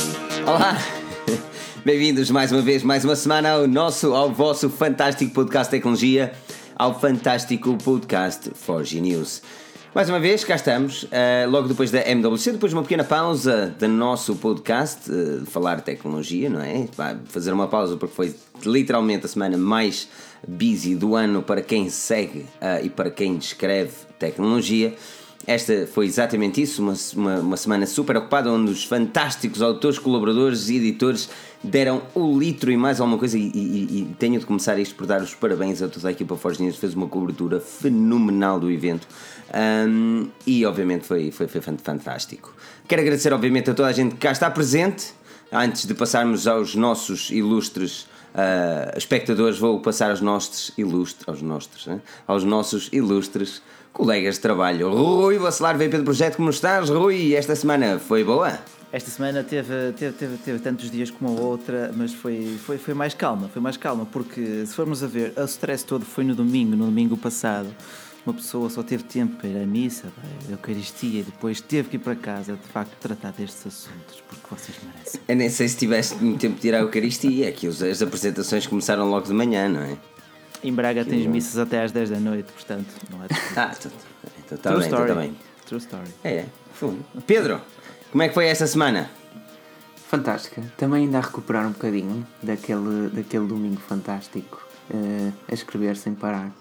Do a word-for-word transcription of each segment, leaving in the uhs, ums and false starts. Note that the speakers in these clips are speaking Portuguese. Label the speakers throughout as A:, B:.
A: Olá, bem-vindos mais uma vez, mais uma semana ao nosso, ao vosso fantástico podcast de tecnologia, ao fantástico podcast four G News. Mais uma vez, cá estamos, uh, logo depois da M W C, depois de uma pequena pausa do nosso podcast, uh, de falar de tecnologia, não é? Vai fazer uma pausa porque foi literalmente a semana mais busy do ano para quem segue uh, e para quem escreve tecnologia. Esta foi exatamente isso, uma, uma, uma semana super ocupada, onde os fantásticos autores, colaboradores e editores deram o litro e mais alguma coisa, e, e, e tenho de começar isto por dar os parabéns a toda a equipa four G News, fez uma cobertura fenomenal do evento, um, e obviamente foi, foi, foi fantástico. Quero agradecer obviamente a toda a gente que cá está presente. Antes de passarmos aos nossos ilustres uh, espectadores, vou passar aos nossos ilustres, aos nossos, né? aos nossos ilustres colegas de trabalho. Rui Bacelar, V P do projeto, como estás, Rui? Esta semana foi boa?
B: Esta semana teve, teve, teve, teve tantos dias como a outra, mas foi, foi, foi mais calma, foi mais calma, porque se formos a ver, o stress todo foi no domingo, no domingo passado. Uma pessoa só teve tempo para ir à missa, a Eucaristia, e depois teve que ir para casa, de facto, tratar destes assuntos, porque vocês merecem.
A: Eu nem sei se tiveste muito tempo de ir à Eucaristia, é que as apresentações começaram logo de manhã, não é?
B: Em Braga tens missas até às dez da noite, portanto, não é?
A: Ah, então está bem, está bem.
B: True story.
A: É, foi. Pedro, como é que foi esta semana?
C: Fantástica. Também ainda a recuperar um bocadinho daquele, daquele domingo fantástico, uh, a escrever sem parar.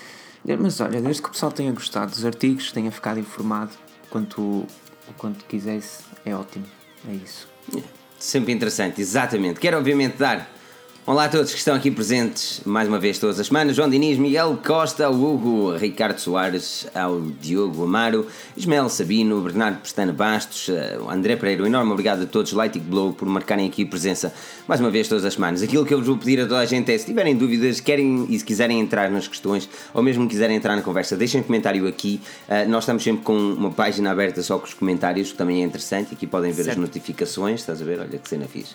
C: Mas olha, desde que o pessoal tenha gostado dos artigos, tenha ficado informado quanto, o quanto quisesse, é ótimo. É isso.
A: É, sempre interessante, exatamente. Quero obviamente dar olá a todos que estão aqui presentes mais uma vez todas as semanas. João Diniz, Miguel Costa, ao Hugo, Ricardo Soares, ao Diogo Amaro, Ismael Sabino, Bernardo Pestana Bastos, André Pereira. Um enorme obrigado a todos, Lighting Blow, por marcarem aqui presença mais uma vez todas as semanas. Aquilo que eu vos vou pedir a toda a gente é, se tiverem dúvidas, querem e se quiserem entrar nas questões, ou mesmo quiserem entrar na conversa, deixem um comentário aqui. Uh, nós estamos sempre com uma página aberta só com os comentários, que também é interessante. Aqui podem ver certo. As notificações, estás a ver? Olha que cena fixe.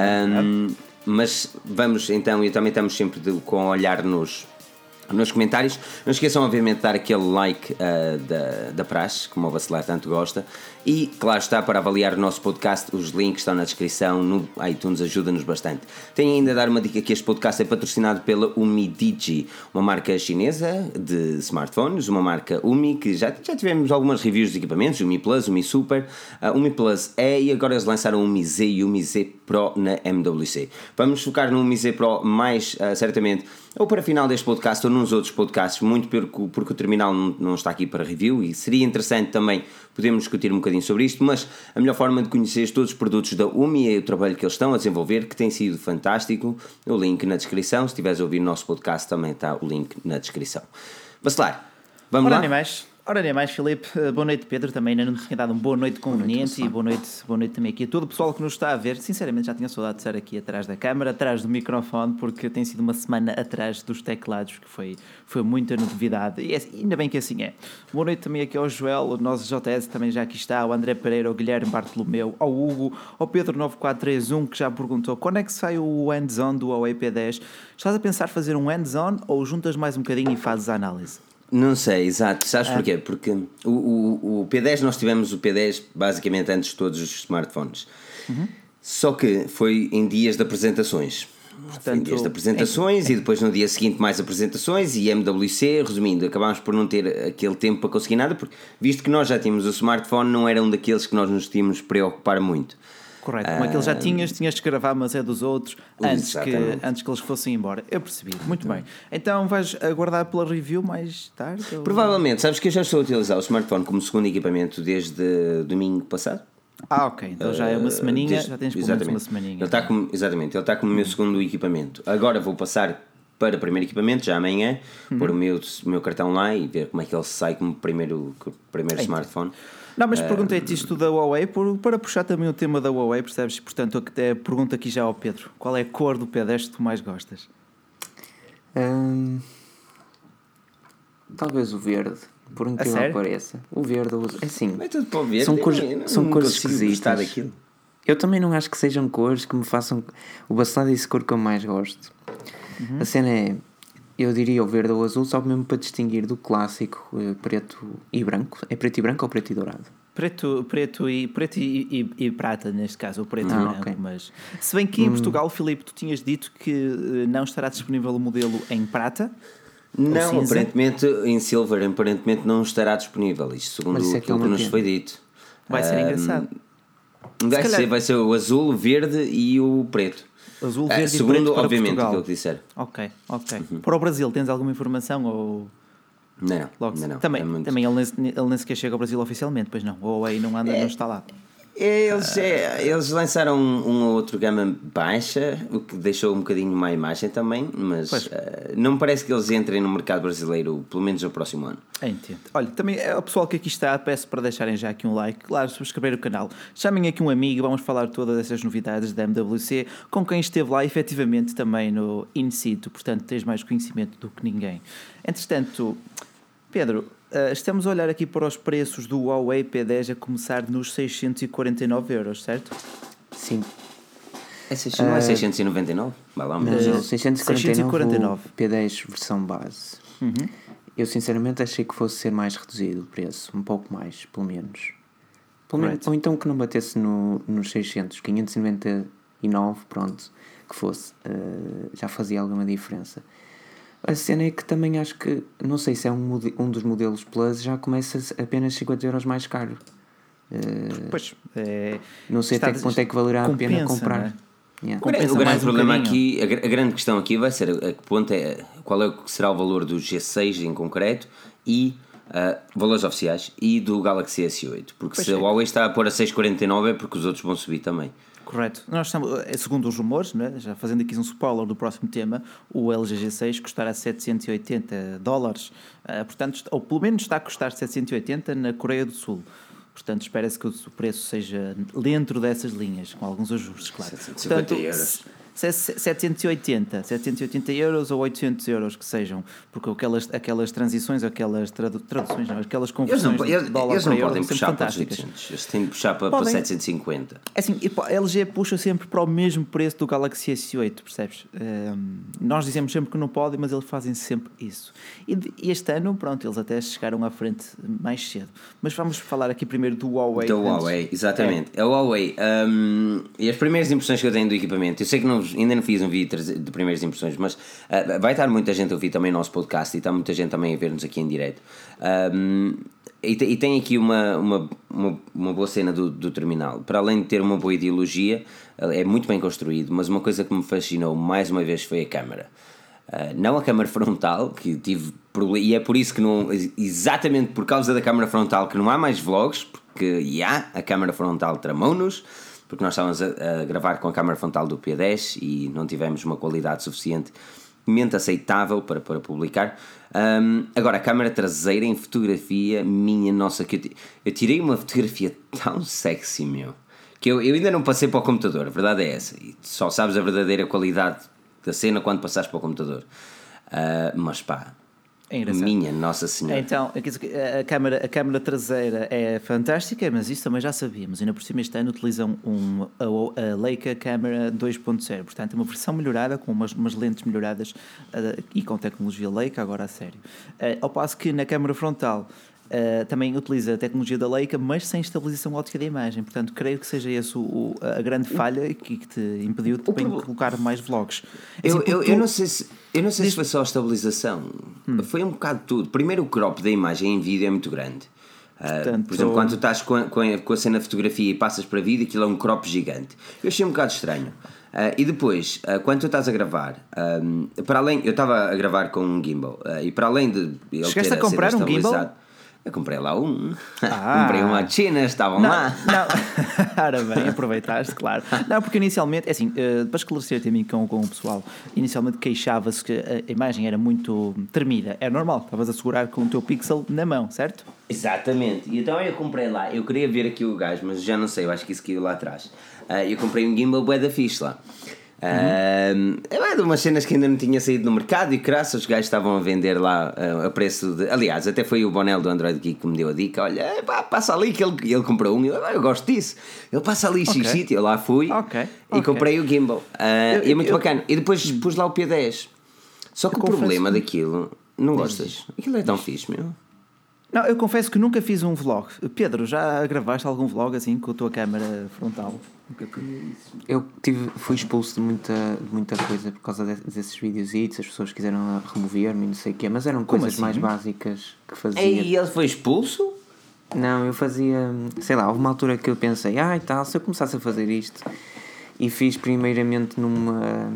A: Um, Mas vamos então, e também estamos sempre de, com a olhar nos, nos comentários. Não esqueçam obviamente de dar aquele like uh, da, da praxe, como o Bacelar tanto gosta. E claro está, para avaliar o nosso podcast, os links estão na descrição, no iTunes, ajuda-nos bastante. Tenho ainda a dar uma dica que este podcast é patrocinado pela Umidigi, uma marca chinesa de smartphones, uma marca Umi, que já, já tivemos algumas reviews de equipamentos, Umi Plus, Umi Super, uh, Umi Plus E, e agora eles lançaram o Umi Z e o Umi Z Pro na M W C. Vamos focar no Umi Z Pro mais uh, certamente, ou para o final deste podcast ou nos outros podcasts, muito porque, porque o terminal não, não está aqui para review, e seria interessante também podermos discutir um bocadinho sobre isto, mas a melhor forma de conhecer todos os produtos da Umi é o trabalho que eles estão a desenvolver, que tem sido fantástico. O link na descrição, se estiveres a ouvir o nosso podcast também está o link na descrição. Bacelar, vamos
B: Ora,
A: lá?
B: Nem mais. Ora, nem mais, Filipe. Boa noite, Pedro. Também ainda não tinha dado uma boa noite conveniente, e boa noite, boa noite também aqui a todo o pessoal que nos está a ver. Sinceramente, já tinha saudade de estar aqui atrás da câmara, atrás do microfone, porque tem sido uma semana atrás dos teclados, que foi, foi muita novidade, e é, ainda bem que assim é. Boa noite também aqui ao Joel, o nosso J S também já aqui está, ao André Pereira, ao Guilherme Bartolomeu, ao Hugo, ao Pedro nove quatro três um, que já perguntou quando é que sai o hands-on do Huawei P dez. Estás a pensar fazer um hands-on ou juntas mais um bocadinho e fazes a análise?
A: Não sei, exato. Sabes ah. porquê? Porque o, o, o P dez, nós tivemos o P dez basicamente antes de todos os smartphones. Uhum. Só que foi em dias de apresentações. Portanto, em dias de apresentações é, é. E depois no dia seguinte mais apresentações e M W C. Resumindo, acabámos por não ter aquele tempo para conseguir nada, porque visto que nós já tínhamos o smartphone, não era um daqueles que nós nos tínhamos preocupar muito.
B: Correto, como aquele já tinhas, tinhas de gravar, mas é dos outros, antes que, antes que eles fossem embora. Eu percebi, muito bem. Então vais aguardar pela review mais tarde? Ou...
A: Provavelmente, sabes que eu já estou a utilizar o smartphone como segundo equipamento desde domingo passado.
B: Ah, ok, então já é uma semaninha, desde, já tens pelo menos uma semaninha.
A: Ele está como, exatamente, ele está como o meu segundo equipamento. Agora vou passar para o primeiro equipamento, já amanhã, uhum. pôr o meu, o meu cartão lá e ver como é que ele sai como primeiro, primeiro smartphone.
B: Não, mas perguntei-te isto da Huawei por, para puxar também o tema da Huawei, percebes? Portanto, eu pergunto aqui já ao Pedro, qual é a cor do P dez que tu mais gostas?
C: Hum, talvez o verde, por incrível que pareça. O verde, é assim,
A: é tudo para o verde,
C: são cores,
A: não,
C: são
A: não
C: cores esquisitas. Eu também não acho que sejam cores que me façam... O Bacelar disse a cor que eu mais gosto. Uhum. A cena é... Eu diria o verde ou o azul, só mesmo para distinguir do clássico eh, preto e branco. É preto e branco ou preto e dourado?
B: Preto, preto, e, preto e, e, e prata, neste caso, o preto
C: Ah,
B: e branco.
C: ok.
B: Mas se bem que em Portugal, Filipe, tu tinhas dito que eh, não estará disponível o modelo em prata.
A: Não,
B: cinza?
A: aparentemente em Silver aparentemente não estará disponível. Isto segundo
C: Mas isso é que é
A: aquilo que
C: uma
A: nos
C: pena.
A: foi dito.
B: Vai ser
A: Ahm,
B: engraçado.
A: Vai
B: calhar-
A: ser, vai ser o azul, o verde e o preto.
B: Azul,
A: Ah,
B: verde e
A: segundo,
B: preto para
A: obviamente,
B: Portugal.
A: aquilo que disseram.
B: Ok, ok.
A: Uhum.
B: Para o Brasil, tens alguma informação? Ou
A: Não, não,
B: logo
A: ainda não.
B: também,
A: É muito-
B: também ele, nem, ele nem sequer chega ao Brasil oficialmente, pois não. Ou aí não anda, não está lá.
A: Eles, é, eles lançaram um, um ou outro gama baixa, o que deixou um bocadinho má imagem também, mas
B: Pois.
A: ah, não me parece que eles entrem no mercado brasileiro, pelo menos no próximo ano.
B: Entendo. Olha, também é o pessoal que aqui está, peço para deixarem já aqui um like, claro, subscrever o canal. Chamem aqui um amigo, vamos falar todas essas novidades da M W C com quem esteve lá efetivamente também no in situ, portanto tens mais conhecimento do que ninguém. Entretanto, Pedro, uh, estamos a olhar aqui para os preços do Huawei P dez a começar nos seiscentos e quarenta e nove euros, certo?
C: Sim.
A: É seiscentos, não é seiscentos e noventa e nove? Vai lá,
C: Não,
A: mas...
C: não, seiscentos e quarenta e nove,
B: seiscentos e quarenta e nove.
C: o P dez versão base. Eu sinceramente achei que fosse ser mais reduzido o preço, um pouco mais, pelo menos. Pelo menos
B: Right.
C: ou então que não batesse no, nos seiscentos, quinhentos e noventa e nove, pronto, que fosse, uh, já fazia alguma diferença. A cena é que também acho que, não sei se é um, mode- um dos modelos Plus, já começa apenas cinquenta euros mais caro. Uh,
B: Pois, é,
C: não sei
B: está-
C: até que ponto é que valerá a pena
B: compensa,
C: comprar.
B: não é?
C: Yeah.
A: O grande,
B: Compensa
A: o grande
B: mais um
A: problema
B: bocadinho.
A: aqui, a, gr- a grande questão aqui vai ser a que ponto é, qual é que será o valor do G seis em concreto e ah, valores oficiais e do Galaxy S oito, porque
B: Pois
A: se
B: é.
A: a Huawei está a pôr a seiscentos e quarenta e nove é porque os outros vão subir também.
B: Correto. Nós estamos, eh, segundo os rumores, né, já fazendo aqui um spoiler do próximo tema, o L G G seis custará setecentos e oitenta dólares. Uh, portanto, ou pelo menos está a custar setecentos e oitenta na Coreia do Sul. Portanto, espera-se que o preço seja dentro dessas linhas, com alguns ajustes, claro.
A: setecentos e cinquenta
B: Portanto,
A: euros.
B: se- se- setecentos e oitenta, setecentos e oitenta euros ou oitocentos euros que sejam, porque aquelas, aquelas transições, aquelas tradu- traduções, não, aquelas
A: Eles
B: conversões
A: não,
B: de
A: eles,
B: dólar
A: eles
B: para
A: não
B: euro
A: podem
B: são sempre
A: puxar para os
B: fantásticas.
A: oitocentos, eles têm de puxar para, para
B: Podem.
A: setecentos e cinquenta.
B: É assim, e pá, a L G puxa sempre para o mesmo preço do Galaxy S oito, percebes? Um, nós dizemos sempre que não podem, mas eles fazem sempre isso. E de- e este ano, pronto, eles até chegaram à frente mais cedo. Mas vamos falar aqui primeiro do Huawei.
A: Do
B: antes.
A: Huawei, exatamente. É. A Huawei, hum, e as primeiras impressões que eu tenho do equipamento, eu sei que não, ainda não fiz um vídeo de primeiras impressões, mas uh, vai estar muita gente a ouvir também o nosso podcast e está muita gente também a ver-nos aqui em direto. Um, e, te, e tem aqui uma, uma, uma, uma boa cena do, do terminal. Para além de ter uma boa ideologia, é muito bem construído, mas uma coisa que me fascinou mais uma vez foi a câmara. Uh, não a câmara frontal, que tive problema, e é por isso que não, exatamente por causa da câmara frontal, que não há mais vlogs, porque já, a câmara frontal tramou-nos, porque nós estávamos a, a gravar com a câmara frontal do P dez e não tivemos uma qualidade suficientemente aceitável para, para publicar. Um, agora, a câmara traseira em fotografia, minha nossa, que eu, ti- eu tirei uma fotografia tão sexy, meu, que eu, eu ainda não passei para o computador, a verdade é essa, e só sabes a verdadeira qualidade da cena quando passares para o computador. Uh, mas pá,
B: É engraçado.
A: minha Nossa Senhora.
B: Então, a câmara, a câmara traseira é fantástica, mas isso também já sabíamos. Ainda por cima, este ano utilizam um, a, a Leica Camera dois ponto zero. Portanto, é uma versão melhorada, com umas, umas lentes melhoradas uh, e com tecnologia Leica, agora a sério. Uh, ao passo que na câmara frontal uh, também utiliza a tecnologia da Leica, mas sem estabilização óptica da imagem. Portanto, creio que seja essa o, a grande falha que, que te impediu de
A: O
B: bem
A: proble-
B: colocar mais vlogs. É
A: Eu,
B: assim,
A: eu,
B: porque
A: eu
B: tu-
A: não sei se, eu não sei se foi só a estabilização, foi um bocado tudo. Primeiro, o crop da imagem em vídeo é muito grande. Uh,
B: Portanto,
A: por exemplo, quando tu estás com a, com, a, com a cena de fotografia e passas para vídeo, aquilo é um crop gigante. Eu achei um bocado estranho. Uh, e depois, uh, quando tu estás a gravar, um, para além, eu estava a gravar com um gimbal, uh, e para além de ele
B: Chegaste
A: ter
B: a comprar
A: cena
B: um gimbal?
A: estabilizada, eu comprei lá um.
B: Ah.
A: Comprei um à China, estavam
B: Não,
A: lá.
B: não. Ora bem, aproveitaste, claro. Não, porque inicialmente, é assim, uh, para esclarecer também com, com o pessoal, inicialmente queixava-se que a imagem era muito tremida. É normal, estavas a segurar com o teu pixel na mão, certo?
A: Exatamente, e então eu comprei lá, eu queria ver aqui o gajo, mas já não sei, eu acho que isso caiu lá atrás. Uh, eu comprei um gimbal bué da fixe lá. Uh, é de umas cenas que ainda não tinha saído no mercado e graças os gajos estavam a vender lá uh, a preço de. Aliás, até foi o Bonel do Android Geek que me deu a dica: olha, pá, passa ali que ele, ele comprou um. Eu, "Ah, eu gosto disso, ele passa ali,
B: Ok.
A: xixi, eu lá fui
B: Ok,
A: e
B: ok.
A: comprei o gimbal. Uh,
B: Eu-
A: e é muito
B: eu-
A: bacana. E depois pus lá o P dez. Só que
B: Eu
A: o problema
B: confesso-
A: daquilo, não gostas? Aquilo é tão fixe, meu.
B: Não, eu confesso que nunca fiz um vlog. Pedro, já gravaste algum vlog assim com a tua câmera frontal? Nunca fiz.
C: Eu tive, fui expulso de muita, de muita coisa por causa de, desses vídeos e as pessoas quiseram remover-me e não sei o quê, mas eram coisas
B: assim?
C: mais básicas que fazia.
A: E ele foi expulso?
C: Não, eu fazia, sei lá, houve uma altura que eu pensei, ah e tal, se eu começasse a fazer isto, e fiz primeiramente numa,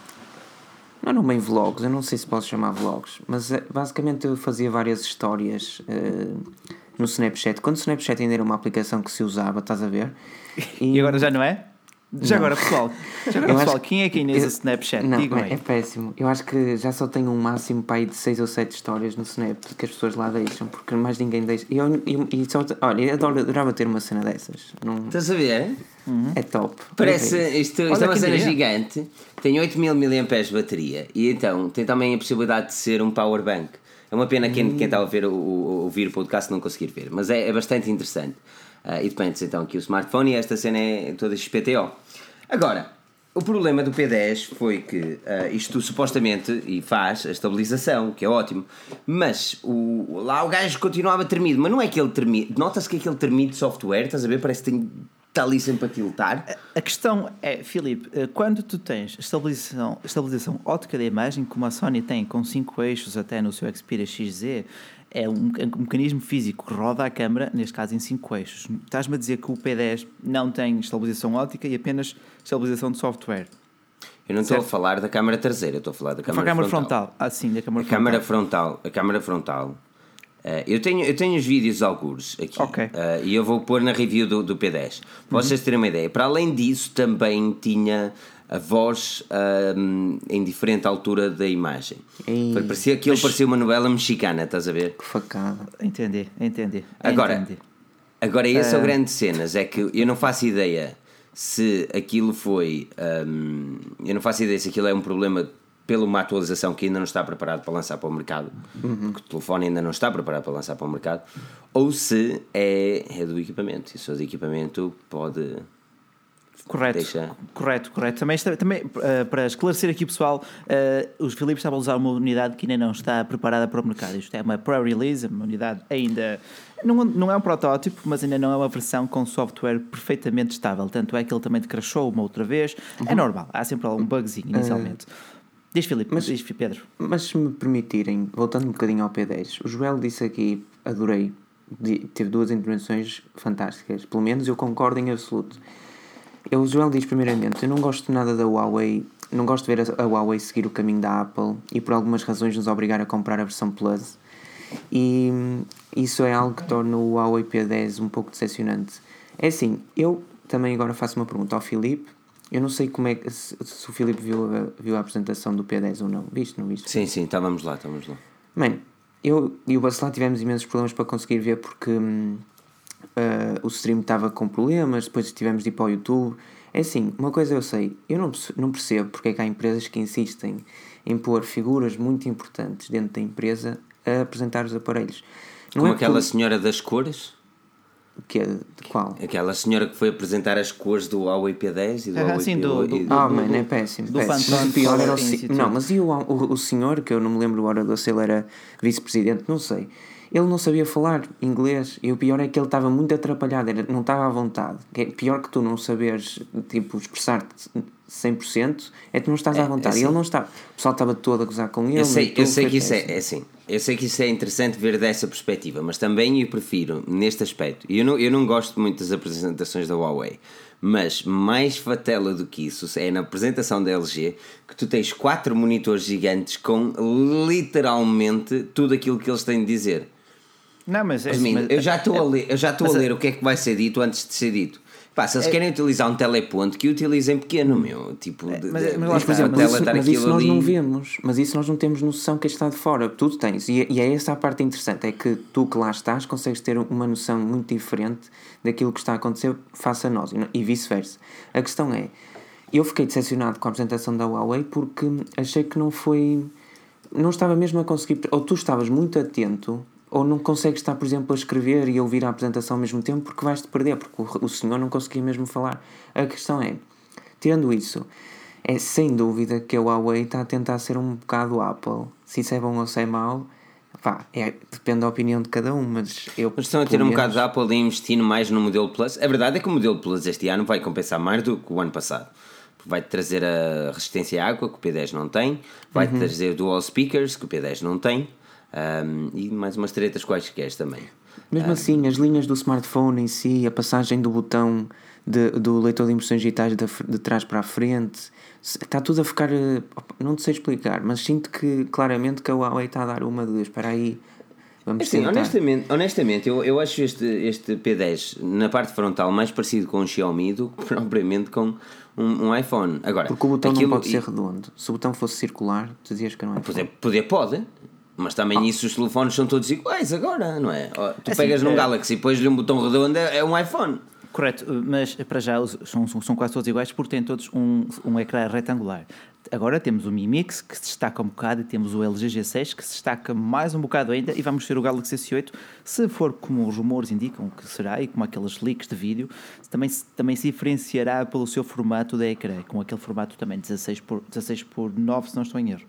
C: não eram bem vlogs, eu não sei se posso chamar vlogs, mas basicamente eu fazia várias histórias uh, no Snapchat, quando o Snapchat ainda era uma aplicação que se usava, estás a ver?
B: E, e agora já não é? Já
C: Não.
B: agora pessoal, já agora, pessoal quem é que Inês o Snapchat?
C: Não,
B: Digam
C: é,
B: aí.
C: é péssimo. Eu acho que já só tenho um máximo para aí de seis ou sete histórias no Snap que as pessoas lá deixam, porque mais ninguém deixa. E, eu, e, e só, olha, eu adoro, adorava ter uma cena dessas. Não,
A: Estás a ver?
C: é top.
A: Parece,
C: É
A: isto,
B: Olha
A: isto é uma
B: que
A: cena
B: diria.
A: gigante, tem oito mil miliamperes de bateria e então tem também a possibilidade de ser um power bank. É uma pena quem, quem está a ver o, o, ouvir o podcast não conseguir ver, mas é, é bastante interessante. Uh, e depende então aqui o smartphone e esta cena é toda X P T O. Agora, o problema do P dez foi que uh, isto supostamente e faz a estabilização, que é ótimo, mas o, lá o gajo continuava tremido, mas não é aquele tremido, nota-se que é aquele tremido de software, estás a ver? Parece que tem, está ali sempre a tiltar.
B: A questão é, Filipe, quando tu tens estabilização, estabilização ótica da imagem, como a Sony tem com cinco eixos até no seu Xperia X Z, é um, um mecanismo físico que roda a câmera, neste caso em cinco eixos. Estás-me a dizer que o P dez não tem estabilização ótica e apenas estabilização de software.
A: Eu não estou a
B: Certo.
A: falar da câmara traseira, estou a falar da
B: Foi a
A: câmara
B: câmara
A: frontal.
B: frontal. Ah, sim, da câmara
A: A
B: frontal.
A: câmara frontal, a câmara frontal. Uh, eu, tenho, eu tenho os vídeos algures aqui
B: Ok.
A: uh, e eu vou pôr na review do, do P dez. Para vocês terem uma ideia. Para além disso, também tinha a voz um, em diferente altura da imagem.
C: Ei,
A: Foi, parecia, aquilo
B: mas-
A: parecia uma novela mexicana, estás a ver?
C: Que facada.
B: Entendi, entendi.
A: Agora,
B: entendi.
A: agora esse é o grande cenas, é que eu não faço ideia se aquilo foi. hum, eu não faço ideia se aquilo é um problema pela uma atualização que ainda não está preparado para lançar para o mercado, porque o telefone ainda não está preparado para lançar para o mercado, ou se é, é do equipamento. E se for do equipamento, pode.
B: Correto,
A: Deixa-
B: correto, correto. Também, está- também uh, para esclarecer aqui, pessoal, uh, os Filipe estavam a usar uma unidade que ainda não está preparada para o mercado. Isto é uma pre-release, uma unidade ainda. Não, não é um protótipo, mas ainda não é uma versão com software perfeitamente estável. Tanto é que ele também crashou uma outra vez. É normal, há sempre algum bugzinho inicialmente. Diz Filipe,
C: mas-
B: diz Pedro.
C: Mas se me permitirem, voltando um bocadinho ao P dez, o Joel disse aqui, adorei, di- teve duas intervenções fantásticas, pelo menos eu concordo em absoluto. Eu, o Joel diz primeiramente, eu não gosto nada da Huawei, não gosto de ver a, a Huawei seguir o caminho da Apple e por algumas razões nos obrigar a comprar a versão Plus, e hum, isso é algo que torna o Huawei P dez um pouco decepcionante. É assim, eu também agora faço uma pergunta ao Filipe. Eu não sei como é que se, se o Filipe viu a, viu a apresentação do P dez ou não. Viste, não viste?
A: Sim, sim, estávamos lá, estávamos lá.
C: Mano, eu e o Bacelar tivemos imensos problemas para conseguir ver porque hum, uh, o stream estava com problemas, depois tivemos de ir para o YouTube. É assim, uma coisa eu sei, eu não, perce- não percebo porque é que há empresas que insistem em pôr figuras muito importantes dentro da empresa a apresentar os aparelhos. Não
A: Como
C: é
A: aquela
C: por-
A: senhora das cores,
C: que é de qual?
A: aquela senhora que foi apresentar as cores do Huawei P dez e do
B: Ah,
A: Huawei
B: sim,
A: P
B: do-
A: oito.
B: do-
C: Ah,
B: do-
C: mano,
B: do-
C: é péssimo.
B: do
C: péssimo.
B: Phantom
C: Mas o pior era o,
B: Institute.
C: se- não, mas e o, o, o senhor, que eu não me lembro agora de se ele era vice-presidente, não sei. Ele não sabia falar inglês e o pior é que ele estava muito atrapalhado, era, não estava à vontade. Que é pior que tu não saberes, tipo, expressar-te cem por cento, é que não estás à vontade.
A: é
C: E ele
A: assim.
C: não estava. O pessoal estava todo a gozar com ele.
A: Eu sei,
C: e
A: eu
C: tudo,
A: sei
C: foi
A: que isso é,
C: péssimo.
A: é assim. Eu sei que isso é interessante ver dessa perspectiva, mas também eu prefiro neste aspecto. E eu não, eu não gosto muito das apresentações da Huawei, mas mais fatela do que isso é na apresentação da L G que tu tens quatro monitores gigantes com literalmente tudo aquilo que eles têm de dizer.
B: Não, mas, é assim,
A: Resumindo,
B: mas-
A: eu já estou a ler, eu já estou a
B: mas-
A: ler o que é que vai ser dito antes de ser dito. Pá, se eles querem utilizar um teleponto, que utilizem pequeno, meu. Tipo, de,
B: mas-
A: de,
B: mas lá
C: Mas,
A: de
C: por exemplo,
A: fatela
C: isso,
A: estar
C: mas
A: aquilo
C: isso nós
A: ali.
C: não vemos, mas isso nós não temos noção que está de fora, tudo tens, e, e é essa a parte interessante, é que tu que lá estás consegues ter uma noção muito diferente daquilo que está a acontecer face a nós, e, não- e vice-versa. A questão é, eu fiquei decepcionado com a apresentação da Huawei porque achei que não foi, não estava mesmo a conseguir, ou tu estavas muito atento, ou não consegues estar, por exemplo, a escrever e a ouvir a apresentação ao mesmo tempo porque vais-te perder, porque o, o senhor não conseguia mesmo falar. A questão é, tirando isso, é sem dúvida que a Huawei está a tentar ser um bocado Apple. Se isso é bom ou se é mau, Pá, é, depende da opinião de cada um, mas eu...
A: Mas estão a ter um bocado de Apple e investindo mais no modelo Plus. A verdade é que o modelo Plus este ano vai compensar mais do que o ano passado. Vai-te trazer a resistência à água, que o P dez não tem. Vai-te uhum. trazer dual speakers, que o P dez não tem. Um, e mais umas tretas quaisquer também.
C: Mesmo um, assim, as linhas do smartphone em si, a passagem do botão de, do leitor de impressões digitais de, de trás para a frente, está tudo a ficar... Não te sei explicar, mas sinto que claramente que a Huawei está a dar uma de... Espera aí... Vamos
A: assim, honestamente, honestamente eu, eu acho este, este P dez na parte frontal mais parecido com um Xiaomi do que propriamente com um, um iPhone. Agora,
C: porque o botão aquilo, não pode ser redondo. Se o botão fosse circular, tu dizias que não é.
A: Poder, poder pode, mas também oh. isso os telefones são todos iguais agora, não é? Tu assim, pegas num é... Galaxy e pões-lhe um botão redondo, é um iPhone.
B: Correto, mas para já são, são quase todos iguais porque têm todos um, um ecrã retangular. Agora temos o Mi Mix que se destaca um bocado e temos o L G G seis que se destaca mais um bocado ainda e vamos ter o Galaxy S oito, se for como os rumores indicam que será e como aqueles leaks de vídeo, também, também se diferenciará pelo seu formato de ecrã, com aquele formato também dezasseis por nove, se não estou em erro.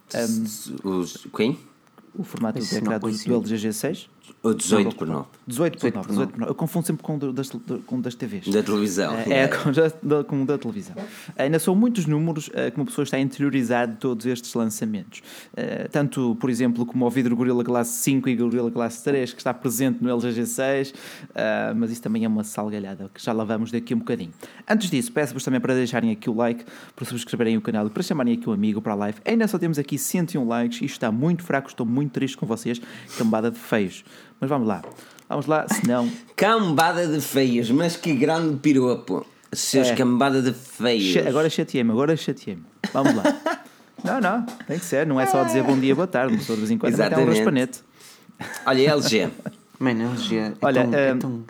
A: Um, os, quem?
B: O formato de ecrã do, do L G G seis?
A: Ou dezoito por nove.
B: dezoito por nove, dezoito por nove. Eu confundo sempre com o das, com das T Vs.
A: Da televisão.
B: É, é com, da, com o da televisão. Ainda são muitos números uh, que uma pessoa está a interiorizar de todos estes lançamentos. Uh, tanto, por exemplo, como o vidro Gorilla Glass cinco e Gorilla Glass três, que está presente no L G G seis, uh, mas isso também é uma salgalhada, que já lá vamos daqui um bocadinho. Antes disso, peço-vos também para deixarem aqui o like, para subscreverem o canal e para chamarem aqui um amigo para a live. Ainda só temos aqui cento e um likes, isto está muito fraco, estou muito triste com vocês, cambada de feios. Mas vamos lá, vamos lá, senão...
A: Cambada de feios, mas que grande piropo. Seus é. Cambada de feios.
B: Agora chateei-me, agora chateei-me. Vamos lá. Não, não, tem que ser, não é só dizer bom dia, boa tarde, mas de vez em quando até um raspanete.
A: Olha, L G.
C: Mano, L G é
B: Olha,
C: tão,
B: um...
C: é tão...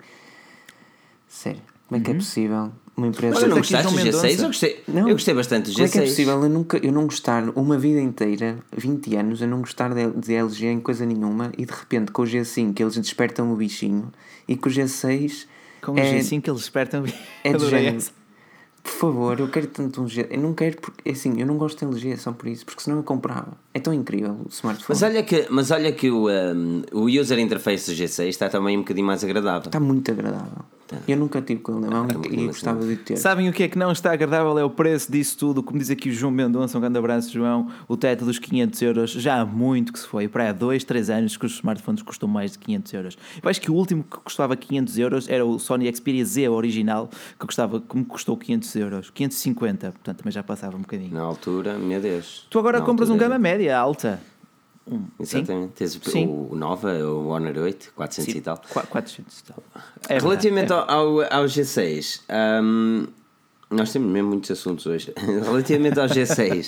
C: Sério, como é que uhum. é possível... Uma empresa...
A: Olha, não gostaste do G seis? Eu gostei,
C: não.
A: eu gostei bastante do G seis.
C: Como é que é possível eu, nunca, eu não gostar uma vida inteira, vinte anos, eu não gostar de, de L G em coisa nenhuma e de repente com o G cinco eles despertam o bichinho e com o G seis...
B: Com é, o G cinco eles despertam o bichinho.
C: É de género. Por favor, eu quero tanto um G... Eu não quero porque... Assim, eu não gosto de L G só por isso, porque senão eu comprava. É tão incrível o smartphone.
A: Mas olha que, mas olha que o, um, o user interface do G seis está também um bocadinho mais agradável.
C: Está muito agradável. Tá. Eu nunca tive com ele na mão ah, e, e gostava de ter.
B: Sabem o que é que não está agradável? É o preço disso tudo. Como diz aqui o João Mendonça, um grande abraço, João. O teto dos quinhentos euros, já há muito que se foi. Para há dois, três anos que os smartphones custam mais de quinhentos euros. Eu acho que o último que custava quinhentos euros era o Sony Xperia Z original, que custava, como custou quinhentos euros. quinhentos e cinquenta, portanto também já passava um bocadinho.
A: Na altura, meu Deus.
B: Tu agora
A: Na
B: compras um
A: altura...
B: gama média, alta.
A: Hum, Exatamente, tens
B: Sim.
A: o Nova, o Honor oito, quatrocentos
B: Sim.
A: e tal.
B: quatrocentos e tal. É
A: Relativamente
B: verdade, é
A: ao, ao G seis, um, nós temos mesmo muitos assuntos hoje. Relativamente ao G seis,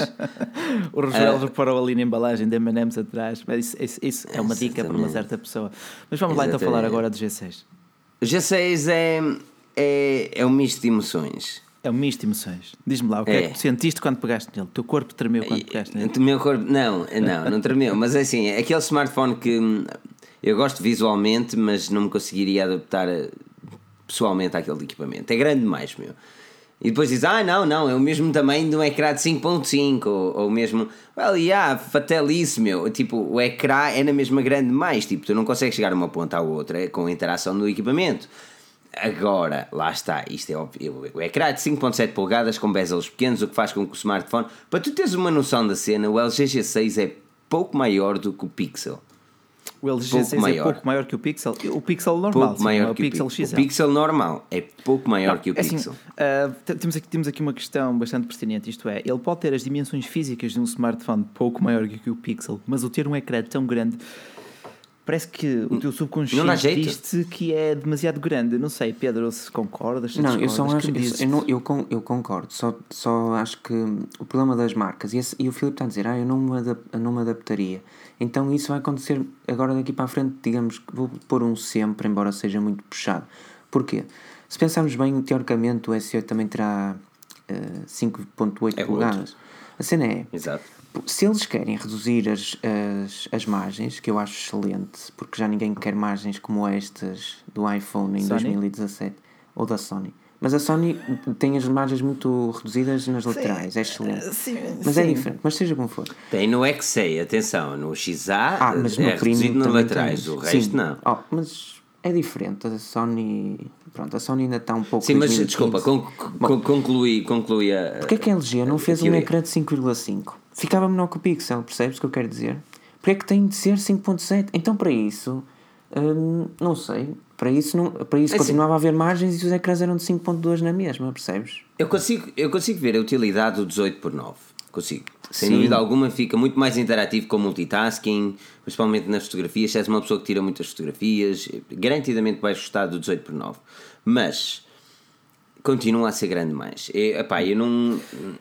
B: o Rogério reparou ali na embalagem de M and M's atrás, mas isso, isso, isso é uma Exatamente. Dica para uma certa pessoa. Mas vamos Exatamente. Lá então falar agora do G seis.
A: O G seis é, é, é um misto de emoções.
B: É um misto de emoções. Diz-me lá, o que é, é que tu sentiste quando pegaste nele? O teu corpo tremeu quando pegaste nele?
A: O meu corpo, não, não, não tremeu. Mas assim, é aquele smartphone que eu gosto visualmente, mas não me conseguiria adaptar pessoalmente àquele equipamento. É grande demais, meu. E depois diz, ah, não, não, é o mesmo tamanho de um ecrã de cinco ponto cinco, ou, ou mesmo, well, yeah, fatalice, meu. Tipo, o ecrã é na mesma grande demais. Tipo, tu não consegues chegar de uma ponta à outra com a interação do equipamento. Agora, lá está, isto é óbvio. O ecrã é de cinco ponto sete polegadas com bezels pequenos, o que faz com que o smartphone, para tu teres uma noção da cena, o L G G seis é pouco maior do que o Pixel.
B: O L G G seis é pouco maior que o Pixel. O Pixel normal,
A: pouco
B: sim,
A: maior
B: é o
A: que
B: Pixel
A: o
B: X L.
A: O Pixel normal é pouco maior Não, que o
B: é
A: Pixel.
B: Assim, uh, temos, aqui, temos aqui uma questão bastante pertinente, isto é, ele pode ter as dimensões físicas de um smartphone pouco maior que o Pixel, mas o ter um ecrã tão grande... Parece que o teu subconsciente diz-te que é demasiado grande. Não sei, Pedro, se concordas, se
C: Não, eu só acho que eu, não, eu, con, eu concordo. Só, só acho que o problema das marcas, e, esse, e o Filipe está a dizer, ah, eu não me, adap, não me adaptaria. Então isso vai acontecer agora daqui para a frente, digamos que vou pôr um sempre, embora seja muito puxado. Porquê? Se pensarmos bem, teoricamente o S oito também terá uh, cinco ponto oito é polegadas. Outro. A cena é...
A: Exato.
C: Se eles querem reduzir as, as, as margens, que eu acho excelente, porque já ninguém quer margens como estas do iPhone em Sony? dois mil e dezassete, ou da Sony, Mas a Sony tem as margens muito reduzidas nas laterais, sim, é excelente.
B: Sim,
C: mas
B: sim.
C: é diferente, mas seja como for.
A: Tem no X A, atenção, no X A
C: ah, mas
A: é
C: no
A: reduzido nas laterais,
C: tem...
A: o resto
C: sim.
A: não.
C: Oh, mas é diferente, a Sony... Pronto, a Sony ainda está um pouco...
A: Sim, mas desculpa, con- conclui, conclui a...
C: Porquê é que a L G não fez
A: um
C: ecrã de cinco vírgula cinco? Ficava menor que o Pixel, percebes o que eu quero dizer? Porquê é que tem de ser cinco ponto sete? Então para isso, hum, não sei... Para isso, não, para isso é continuava assim, a haver margens e os ecrãs eram de cinco ponto dois na mesma, percebes?
A: Eu consigo, eu consigo ver a utilidade do dezoito por nove. Consigo. Sem Sim. dúvida alguma, fica muito mais interativo com multitasking, principalmente nas fotografias. Se és uma pessoa que tira muitas fotografias, garantidamente vais gostar do dezoito por nove. Mas continua a ser grande mais. Eu, epá, eu não...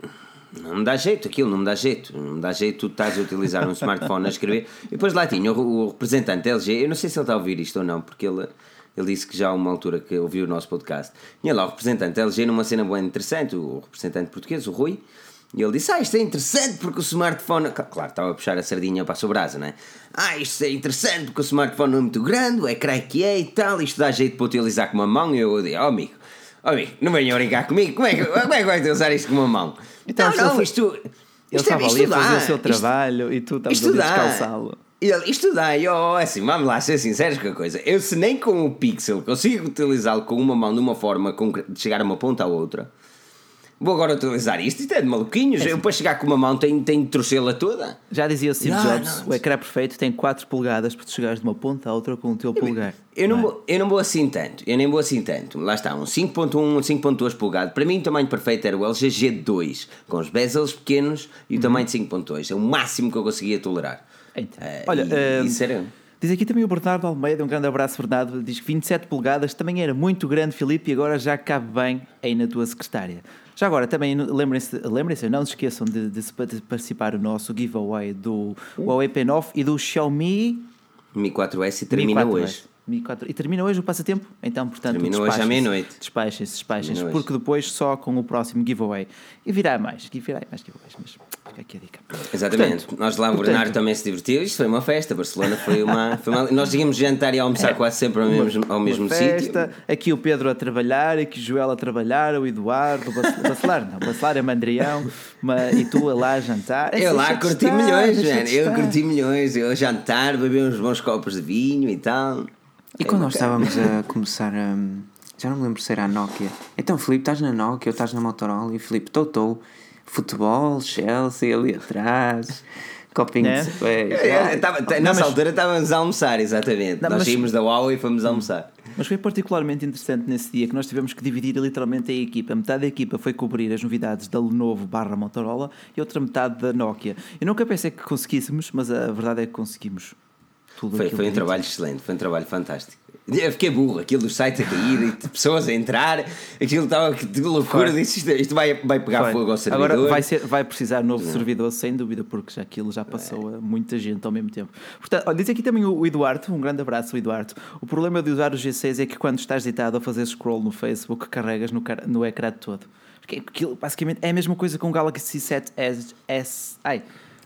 A: Não me dá jeito aquilo, não me dá jeito. Não me dá jeito tu estás a utilizar um smartphone a escrever. E depois lá tinha o, o representante L G. Eu não sei se ele está a ouvir isto ou não, porque ele... Ele disse que já há uma altura que ouviu o nosso podcast. Tinha lá o representante L G numa cena boa interessante, o representante português, o Rui, e ele disse: Ah, isto é interessante porque o smartphone. Claro, estava a puxar a sardinha para a sua brasa, não é? Ah, isto é interessante porque o smartphone não é muito grande, o ecrã que é e tal, isto dá jeito para utilizar com uma mão. E eu disse: Oh, amigo, oh, amigo, não venham brincar comigo, como é que, como é que vais usar isto com uma mão?
B: Então,
A: não, não, isto.
B: Ele estava é, ali a fazer dá, o seu trabalho isto, e tu estavas a descalçá-lo.
A: E ele, isto dá, e oh, assim, vamos lá ser sinceros com a coisa. Eu, se nem com o Pixel consigo utilizá-lo com uma mão de uma forma de chegar a uma ponta à outra, vou agora utilizar isto. Isto é de maluquinhos. É assim. Eu para chegar com uma mão tenho, tenho de torcê-la toda.
B: Já dizia o Steve ah, Jobs: não, o ecrã perfeito tem quatro polegadas para tu chegares de uma ponta à outra com o teu polegar.
A: Eu não,
B: não,
A: vou, eu não vou assim tanto. Eu nem vou assim tanto. Lá está, um cinco ponto um, um cinco ponto dois polegadas. Para mim, o tamanho perfeito era o L G G dois, com os bezels pequenos e o uhum. tamanho de cinco ponto dois. É o máximo que eu conseguia tolerar.
B: Então, uh, olha, e, uh, isso era... diz aqui também o Bernardo Almeida, um grande abraço, Bernardo. Diz que vinte e sete polegadas também era muito grande, Filipe, e agora já cabe bem aí na tua secretária. Já agora, também lembrem-se, lembrem-se não se esqueçam de, de, de participar no nosso giveaway do Huawei P nove e do Xiaomi
A: Mi quatro S e termina hoje.
B: Mi quatro, e termina hoje o passatempo? Então, portanto,
A: termina hoje à meia-noite.
B: Despachem-se, despachem-se, porque depois só com o próximo giveaway. E virá mais, e virá mais giveaways, mas fica aqui a dica.
A: Exatamente. Portanto, nós lá, o Bernardo também se divertiu. Isto foi uma festa. Barcelona foi uma. Foi uma nós íamos jantar e almoçar é, quase sempre ao mesmo, ao mesmo sítio.
B: Aqui o Pedro a trabalhar, aqui o Joel a trabalhar, o Eduardo, o Bacelar, não, o Bacelar é Mandrião, mas, e tu lá a jantar.
A: É, eu lá curti estar, milhões, velho. Eu curti milhões. Eu a jantar, beber uns bons copos de vinho e tal.
C: E quando nós estávamos a começar a... Já não me lembro se era a Nokia. Então, Filipe, estás na Nokia ou estás na Motorola? E Filipe, estou, estou. Futebol, Chelsea, ali atrás... Copinho é? de cerveja.
A: É, é, tava, não, nessa mas... altura estávamos a almoçar, exatamente. Não, nós mas... saímos da Huawei e fomos a almoçar.
B: Mas foi particularmente interessante nesse dia que nós tivemos que dividir literalmente a equipa. Metade da equipa foi cobrir as novidades da Lenovo barra Motorola e outra metade da Nokia. Eu nunca pensei que conseguíssemos, mas a verdade é que conseguimos. Tudo
A: foi foi um trabalho excelente, foi um trabalho fantástico. Eu fiquei burro, aquilo dos sites a cair e de pessoas a entrar, aquilo estava de loucura. Disse, isto, isto vai, vai pegar foi. fogo ao servidor.
B: Agora vai, ser, vai precisar de novo Não. servidor, sem dúvida, porque já aquilo já passou é. a muita gente ao mesmo tempo. Portanto, olha, diz aqui também o Eduardo, um grande abraço, Eduardo. O problema de usar o G seis é que quando estás deitado a fazer scroll no Facebook, carregas no, no ecrã todo. Porque aquilo basicamente é a mesma coisa com o Galaxy sete S. S ai.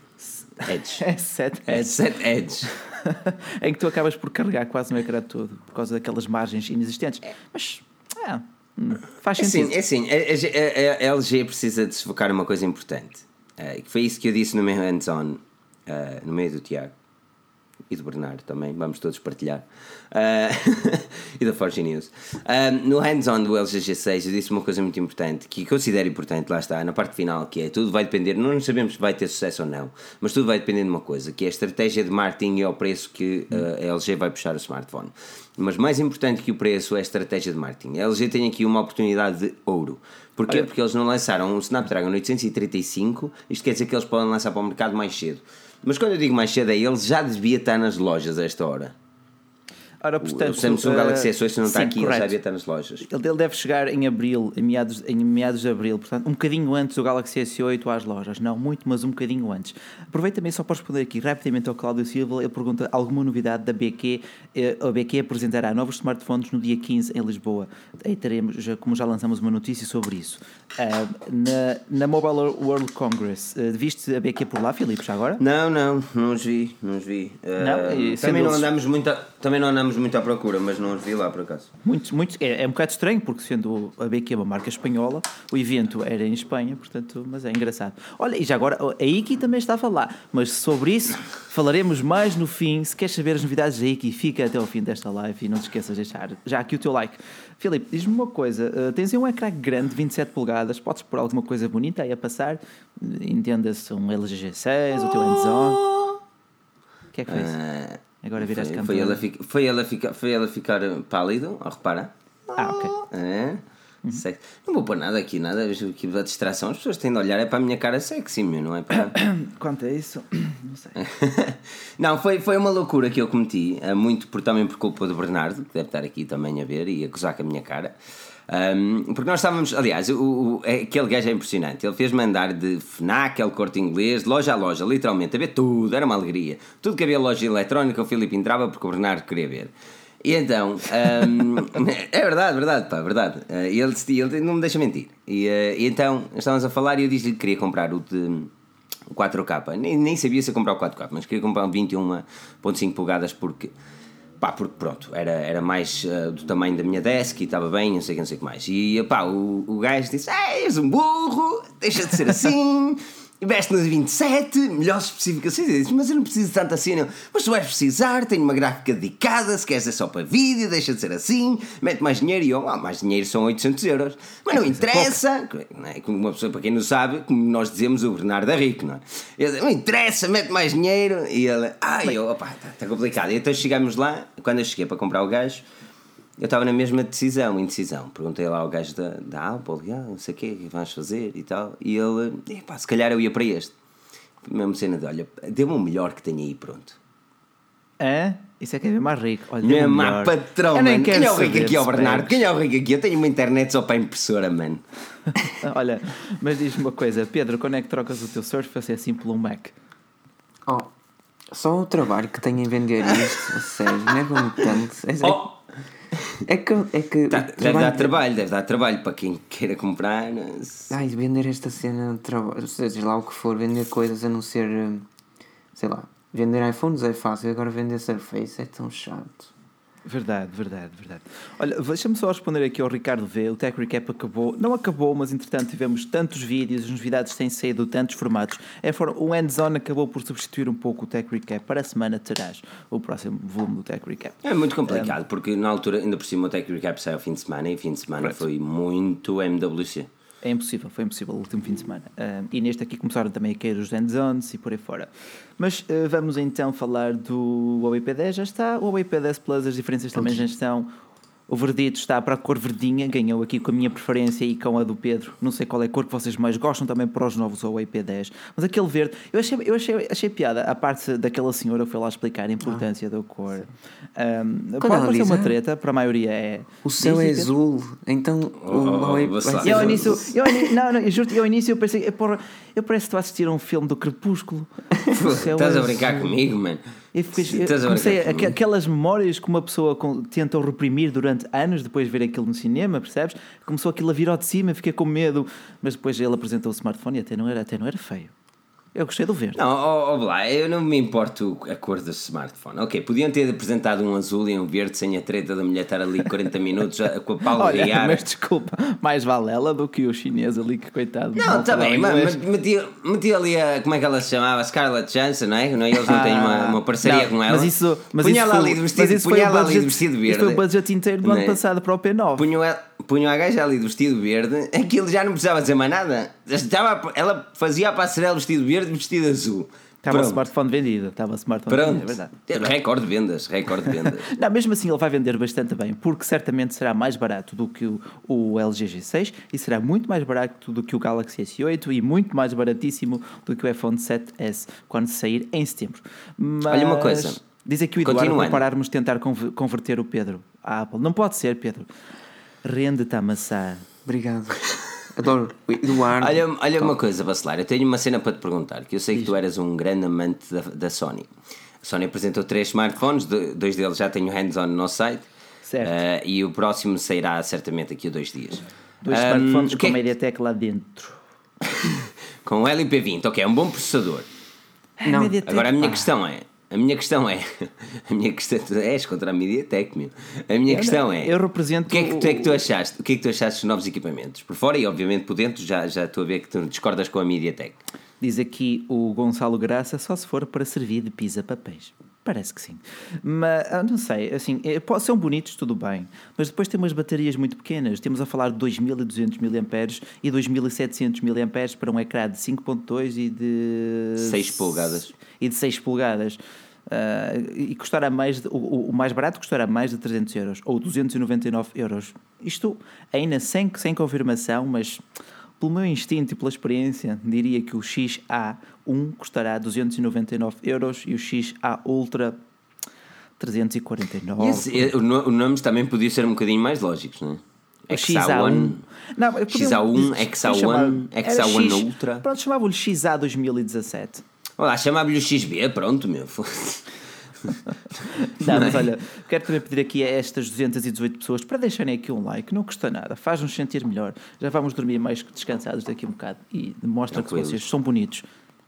A: Edge.
B: S sete
A: Edge. S sete Edge.
B: Em que tu acabas por carregar quase no ecrã todo por causa daquelas margens inexistentes. Mas é, faz sentido.
A: É assim, é assim a, a, a L G precisa de se focar numa coisa importante. Uh, foi isso que eu disse no meu hands-on, uh, no meio do Tiago e do Bernardo também, vamos todos partilhar. Uh, e da Forge News. Uh, no hands-on do L G G seis eu disse uma coisa muito importante, que considero importante, lá está, na parte final, que é, tudo vai depender, não sabemos se vai ter sucesso ou não, mas tudo vai depender de uma coisa, que é a estratégia de marketing e ao preço que uh, a L G vai puxar o smartphone. Mas mais importante que o preço é a estratégia de marketing. A L G tem aqui uma oportunidade de ouro. Porquê? Olha. Porque eles não lançaram o Snapdragon oitocentos e trinta e cinco, isto quer dizer que eles podem lançar para o mercado mais cedo. Mas quando eu digo mais cedo, é eles já devia estar nas lojas a esta hora. Ora, portanto, o Samsung uh, Galaxy S oito não está sim, aqui, correto. Ele já devia estar nas lojas.
B: Ele deve chegar em abril, em meados, em meados de abril, portanto, um bocadinho antes do Galaxy S oito às lojas. Não muito, mas um bocadinho antes. Aproveito também só para responder aqui rapidamente ao Cláudio Silva. Ele pergunta alguma novidade da B Q. A B Q apresentará novos smartphones no dia quinze em Lisboa. Aí teremos, já, como já lançamos uma notícia sobre isso. Uh, na, na Mobile World Congress, uh, viste a B Q por lá, Filipe, já agora?
A: Não, não, não os vi. Não os vi. Uh,
B: não,
A: também, não andamos muito a, também não andamos andamos muito à procura, mas não os vi lá por acaso.
B: Muitos, muitos, é, é um bocado estranho, porque sendo a B Q uma marca espanhola, o evento era em Espanha, portanto, mas é engraçado. Olha, e já agora, a Iki também estava lá, mas sobre isso falaremos mais no fim. Se queres saber as novidades da Iki, fica até ao fim desta live e não te esqueças de deixar já aqui o teu like. Filipe, diz-me uma coisa, uh, tens aí um ecrã grande de vinte e sete polegadas, podes pôr alguma coisa bonita aí a passar? Entenda-se um L G G seis, o teu hands-on. O que é que foi isso?
A: Uh,
B: Agora viraste
A: foi, foi, ela fica, foi, ela fica, foi ela ficar pálido, ao reparar.
B: Ah, ok.
A: É. Uhum. Não vou pôr nada aqui, nada. Aqui da distração, as pessoas têm de olhar é para a minha cara sexy, meu, não é para.
B: Quanto a isso, não sei.
A: Não, foi, foi uma loucura que eu cometi, muito por, também por culpa do Bernardo, que deve estar aqui também a ver e a gozar com a minha cara. Um, porque nós estávamos, aliás, o, o, aquele gajo é impressionante. Ele fez-me andar de FNAC, El Corte Inglês, de loja a loja, literalmente, a ver tudo, era uma alegria. Tudo que havia loja eletrónica, o Filipe entrava porque o Bernardo queria ver. E então, um, é verdade, verdade, pá, verdade. Uh, ele, ele não me deixa mentir. E, uh, e então, estávamos a falar e eu disse-lhe que queria comprar o de o quatro K. Nem, nem sabia se ia comprar o quatro K, mas queria comprar um vinte e um vírgula cinco polegadas porque, pá, porque pronto, era, era mais uh, do tamanho da minha desk e estava bem, não sei o que, não sei o que mais. E pá, o, o gajo disse: "Ei, és um burro, deixa de ser assim. Veste no vinte e sete, melhores especificações." Eu disse: "Mas eu não preciso de tanta cena." "Mas tu vais precisar, tenho uma gráfica dedicada, se queres é só para vídeo, deixa de ser assim, mete mais dinheiro." E eu: "Ah, mais dinheiro são oitocentos euros. Mas não interessa." Não é? Como uma pessoa, para quem não sabe, como nós dizemos, o Bernardo é rico, não é? Eu disse: "Não interessa, mete mais dinheiro." E ele: "Ah, eu, opá, está tá complicado." E então chegámos lá, quando eu cheguei para comprar o gajo, eu estava na mesma decisão, indecisão. Perguntei lá ao gajo da, da Apple, ah, não sei o quê, o que vamos fazer e tal. E ele, pá, se calhar eu ia para este. Mesmo cena de, olha, dê-me o melhor que tenho aí, pronto.
B: É? Isso é que é bem mais rico. Olha,
A: mesmo má patrão,
B: eu nem
A: mano. Quem é o rico aqui, ó
B: specs.
A: Bernardo? Quem é o rico aqui? Eu tenho uma internet só para a impressora, mano.
B: Olha, mas diz-me uma coisa, Pedro, quando é que trocas o teu Surface assim por um Mac?
C: Oh, só o trabalho que tenho em vender isto, a sério, não é bom tanto. É,
A: Oh!
C: é que. É que
A: Tá, deve dar trabalho, deve dar trabalho para quem queira comprar.
C: Ai, vender esta cena de trabalho, seja lá o que for, vender coisas a não ser, sei lá, vender iPhones é fácil, agora vender Surface é tão chato.
B: Verdade, verdade, verdade. Olha, deixa-me só responder aqui ao Ricardo V. O Tech Recap acabou, não acabou, mas entretanto tivemos tantos vídeos, as novidades têm saído de tantos formatos. É for, o Hands-On acabou por substituir um pouco o Tech Recap. Para a semana terás o próximo volume do Tech Recap.
A: É muito complicado, um, porque na altura, ainda por cima, o Tech Recap sai ao fim de semana e o fim de semana right. foi muito M W C.
B: É impossível, foi impossível o último fim de semana. Uh, e neste aqui começaram também a cair os hands-ons e por aí fora. Mas uh, vamos então falar do Huawei P dez. Já está, o Huawei P dez Plus, as diferenças também já estão. O verdito está para a cor verdinha, ganhou aqui com a minha preferência e com a do Pedro. Não sei qual é a cor que vocês mais gostam também para os novos Huawei P dez. Mas aquele verde, eu achei, eu achei, achei piada a parte daquela senhora que foi lá explicar a importância ah. da cor. Um, pode parecer uma treta, para a maioria é.
C: O céu é azul, então
A: oh, o Huawei
C: oh,
A: vai
B: eu, ao início, eu, não, não, eu juro, eu ao início eu pensei, eu, porra, eu parece que estou a assistir a um filme do Crepúsculo.
A: Estás a brincar comigo, mano?
B: Eu fiquei, eu comecei a, aquelas memórias que uma pessoa com, tentou reprimir durante anos depois de ver aquilo no cinema, percebes? Começou aquilo a vir ao de cima, fiquei com medo, mas depois ele apresentou o smartphone e até não era, até não era feio. Eu gostei do verde.
A: Não, ó, ó Blá, eu não me importo a cor do smartphone. Ok, podiam ter apresentado um azul e um verde sem a treta da mulher estar ali quarenta minutos com a pau a riar.
B: Mas desculpa, mais vale ela do que o chinês ali, que coitado.
A: Não, está bem, mas meti, meti ali a, como é que ela se chamava? Scarlett Johansson, não é? Eles não ah, têm uma, uma parceria não, com ela.
B: Mas isso, mas
A: punha
B: isso
A: ela
B: foi,
A: ali de vestido,
B: mas
A: punha ela
B: budget,
A: ali de vestido verde.
B: Isso foi o budget inteiro do ano passado para o P nove.
A: Punham ela... Punham a gaja ali do vestido verde, aquilo já não precisava dizer mais nada. Estava, ela fazia a passarela vestido verde e vestido azul.
B: Estava o smartphone vendido. Estava o smartphone
A: Pronto.
B: vendido, é verdade. É verdade.
A: Recorde de vendas, recorde de vendas.
B: Não, mesmo assim ele vai vender bastante bem, porque certamente será mais barato do que o, o L G G seis e será muito mais barato do que o Galaxy S oito e muito mais baratíssimo do que o iPhone sete S quando sair em setembro. Mas...
A: Olha uma coisa.
B: Diz aqui o Eduardo para pararmos de tentar converter o Pedro à Apple. Não pode ser, Pedro. Rende-te a maçã.
C: Obrigado. Adoro. Eduardo.
A: Olha, olha uma coisa, Bacelar. Eu tenho uma cena para te perguntar. Que eu sei que tu eras um grande amante da, da Sony. A Sony apresentou três smartphones. Dois deles já tenho hands-on no nosso site.
B: Certo.
A: Uh, e o próximo sairá certamente aqui a dois dias.
B: Dois um, smartphones com a MediaTek lá dentro.
A: Com o L P vinte. Ok, é um bom processador.
C: Não.
A: Agora a minha questão é... A minha questão é. A minha questão és contra a MediaTek, meu. A minha
B: eu
A: questão
B: não,
A: é.
B: Eu represento.
A: O que é que, tu, é que tu achaste? O que é que tu achaste dos novos equipamentos? Por fora e, obviamente, por dentro, já, já estou a ver que tu discordas com a MediaTek.
B: Diz aqui o Gonçalo Graça, só se for para servir de pisa-papéis. Parece que sim. Mas, não sei, assim, são bonitos, tudo bem. Mas depois tem umas baterias muito pequenas. Temos a falar de dois mil e duzentos miliampères e dois mil e setecentos miliampères para um ecrã de cinco ponto dois e de...
A: seis polegadas.
B: E de seis polegadas. Uh, e custará mais de, o, o mais barato custará mais de trezentos euros. Ou duzentos e noventa e nove euros. Isto ainda sem, sem confirmação, mas... Pelo meu instinto e pela experiência, diria que o X A um custará duzentos e noventa e nove euros e o X A Ultra trezentos e quarenta e nove.
A: Esse, o nome também podia ser um bocadinho mais lógicos, não é?
B: X A um, não,
A: X A um, X A um, X A um Ultra.
B: Pronto, chamava-lhe X A dois mil e dezassete.
A: Olá, chamava-lhe o X B, pronto, meu.
B: Não, mas olha, quero também pedir aqui a estas duzentas e dezoito pessoas para deixarem aqui um like, não custa nada, faz-nos sentir melhor. Já vamos dormir mais descansados daqui um bocado e demonstra que vocês são bonitos.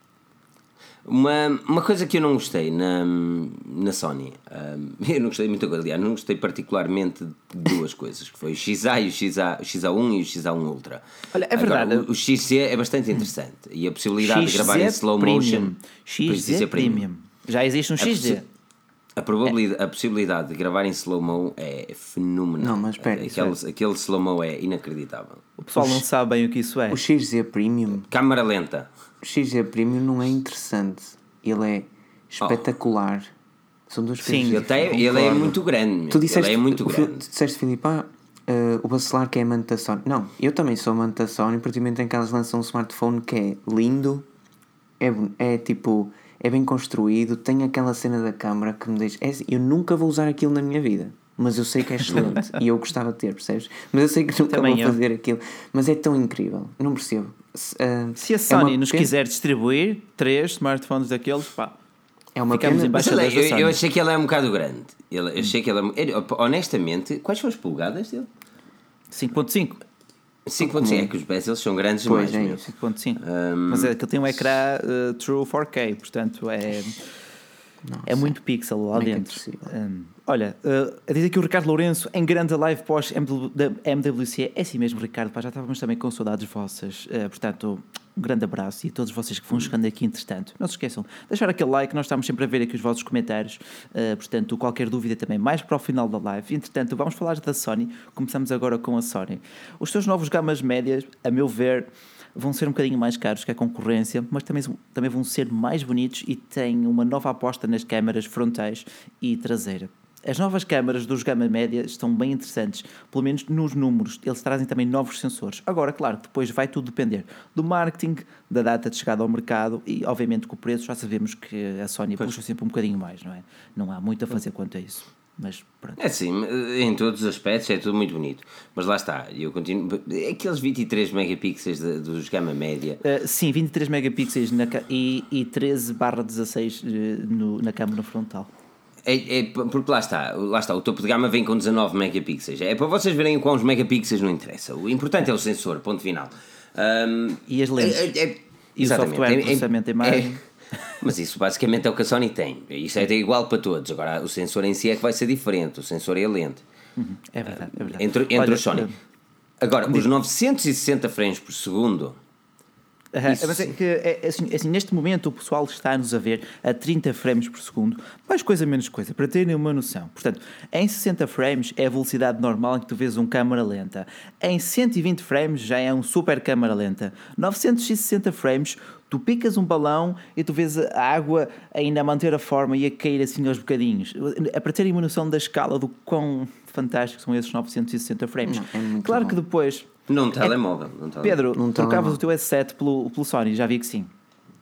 A: Uma, uma coisa que eu não gostei na, na Sony, um, eu não gostei de muita coisa, aliás, não gostei particularmente de duas coisas, que foi o X A e o X A, o X A um e o X A um Ultra.
B: Olha, é verdade.
A: Agora, o, o X C é bastante interessante e a possibilidade
B: X Z
A: de gravar em slow motion.
B: X Z Premium. Já existe um X Z.
A: A, probabilidade, é. a possibilidade de gravar em slow-mo é fenomenal.
C: Não, mas espera,
A: aquele, aquele slow-mo é inacreditável.
B: O pessoal o não X... sabe bem o que isso é.
C: O X Z Premium.
A: Câmara lenta.
C: O X Z Premium não é interessante. Ele é espetacular. Oh. São duas coisas.
A: Sim, ele, tem, ele é muito grande.
C: Tu disseste,
A: ele é muito grande.
C: Tu disseste, Filipe, ah, uh, o Bacelar que é amante da Sony. Não, eu também sou amante da Sony, praticamente em que elas lançam um smartphone que é lindo, é, é tipo... é bem construído, tem aquela cena da câmara que me diz, é, eu nunca vou usar aquilo na minha vida, mas eu sei que é excelente e eu gostava de ter, percebes? Mas eu sei que nunca Também vou eu. fazer aquilo, mas é tão incrível, não percebo. Uh,
B: Se a Sony é nos pena... quiser distribuir três smartphones daqueles, pá,
C: é uma
B: ficamos
C: pena.
A: Eu, eu, eu achei que ela é um bocado grande. Eu achei que ela, honestamente, quais são as polegadas dele?
B: cinco ponto cinco.
A: cinco ponto cinco, é que os bezels são grandes
C: pois,
A: demais.
C: É
B: cinco ponto cinco. Um... Mas é que ele tem um ecrã uh, True four K, portanto é, Nossa, é muito pixel lá dentro. É um, olha, uh, diz aqui o Ricardo Lourenço, em grande live pós M W C. É assim mesmo, Ricardo, pá, já estávamos também com saudades vossas. Uh, portanto, um grande abraço e a todos vocês que vão chegando aqui, entretanto. Não se esqueçam de deixar aquele like, nós estamos sempre a ver aqui os vossos comentários. Uh, portanto, qualquer dúvida também, mais para o final da live. Entretanto, vamos falar da Sony. Começamos agora com a Sony. Os seus novos gamas médias, a meu ver, vão ser um bocadinho mais caros que a concorrência, mas também, também vão ser mais bonitos e têm uma nova aposta nas câmaras frontais e traseira. As novas câmaras dos gama média estão bem interessantes, pelo menos nos números. Eles trazem também novos sensores. Agora, claro, depois vai tudo depender do marketing, da data de chegada ao mercado e, obviamente, com o preço já sabemos que a Sony puxa sempre um bocadinho mais, não é? Não há muito a fazer quanto a isso. Mas pronto.
A: É sim, em todos os aspectos é tudo muito bonito. Mas lá está, eu continuo. Aqueles vinte e três megapixels de, dos gama média.
B: Uh, sim, vinte e três megapixels na, e, e treze barra dezasseis uh, no, na câmera frontal.
A: É, é, porque lá está, lá está, o topo de gama vem com dezanove megapixels. É para vocês verem quão os megapixels não interessa. O importante é o sensor, ponto final. Um,
B: e as lentes. É, é,
A: e
B: o software de processamento de imagem.
A: É, mas isso basicamente é o que a Sony tem. Isso é igual para todos. Agora, o sensor em si é que vai ser diferente. O sensor é a lente.
B: Uhum, é verdade, é verdade.
A: Entre, entre Olha, os Sony. Agora, os novecentos e sessenta frames por segundo.
B: Uhum. Mas é que é, assim, assim, neste momento o pessoal está-nos a ver a trinta frames por segundo, mais coisa menos coisa, para terem uma noção. Portanto, em sessenta frames é a velocidade normal em que tu vês um câmara lenta. Em cento e vinte frames já é um super câmara lenta. novecentos e sessenta frames, tu picas um balão e tu vês a água ainda a manter a forma e a cair assim aos bocadinhos. É para terem uma noção da escala do quão fantásticos são esses novecentos e sessenta frames.
C: Não, é
B: claro
C: bom.
B: que depois...
A: Num telemóvel. Num telemóvel.
B: Pedro,
C: num
B: trocavas
C: telemóvel.
B: o teu S sete pelo, pelo Sony, já vi que sim.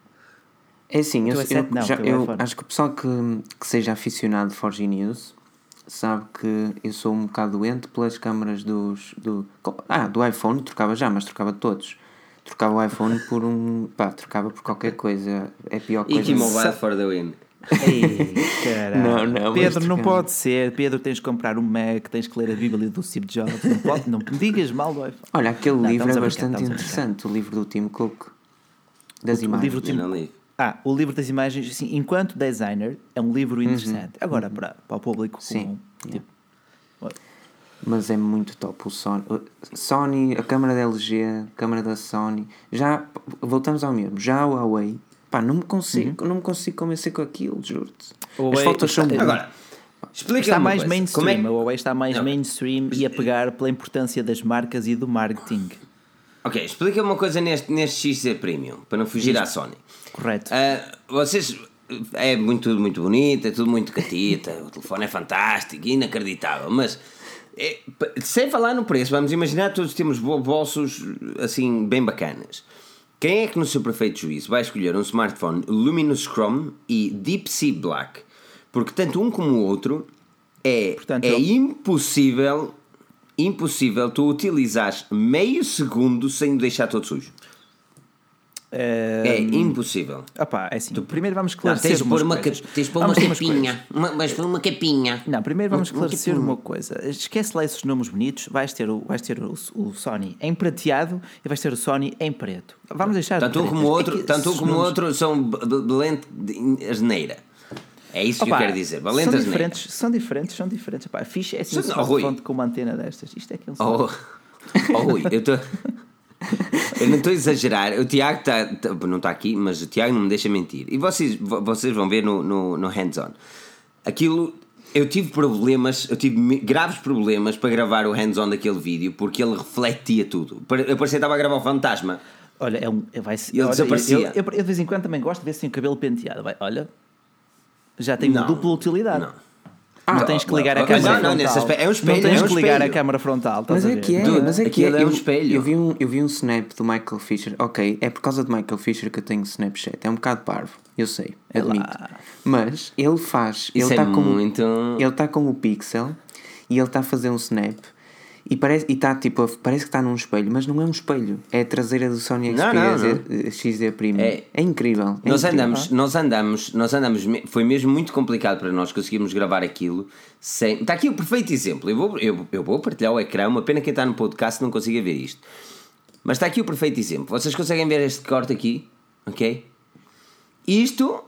C: É assim, eu,
B: S sete
C: eu,
B: não,
C: já, eu
B: iPhone.
C: acho que o pessoal que, que seja aficionado de Forge News sabe que eu sou um bocado doente pelas câmaras dos... Do, ah, do iPhone trocava já, mas trocava de todos. Trocava o iPhone por um... Pá, trocava por qualquer coisa. É a pior coisa.
A: E que mobile for the win.
B: Ei,
C: não, não,
B: Pedro, não pode ser. Pedro, tens de comprar um Mac, tens que ler a Bíblia do Steve Jobs. Não, pode, não me digas mal do iPhone.
C: Olha, aquele
B: não,
C: livro é
B: brincar,
C: bastante interessante. O livro do Tim Cook. Das
B: o,
C: imagens.
B: O livro do Tim... Ah, o livro das imagens, assim, enquanto designer, é um livro interessante. Uhum. Agora, uhum. Para, para o público
C: Sim.
B: comum. Tipo,
C: mas é muito top o Sony. Sony, a câmara da L G, a câmara da Sony. Já, voltamos ao mesmo. Já a Huawei, pá, não me consigo, uhum. não me consigo convencer com aquilo, juro-te. As fotos são
A: boas. Agora, explica
B: está mais
A: coisa.
B: mainstream. É? A Huawei está mais não. mainstream e a pegar pela importância das marcas e do marketing.
A: Ok, explica uma coisa neste, neste X Z Premium, para não fugir Isto. à Sony.
B: Correto.
A: Uh, vocês... É muito, tudo muito bonito, é tudo muito catita, o telefone é fantástico, inacreditável, mas é, sem falar no preço, vamos imaginar que todos temos bolsos assim bem bacanas. Quem é que no seu perfeito juízo vai escolher um smartphone Luminous Chrome e Deep Sea Black? Porque tanto um como o outro é, Portanto, é eu... impossível, impossível tu utilizares meio segundo sem o deixar todo sujo.
B: É,
A: é impossível.
B: Opá, é assim, tu, primeiro vamos esclarecer
A: não, tens
B: umas
A: uma
B: coisas.
A: Tens de pôr uma capinha. Uma, vais pôr uma capinha.
B: Não, primeiro vamos esclarecer uma coisa. Esquece lá esses nomes bonitos. Vais ter o, vais ter o, o Sony em prateado e vais ter o Sony em preto. Vamos deixar
A: tanto um como o outro, é tanto um como nomes... outro são valente de asneira. É isso Opa, que eu quero dizer. Valente
B: são diferentes, são diferentes, são diferentes. Opa, a ficha é assim, um smartphone com uma antena destas. Isto é que é um
A: oh, oh, Rui, eu estou... Eu não estou a exagerar, o Tiago está, tá, não está aqui, mas o Tiago não me deixa mentir. E vocês, vocês vão ver no, no, no hands-on. Aquilo, eu tive problemas, eu tive graves problemas para gravar o hands-on daquele vídeo, porque ele refletia tudo. Eu parecia que estava a gravar o fantasma.
B: Olha, é um, vai ser,
A: ele
B: olha,
A: desaparecia.
B: Eu, eu, eu, eu de vez em quando também gosto de ver se tem o cabelo penteado. Vai, olha, já tem uma dupla utilidade.
A: Não.
B: Ah, não tens que ligar a câmara frontal. Não,
A: aspecto, é um espelho,
B: não tens
A: é um
B: que ligar
A: espelho.
B: a câmara frontal.
C: Mas é que é, Dude, mas é que é.
A: é um
C: eu,
A: espelho.
C: Eu vi, um, eu vi um snap do Michael Fisher. Ok, é por causa do Michael Fisher que eu tenho Snapchat. É um bocado parvo, eu sei, admito. Olá. Mas ele faz. Ele está é com,
A: muito...
C: ele tá com o Pixel e ele está a fazer um snap. E parece, e tá, tipo, parece que está num espelho, mas não é um espelho. É a traseira do Sony Xperia X Z Premium. É, é incrível. É
A: nós,
C: incrível.
A: Andamos, nós andamos, nós andamos, foi mesmo muito complicado para nós conseguirmos gravar aquilo sem. Está aqui o perfeito exemplo. Eu vou, eu, eu vou partilhar o ecrã. Uma pena quem está no podcast não consiga ver isto. Mas está aqui o perfeito exemplo. Vocês conseguem ver este corte aqui? Ok? Isto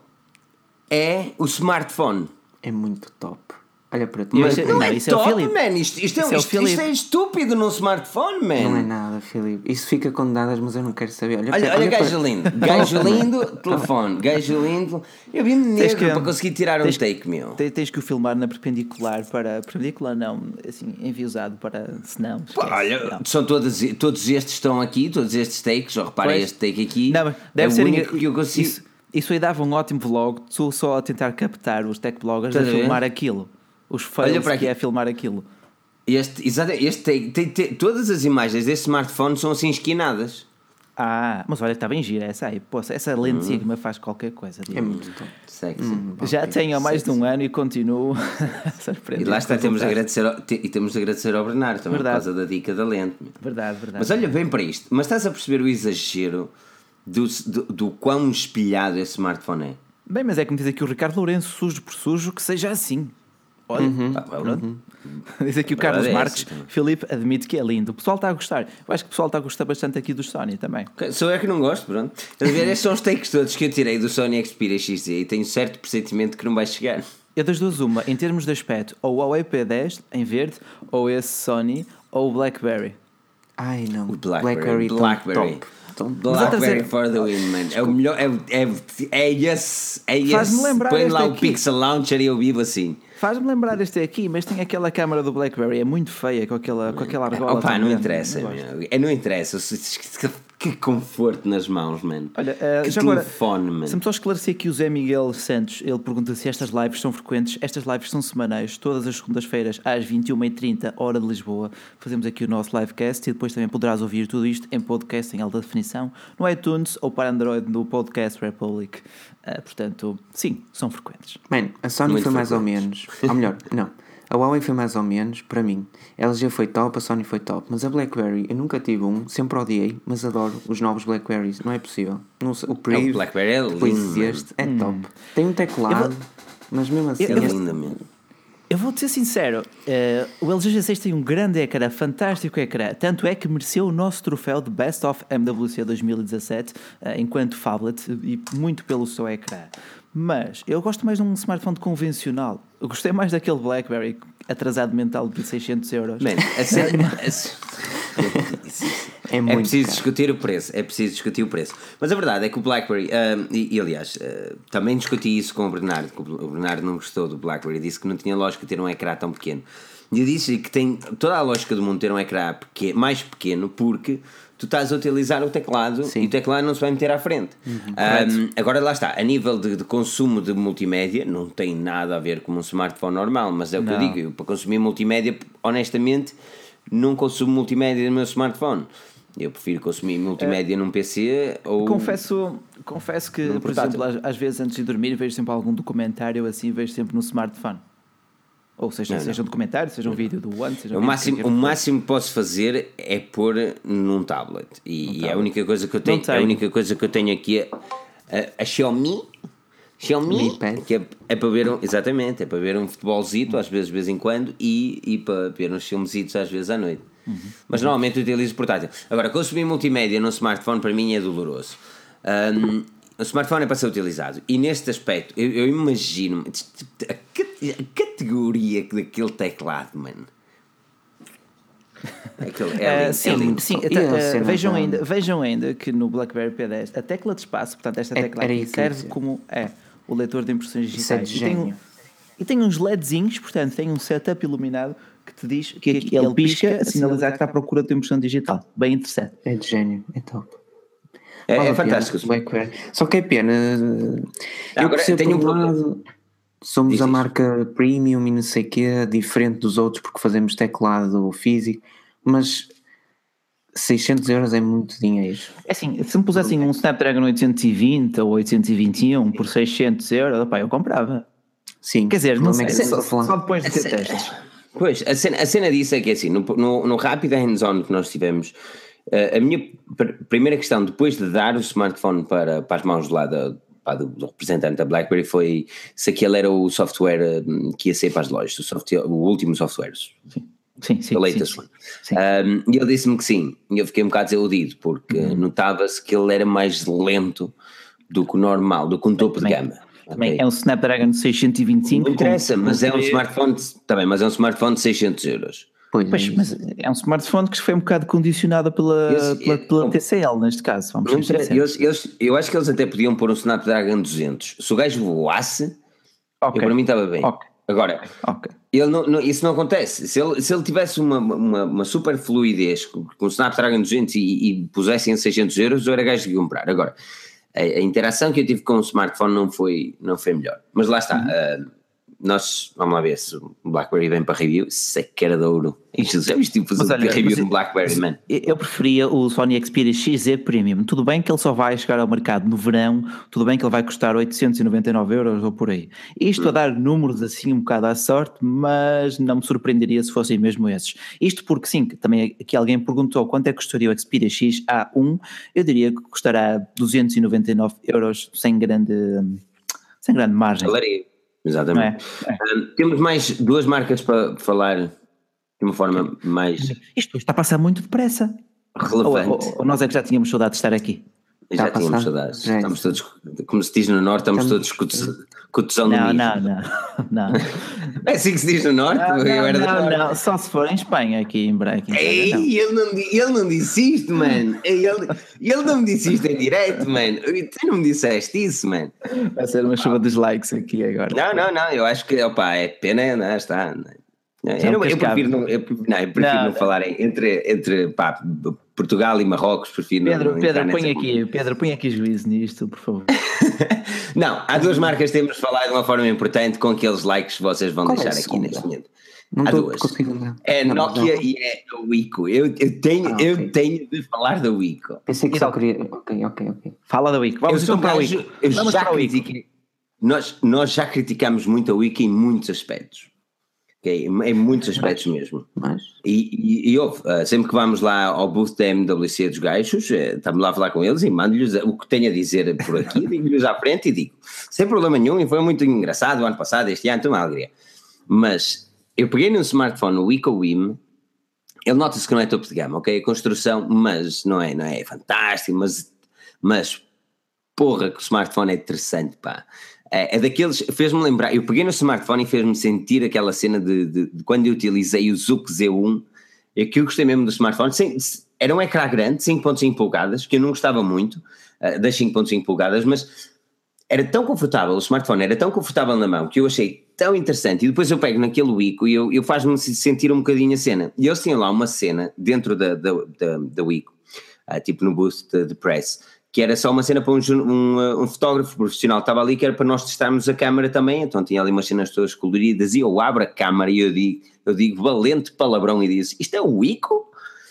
A: é o smartphone.
C: É muito top. Olha para ti.
A: Mas não, não é
B: isso
A: top,
B: é o Filipe.
A: man. Isto, isto, é,
B: isto, é
A: isto, isto é estúpido num smartphone, man.
C: Não é nada, Filipe. Isso fica com dadas, mas eu não quero saber. Olha,
A: olha,
C: olha,
A: olha gajo
C: para...
A: lindo. Gajo lindo, telefone. Gajo lindo. Eu vi-me negro que, para conseguir tirar um
B: tens,
A: take, meu.
B: Tens, tens que o filmar na perpendicular para... Perpendicular não, assim, enviosado para... Se não,
A: Pô, olha, não. São todos, todos estes estão aqui, todos estes takes. Ó, repara este take aqui.
B: Não, deve
A: é
B: ser
A: o único que eu consigo...
B: Isso, isso aí dava um ótimo vlog. Tu só a tentar captar os tech bloggers a filmar aquilo. Os fails que é filmar aquilo.
A: Este, exatamente, este tem, tem, tem, todas as imagens deste smartphone são assim esquinadas.
B: Ah, mas olha, está bem gira essa aí. Pô, essa lente hum. Sigma faz qualquer coisa.
C: É muito top.
A: Sexy. Hum,
B: Já tenho há mais
A: sexy.
B: de um ano e continuo surpreendido.
A: E lá está, temos de, agradecer ao, te, e temos de agradecer ao Bernardo também verdade. Por causa da dica da lente.
B: Verdade, verdade.
A: Mas olha bem para isto. Mas estás a perceber o exagero do, do, do quão espelhado esse smartphone é?
B: Bem, mas é como diz aqui o Ricardo Lourenço, sujo por sujo, que seja assim. Olha,
C: uhum,
B: pá, pronto. Uhum. Diz aqui o Carlos é Marques, essa, Filipe admite que é lindo. O pessoal está a gostar. Eu acho que o pessoal está a gostar bastante aqui do Sony também.
A: Sou eu que não gosto, pronto. A ver, estes são os takes todos que eu tirei do Sony Xperia X Z e tenho certo pressentimento que não vai chegar.
B: Eu das duas uma, em termos de aspecto, ou o Huawei P dez em verde, ou esse Sony, ou o BlackBerry.
C: Ai não,
A: o BlackBerry, BlackBerry.
C: Top.
A: BlackBerry for the win, man. É o melhor, é, é, é esse, é esse.
B: Faz-me lembrar
A: põe lá o
B: aqui.
A: Pixel Launcher e eu vivo assim.
B: Faz-me lembrar este aqui, mas tem aquela câmara do BlackBerry, é muito feia com aquela, com aquela argola.
A: Opa, não interessa, não, é, não interessa. Que conforto nas mãos, mano.
B: Olha, uh,
A: que
B: já
A: telefone,
B: agora,
A: man.
B: Se-me só esclarecer que o Zé Miguel Santos, ele pergunta se estas lives são frequentes. Estas lives são semanais, todas as segundas-feiras às vinte e uma e trinta, hora de Lisboa. Fazemos aqui o nosso livecast e depois também poderás ouvir tudo isto em podcast, em alta definição, no iTunes ou para Android no Podcast Republic. Uh, portanto, sim, são frequentes.
C: Mano, a Sony
A: Muito
C: foi mais ou
A: frequentes.
C: menos. Ou melhor, não. A Huawei foi mais ou menos, para mim. A L G foi top, a Sony foi top. Mas a BlackBerry, eu nunca tive um, sempre odiei, mas adoro os novos BlackBerrys. Não é possível. Não sei, o Priv,
A: o BlackBerry é
C: depois
A: lindo,
C: este, é
B: hum.
C: top. Tem um teclado,
B: vou...
C: mas mesmo assim...
A: É
C: este...
A: lindo mesmo.
B: Eu vou-te ser sincero, uh, o L G G seis tem um grande ecrã, fantástico ecrã, tanto é que mereceu o nosso troféu de Best of M W C dois mil e dezassete uh, enquanto phablet, e muito pelo seu ecrã. Mas eu gosto mais de um smartphone convencional. Eu gostei mais daquele BlackBerry atrasado mental de seiscentos euros.
A: Man, a sério,
C: É,
A: é
C: muito
A: preciso
C: caro.
A: discutir o preço, é preciso discutir o preço. Mas a verdade é que o BlackBerry, uh, e, e aliás, uh, também discuti isso com o Bernardo, que o Bernardo não gostou do BlackBerry, disse que não tinha lógica ter um ecrã tão pequeno. E eu disse que tem toda a lógica do mundo ter um ecrã pequeno, mais pequeno, porque tu estás a utilizar o teclado. Sim. E o teclado não se vai meter à frente. Uhum, um, agora lá está, a nível de, de consumo de multimédia, não tem nada a ver com um smartphone normal, mas é o que não. eu digo, eu, para consumir multimédia, honestamente, não consumo multimédia no meu smartphone. Eu prefiro consumir multimédia é, num P C ou...
B: Confesso, confesso que, por exemplo, às, às vezes antes de dormir vejo sempre algum documentário assim, vejo sempre no smartphone. Ou seja, não, seja não. um documentário, seja um vídeo do One, seja um
A: o máximo, que o máximo que posso fazer é pôr num tablet. E, um tablet. é a única coisa que eu tenho, a única coisa que eu tenho aqui é a, a Xiaomi, Xiaomi que é, é para ver um, exatamente, é para ver um futebolzito, às vezes de vez em quando, e, e para ver uns filmezitos às vezes à noite. Uhum. Mas uhum. normalmente eu utilizo portátil. Agora, consumir multimédia no smartphone para mim é doloroso. Um, o smartphone é para ser utilizado. E neste aspecto, eu, eu imagino a, a categoria daquele teclado, mano. Aquele, é,
B: uh, sim, é lindo. sim até, uh, vejam, ainda, vejam ainda que no BlackBerry P dez a tecla de espaço, portanto, esta tecla é, aqui serve como é, o leitor de impressões digitais.
C: É
B: e, tem um, e tem uns LEDzinhos, portanto, tem um setup iluminado que te diz que, que ele pisca a sinalizar que está à procura de tua impressão digital. Bem interessante.
C: É de gênio, é top.
A: É, é fantástico.
C: Só que é pena. Eu
A: Agora, tenho um
C: lado, somos Diz a marca premium e não sei o quê, diferente dos outros porque fazemos teclado físico, mas seiscentos euros é muito dinheiro.
B: É assim, se me pusessem um Snapdragon oitocentos e vinte ou oitocentos e vinte e um por seiscentos euros, opa, eu comprava.
C: Sim.
B: Quer dizer, não sei,
C: é
B: só, só depois de ter testes.
A: Pois, a cena, a cena disso é que assim, no, no, no rápido hands-on que nós tivemos, uh, a minha pr- primeira questão, depois de dar o smartphone para, para as mãos lá da, para, do, do representante da BlackBerry, foi se aquele era o software uh, que ia ser para as lojas, o, software, o último software.
B: Sim, sim, sim.
A: The latest one. Sim. Um, e ele disse-me que sim, e eu fiquei um bocado desiludido, porque uhum. notava-se que ele era mais lento do que o normal, do que um topo
B: também,
A: de gama.
B: Também okay. É um Snapdragon seiscentos e vinte e cinco.
A: Não interessa, com... mas é um smartphone de, tá bem, mas é um smartphone de seiscentos euros.
B: Pois, pois mas é um smartphone que foi um bocado condicionado pela, esse, pela, pela T C L neste caso. Vamos
A: não eles, eles, eu acho que eles até podiam pôr um Snapdragon duzentos. Se o gajo voasse, okay. eu, para mim estava bem. Okay. Agora, okay. Ele não, não, isso não acontece. Se ele, se ele tivesse uma, uma, uma super fluidez com, com o Snapdragon duzentos e, e pusesse em seiscentos euros, eu era gajo de comprar. Agora, a, a interação que eu tive com o smartphone não foi, não foi melhor. Mas lá está. Uhum. Uh, nós, vamos lá ver se o BlackBerry vem para review, se é que era de ouro. Já viste tipo fazer olha, review do BlackBerry, man?
B: Eu preferia o Sony Xperia X Z Premium. Tudo bem que ele só vai chegar ao mercado no verão, tudo bem que ele vai custar oitocentos e noventa e nove euros ou por aí. Isto hum. a dar números assim um bocado à sorte, mas não me surpreenderia se fossem mesmo esses. Isto porque sim, também aqui alguém perguntou quanto é que custaria o Xperia X A um, eu diria que custará duzentos e noventa e nove euros sem grande, sem grande margem.
A: Valeria. Exatamente. É, é. Um, temos mais duas marcas para falar de uma forma mais...
B: Isto está a passar muito depressa.
A: Relevante.
B: Ou, ou, ou nós é que já tínhamos saudade de estar aqui?
A: Já está tínhamos saudades. É. Estamos todos, como se diz no Norte, estamos, estamos... todos com o tesão do
B: não,
A: milho.
B: Não, não, não.
A: É assim que se diz no Norte?
B: Não, não,
A: eu era
B: não,
A: norte.
B: não, só se for em Espanha, aqui em Braga.
A: Ei, não. Ele, não, ele não disse isto, mano. Ele, ele não me disse isto em direto, mano. Tu não me disseste isso, mano.
B: Vai ser uma chuva dos likes aqui agora.
A: Não, não, não. Eu acho que, opa, é pena, não, está... Não, eu, não, eu prefiro não, eu, não, eu prefiro não, não falar entre, entre pá, Portugal e Marrocos, prefiro
B: Pedro,
A: não, não
B: Pedro, põe aqui, Pedro, põe aqui juízo nisto, por favor.
A: Não, há duas marcas que temos de falar de uma forma importante com aqueles likes que vocês vão Qual deixar é aqui neste momento.
C: Não
A: há duas. É
C: não,
A: Nokia
C: não.
A: e é a Wiko. Eu, eu, tenho, ah, okay. eu tenho de falar da Wiko.
C: Pensei que só queria. Ok, ok, ok.
B: Fala da Wiko. Vamos então para a Wiko.
A: Eu Vamos já para a Wiko. Nós, nós já criticamos muito a Wiko em muitos aspectos. Okay, em muitos aspectos mas, mesmo.
C: Mas...
A: E, e, e ouve, uh, sempre que vamos lá ao booth da M W C dos gajos, uh, estamos lá a falar com eles e mando-lhes o que tenho a dizer por aqui, digo-lhes à frente e digo, sem problema nenhum, e foi muito engraçado o ano passado, este ano, estou uma alegria. Mas eu peguei num smartphone, o IcoWim, ele nota-se que não é topo de gama, ok? A construção, mas não é, não é fantástico, mas, mas porra que o smartphone é interessante, pá. É, é daqueles, fez-me lembrar, eu peguei no smartphone e fez-me sentir aquela cena de, de, de quando eu utilizei o Zook Z um, é que eu gostei mesmo do smartphone, sem, era um ecrã grande, cinco ponto cinco polegadas, que eu não gostava muito uh, das cinco ponto cinco polegadas, mas era tão confortável, o smartphone era tão confortável na mão que eu achei tão interessante, e depois eu pego naquele Ico e eu, eu faz-me sentir um bocadinho a cena, e eles tinham lá uma cena dentro da, da, da, da Ico, uh, tipo no booth de, de press, que era só uma cena para um, um, um fotógrafo profissional que estava ali, que era para nós testarmos a câmara também, então tinha ali umas cenas todas coloridas, e eu abro a câmara e eu digo, eu digo valente palavrão e disse, isto é o Ico?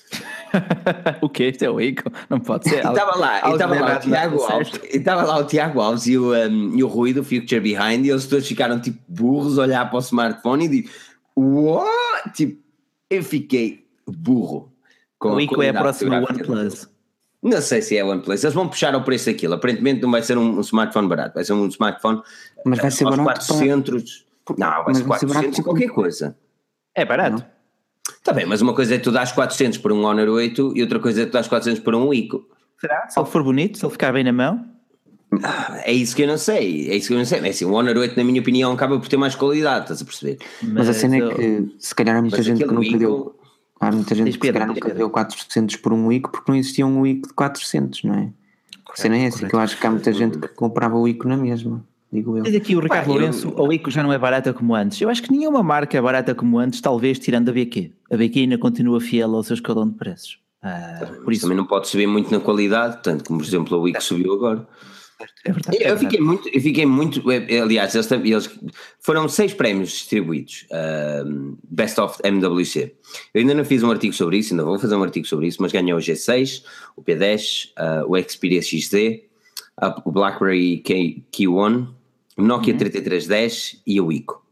B: O que? Isto é o Ico? Não pode ser.
A: E estava lá, e estava lá o Tiago Alves, e estava lá o Tiago Alves e o, um, e o Rui do Future Behind, e eles todos ficaram tipo burros a olhar para o smartphone e digo, what? Tipo, eu fiquei burro.
B: Com o Ico é a próxima OnePlus.
A: Não sei se é OnePlus, eles vão puxar o preço daquilo, aparentemente não vai ser um, um smartphone barato, vai ser um smartphone
C: mas vai ser barato
A: quatrocentos, para... não, vai ser quatrocentos e qualquer coisa.
B: É barato.
A: Está bem, mas uma coisa é tu dás quatrocentos por um Honor oito e outra coisa é tu dás quatrocentos por um Ico.
B: Será? Se ele for bonito, se ele ficar bem na mão?
A: Ah, é isso que eu não sei, é isso que eu não sei, mas assim, o Honor oito na minha opinião acaba por ter mais qualidade, estás a perceber?
C: Mas, mas a cena eu... é que se calhar há muita
A: mas
C: gente que nunca
A: Ico...
C: deu, há muita gente que se calhar nunca deu quatrocentos por um Ico porque não existia um Ico de quatrocentos, não é? A cena é essa, que eu acho que há muita gente que comprava o Ico na mesma. Digo eu.
B: Diz aqui o Ricardo Pá, Lourenço, eu... o Ico já não é barata como antes. Eu acho que nenhuma marca é barata como antes, talvez tirando a B Q. A B Q ainda continua fiel ao seu escalão de preços. Ah,
A: por isso também não pode subir muito na qualidade, tanto como por exemplo o Ico é. subiu agora.
B: É verdade,
A: eu,
B: é
A: eu fiquei muito, eu fiquei muito, aliás, eles, eles foram seis prémios distribuídos, uh, Best of M W C. Eu ainda não fiz um artigo sobre isso, ainda vou fazer um artigo sobre isso, mas ganhou o G seis, o P dez, uh, o Xperia X Z, uh, o BlackBerry Q, Q1, o Nokia uhum. trinta e três dez e o Ico.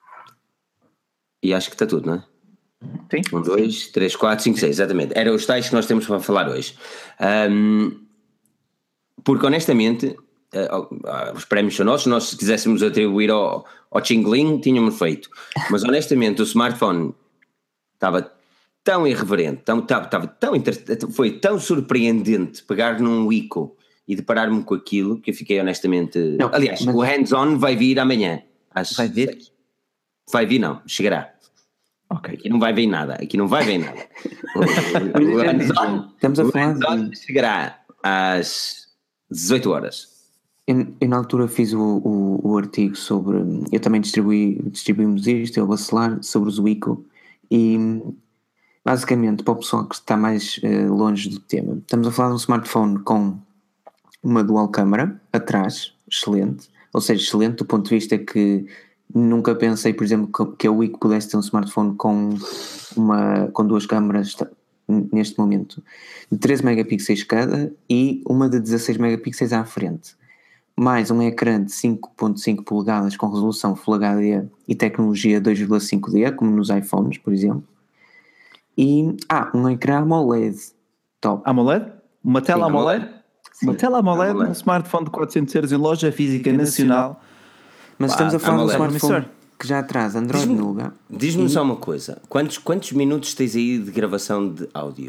A: E acho que está tudo, não é?
B: Sim.
A: Um, dois, três, quatro, cinco, seis, exatamente. Eram os tais que nós temos para falar hoje. Um, porque honestamente, uh, uh, os prémios são nossos, nós se quiséssemos atribuir ao, ao Chingling, tínhamos feito. Mas honestamente, o smartphone estava tão irreverente, tão, estava, estava tão inter... foi tão surpreendente pegar num Ico e deparar-me com aquilo que eu fiquei honestamente. Não, aliás, mas... o hands-on vai vir amanhã. Às
B: vai vir?
A: seis. Vai vir, não, chegará.
B: Ok.
A: Aqui não vai ver nada, aqui não vai ver nada. O, o hands-on,
C: Estamos a
A: o
C: falar
A: hands-on
C: de...
A: chegará às dezoito horas.
C: Eu, eu na altura fiz o, o, o artigo sobre. Eu também distribuí, distribuímos isto, eu Bacelar, sobre os Ico. E basicamente, para o pessoal que está mais uh, longe do tema, estamos a falar de um smartphone com uma dual câmara atrás, excelente, ou seja, excelente do ponto de vista que nunca pensei, por exemplo, que, que a Ico pudesse ter um smartphone com, uma, com duas câmaras neste momento, de treze megapixels cada e uma de dezasseis megapixels à frente, mais um ecrã de cinco ponto cinco polegadas com resolução Full H D e tecnologia dois vírgula cinco D, como nos iPhones, por exemplo, e ah, um ecrã AMOLED top.
B: AMOLED? Uma tela Sim, AMOLED? Sim. Uma tela AMOLED, AMOLED, um smartphone de quatrocentos euros em loja física nacional.
C: Mas estamos ah, a falar de um smartphone que já traz Android
A: diz-me,
C: Nougat.
A: Diz-me e... só uma coisa, quantos, quantos minutos tens aí de gravação de áudio?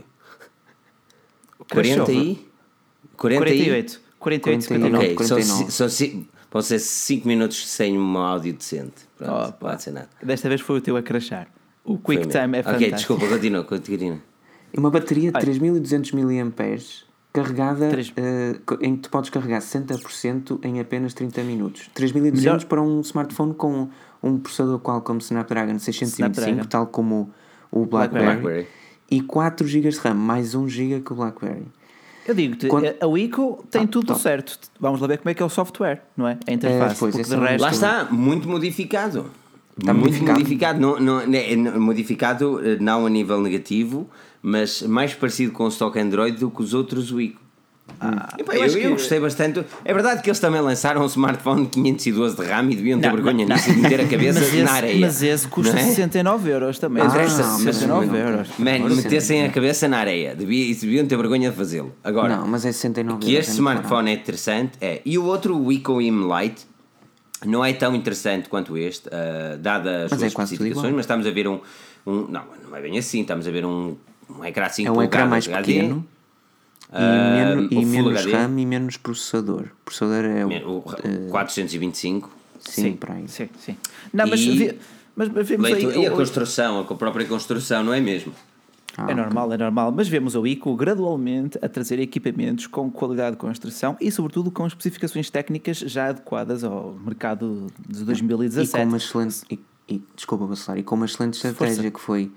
A: quarenta e...
B: quarenta e oito. quarenta e oito,
C: cinquenta e nove,
A: ok, são, são, são, vão ser cinco minutos sem um áudio decente. Pronto, oh, pode ser nada.
B: Desta vez foi o teu a crashar. O QuickTime é fantástico.
A: Ok, desculpa, continua, continua.
C: E uma bateria de três mil e duzentos miliampères carregada, uh, em que tu podes carregar sessenta por cento em apenas trinta minutos. três mil e duzentos para um smartphone com um processador Qualcomm Snapdragon seiscentos e vinte e cinco, Snapdragon. Tal como o BlackBerry, Blackberry. E quatro gigas de RAM, mais um giga que o BlackBerry.
B: Eu digo-te, Quando... a Ico tem ah, tudo top. certo. Vamos lá ver como é que é o software, não é? A interface. É, pois,
A: de resto... Lá está, muito modificado. Está muito modificado, modificado, não, não, modificado não a nível negativo, mas mais parecido com o stock Android do que os outros Ico. Ah, eu, eu, eu, eu gostei bastante. É verdade que eles também lançaram um smartphone de quinhentos e doze de RAM e deviam ter não, vergonha não, nisso não. e meter a cabeça
B: mas esse,
A: na areia.
B: Mas esse custa é? sessenta e nove euros também.
A: Ah,
B: sessenta e nove euros.
A: Man, metessem a cabeça na areia. Devia, deviam ter vergonha de fazê-lo. Agora,
C: não, mas é sessenta e nove
A: que este smartphone é interessante. É. E o outro, o IcoWim Lite, não é tão interessante quanto este, uh, dadas as
C: Mas
A: suas
C: é quase tudo
A: especificações,
C: igual.
A: mas estamos a ver um, um. Não, não é bem assim, estamos a ver um, um ecrã cinco
C: É um ecrã mais
A: polegadas H D,
C: pequeno e,
A: ah,
C: menos,
A: o
C: e
A: Full
C: menos
A: H D,
C: RAM e menos processador. O processador é o,
A: o
C: eh,
A: quatrocentos e vinte e cinco.
C: sim, para aí.
B: Sim, sim. Não, mas,
A: E-
B: vi- mas, mas vemos
A: Leitura-
B: aí.
A: e a
B: o-
A: construção, a própria construção, não é mesmo?
C: Ah,
B: É normal, é normal, mas vemos a ICO gradualmente a trazer equipamentos com qualidade de construção e, sobretudo, com especificações técnicas já adequadas ao mercado de dois mil e
C: E
B: dezassete.
C: com uma excelente, e, e, desculpa, Bacelar, e com uma excelente estratégia
B: Força.
C: que foi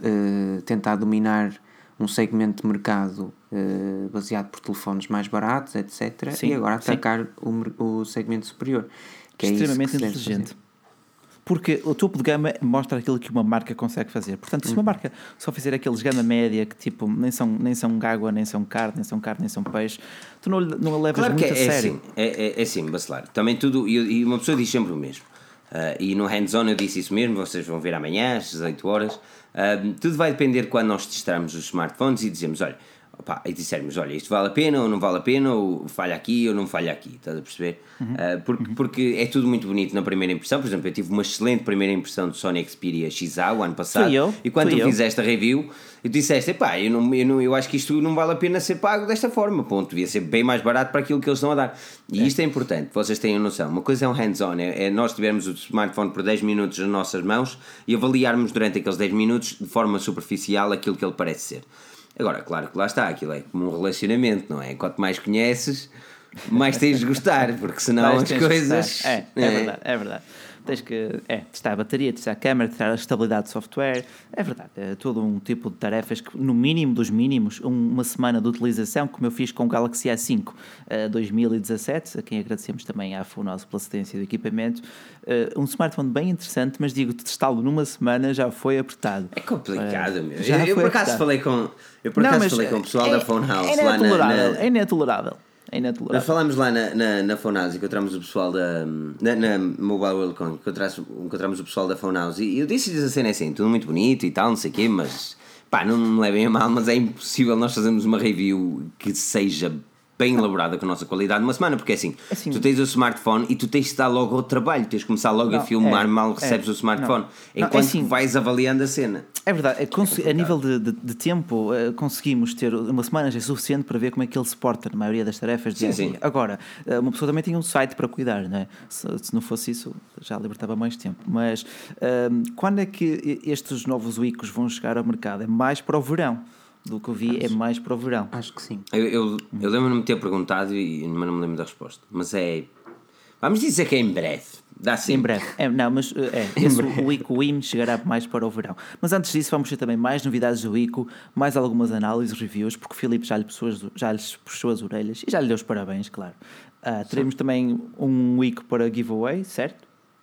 C: eh, tentar dominar um segmento de mercado eh, baseado por telefones mais baratos, etcétera.
B: Sim,
C: E agora
B: sim.
C: atacar o, mer- o segmento superior. Que é isso
B: Extremamente
C: que se deve
B: inteligente.
C: fazer.
B: Porque o topo de gama mostra aquilo que uma marca consegue fazer. Portanto, se uma
C: Uhum.
B: marca só fizer aqueles gama média que tipo nem são, nem são água, nem são carne, nem são carne, nem são peixe, tu não, não a levas
A: Claro que
B: muito
A: é,
B: a
A: é
B: sério.
A: assim, é, é, é assim, Bacelar. Também tudo, e, e uma pessoa diz sempre o mesmo. Ah, e no hands-on eu disse isso mesmo, vocês vão ver amanhã às dezoito horas. Ah, tudo vai depender quando nós testamos os smartphones e dizemos, olha, opá, e dissermos, olha, isto vale a pena ou não vale a pena, ou falha aqui ou não falha aqui, estás a perceber?
B: Uhum.
A: Ah, porque, porque é tudo muito bonito na primeira impressão. Por exemplo, eu tive uma excelente primeira impressão do Sony Xperia X A o ano passado.
B: Fui eu,
A: E quando
B: fui
A: tu
B: eu.
A: fizeste a review, tu disseste, epá, eu, não, eu, não, eu acho que isto não vale a pena ser pago desta forma, ponto, devia ser bem mais barato para aquilo que eles estão a dar. E isto é importante, vocês tenham noção. Uma coisa é um hands-on, é, é nós tivermos o smartphone por dez minutos nas nossas mãos e avaliarmos durante aqueles dez minutos de forma superficial aquilo que ele parece ser. Agora, claro que lá está, aquilo é como um relacionamento, não é? Quanto mais conheces, mais tens de gostar, porque senão
B: Vais,
A: as
B: tens que
A: coisas...
B: testar. É, é, verdade, é verdade. Tens que é, testar a bateria, testar a câmera, testar a estabilidade de software. É verdade, é todo um tipo de tarefas que, no mínimo dos mínimos, um- uma semana de utilização, como eu fiz com o Galaxy A cinco uh, dois mil e dezassete, a quem agradecemos também à Funos pela assistência do equipamento. Uh, um smartphone bem interessante, mas digo-te, testá-lo numa semana já foi apertado.
A: É complicado, meu.
B: Já
A: Eu, eu
B: foi
A: por acaso
B: apertado.
A: falei com, eu por acaso
B: mas
A: falei com o pessoal
B: é,
A: da Phone House
B: é
A: lá na,
B: inetolerável,
A: na,
B: é inetolerável. É
A: Nós
B: inetolerável.
A: falámos lá na, na, na Phone House, encontramos o pessoal da. Na, na Mobile World Con, encontramos, encontramos o pessoal da Phone House e eu disse-lhes a cena assim: tudo muito bonito e tal, não sei o quê, mas pá, não me levem a mal, mas é impossível nós fazermos uma review que seja bem elaborada com a nossa qualidade numa semana, porque é assim,
B: Assim,
A: tu tens o smartphone e tu tens de dar logo ao trabalho, tens de começar logo
B: Não,
A: a filmar
B: é,
A: mal
B: é,
A: recebes o smartphone,
B: não. Não,
A: enquanto
B: é assim,
A: que vais avaliando a cena.
B: É verdade, é cons- a nível de, de, de tempo, eh, conseguimos ter uma semana já é suficiente para ver como é que ele se porta na maioria das tarefas de
A: Sim,
B: dia a dia.
A: sim.
B: Agora, eh, uma pessoa também tem um site para cuidar, não é? Se, se não fosse isso, já libertava mais tempo. Mas ehm, quando é que estes novos Wicos vão chegar ao mercado? É mais para o verão. Do que eu vi, é mais para o verão.
C: Acho que sim.
A: Eu, eu, eu lembro-me de me ter perguntado, e, mas não me lembro da resposta, mas é. Vamos dizer que é em breve. Dá sim.
B: Em breve. É, não, mas eh, é, esse o ICO W I M chegará mais para o verão. Mas antes disso vamos ter também mais novidades do ICO, mais algumas análises, reviews, porque o Filipe já lhe puxou as, já lhes puxou as orelhas e já lhe deu os parabéns, claro. Ah, teremos também um ICO para giveaway, certo?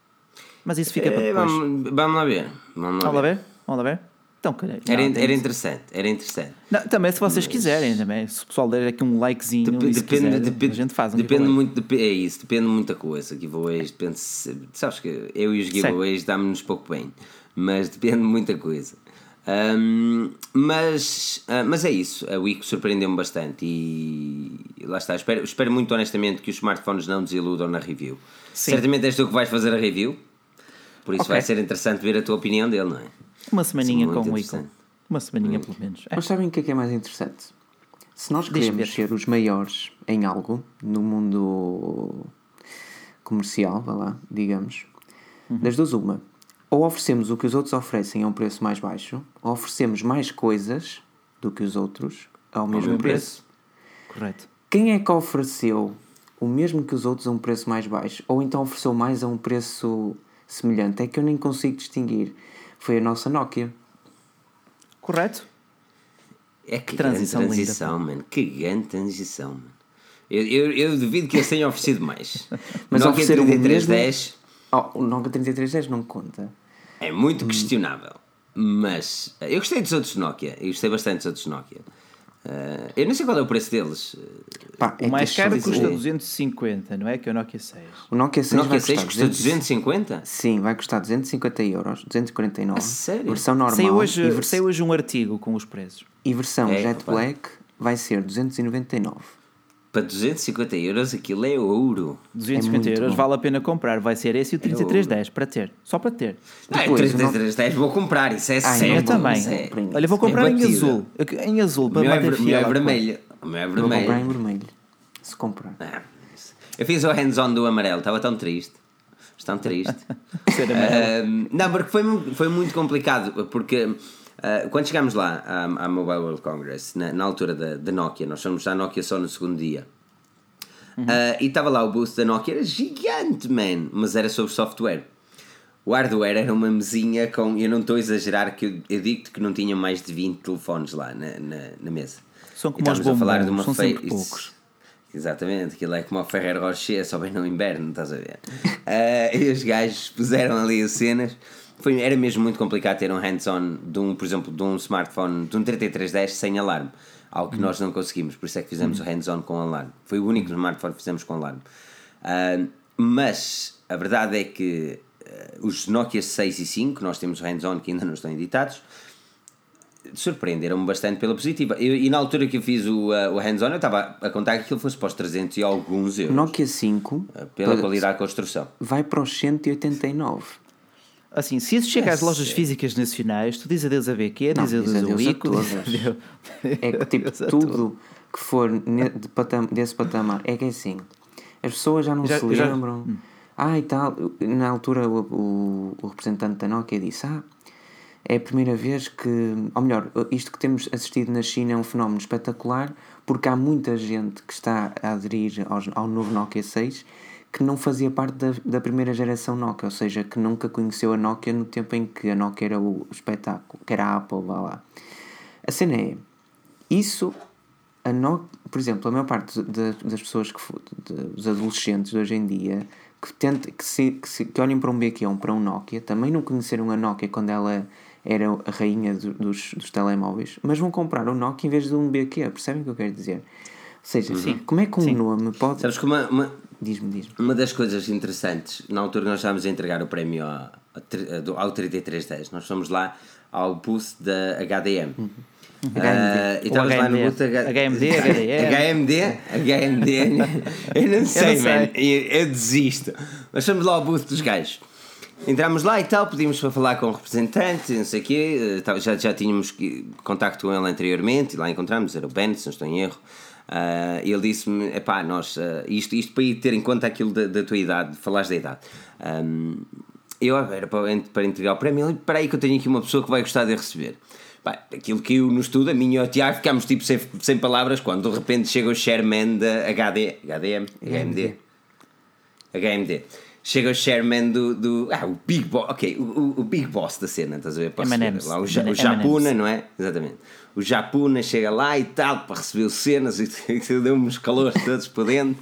B: Mas isso fica para
A: É,
B: depois.
A: vamos, vamos lá ver. Vamos lá
B: Vamos lá
A: ver.
B: ver? Vamos lá ver? Então, calhar.
A: Era,
B: Não,
A: era
B: tem-
A: interessante, era interessante.
B: Não, também se vocês quiserem, também, se o pessoal der aqui um likezinho,
A: Dep-
B: e se
A: depende,
B: quiser,
A: depende,
B: a gente faz um
A: depende
B: giveaway.
A: muito, dep- é isso, depende de muita coisa. Giveaways, depende se, sabes que eu e os giveaways damos-nos pouco bem, mas depende de muita coisa. Ahm, mas, ah, mas é isso, a Wii surpreendeu-me bastante e lá está. Espero, espero muito honestamente que os smartphones não desiludam na review.
B: Sim.
A: Certamente és tu que vais fazer a review, por isso
B: Ok.
A: vai ser interessante ver a tua opinião dele, não é?
B: Uma semaninha
A: Sim,
B: com
A: muito
B: o ICO.
A: interessante.
B: Uma semaninha pelo menos. É.
C: Mas sabem o que é que é mais interessante? Se nós
B: Diz-me,
C: queremos
B: Pedro.
C: ser os maiores em algo, no mundo comercial, vá lá, digamos,
B: Uhum.
C: das duas uma. Ou oferecemos o que os outros oferecem a um preço mais baixo, ou oferecemos mais coisas do que os outros ao mesmo
A: mesmo
C: preço.
B: Correto.
C: Quem é que ofereceu o mesmo que os outros a um preço mais baixo? Ou então ofereceu mais a um preço semelhante? É que eu nem consigo distinguir. Foi a nossa Nokia.
B: Correto?
A: É que
B: Transição
A: grande
B: linda,
A: transição, mano. Que grande transição, mano. Eu, eu, eu duvido que eles tenham oferecido mais.
C: Mas
A: Nokia
C: ofereceram o
A: trinta e três
C: mesmo-
A: dez
C: Oh, o Nokia trinta e três dez não conta.
A: é muito
B: Hum.
A: questionável. Mas eh, eu gostei dos outros Nokia. Eu gostei bastante dos outros Nokia. Eh, eu não sei qual é o preço deles.
C: Pá, é
B: O mais
C: que
B: caro
C: estes-
B: custa
C: o-
B: duzentos e cinquenta, não é? Que é o Nokia seis.
C: O Nokia seis
A: O Nokia
C: vai
A: seis
C: custar
A: custa
C: duzentos
A: duzentos e cinquenta?
C: Sim, vai custar duzentos e cinquenta euros, duzentos e quarenta e nove.
A: A sério?
C: Versão normal.
B: Saiu
C: e,
B: hoje,
C: vers-
B: saiu hoje um artigo com os preços.
C: e versão
A: É,
C: Jet
A: opa.
C: Black vai ser duzentos e noventa e nove.
A: para duzentos e cinquenta euros aquilo é ouro.
B: duzentos e cinquenta
C: É muito
B: euros
C: bom.
B: vale a pena comprar. Vai ser esse e o trinta e três dez para ter. Só para ter.
A: Não, é
C: Depois,
A: trinta e três dez vou comprar, isso é
C: Ai,
A: certo.
B: Eu também.
A: isso é-
B: Olha, vou comprar
A: é
B: em
A: batida.
B: azul. Em azul
A: O
B: para
A: meu é,
B: bater
A: ver- o meu é
B: fiel à cor.
A: vermelho. O meu é
C: Vou comprar em
A: vermelho.
C: vermelho. Se comprar.
A: Ah, isso. Eu fiz o hands-on do amarelo, estava tão triste. Tão triste.
B: Ser amarelo.
A: Um, não, porque foi, mu- foi muito complicado. Porque uh, quando chegámos lá à, à Mobile World Congress, na, na altura da, da Nokia, nós fomos à Nokia só no segundo dia.
B: Uhum.
A: Uh, e estava lá o booth da Nokia, era gigante, man, mas era sobre software. O hardware era uma mesinha com. Eu não estou a exagerar, que eu, eu digo-te que não tinha mais de vinte telefones lá na, na, na mesa.
B: São como
A: E
B: os
A: estávamos a falar de
B: bombons,
A: uma
B: são sempre
A: feira-
B: poucos.
A: Exatamente, aquilo é como o Ferrero Rocher, só bem no inverno, estás a ver? uh, e os gajos puseram ali as cenas. Foi, era mesmo muito complicado ter um hands-on de um, por exemplo, de um smartphone, de um trinta e três dez sem alarme. Algo que nós não conseguimos, por isso é que fizemos o hands-on com alarme. Foi o único smartphone que fizemos com alarme. Uh, mas a verdade é que uh, os Nokia seis e cinco, nós temos o hands-on que ainda não estão editados, surpreenderam-me bastante pela positiva. Eu, e na altura que eu fiz o, uh, o hands-on, eu estava a contar que aquilo fosse para os trezentos e alguns
C: O
A: euros.
C: Nokia cinco
A: uh, Pela qualidade da construção.
C: vai para os cento e oitenta e nove.
B: Assim, se isso chega
A: É
B: às lojas
A: sério.
B: físicas nacionais, tu dizes adeus a B Q,
C: Não,
B: dizes
C: diz
B: adeus ao
C: adeus a
B: Ico, dizes
C: todas.
B: adeus-
C: É que tipo,
B: adeus a tudo.
C: tudo que for ne- de patam- desse patamar, é que é assim, as pessoas já não
B: Já-
C: se
B: já-
C: lembram. Ah, e tal, na altura o, o, o representante da Nokia disse: Ah, é a primeira vez que, ou melhor, isto que temos assistido na China é um fenómeno espetacular, porque há muita gente que está a aderir aos, ao novo Nokia seis que não fazia parte da, da primeira geração Nokia, ou seja, que nunca conheceu a Nokia no tempo em que a Nokia era o espetáculo, que era a Apple, lá lá. A cena é, isso, a Nokia, por exemplo, a maior parte de, das pessoas, que, fo- de- dos adolescentes de hoje em dia, que, tente, que, se, que, se, que olhem para um B Q ou para um Nokia, também não conheceram a Nokia quando ela era a rainha do, dos, dos telemóveis, mas vão comprar um Nokia em vez de um B Q, percebem o que eu quero dizer? Ou seja, como é que um
B: Sim.
C: nome pode...
A: Sabes que uma, uma,
C: Diz-me, diz-me.
A: uma das coisas interessantes, na altura que nós estávamos a entregar o prémio ao, ao, tri- do- ao trinta e três dez, nós fomos lá ao booth da H D M. Ah, e
B: Ou
A: estávamos lá no
B: H M D.
A: booth da
B: H M D, H D M.
A: H M D, H M D, eu não sei,
B: sei.
A: mano, eu, eu desisto. Mas fomos lá ao booth dos gajos. Entramos lá e tal, pedimos para falar com o representante, não sei o quê, eh, já, já tínhamos que- contacto com ele anteriormente e lá encontramos, era o Ben, se não estou em erro. Ah, e ele disse-me: epá, nós, ah, isto, isto para ir ter em conta aquilo da, da tua idade, falaste da idade. Ahm, eu era para, para entregar o prémio, ele, espera aí que eu tenho aqui uma pessoa que vai gostar de receber. Pá, aquilo que eu no estudo, a mim e o Tiago ficámos tipo sem, sem palavras quando de repente chega o chairman da H D, H D M, H M D. H M D. Chega o chairman do. do ah, o Big Boss. Ok, o, o, o Big Boss da cena, estás a ver? Para
B: M and
A: receber
B: M's.
A: lá, o, ja, o
B: M and M's.
A: Japuna, não é? Exatamente. O Japuna chega lá e tal, para receber o cenas e deu-me os calores todos por dentro.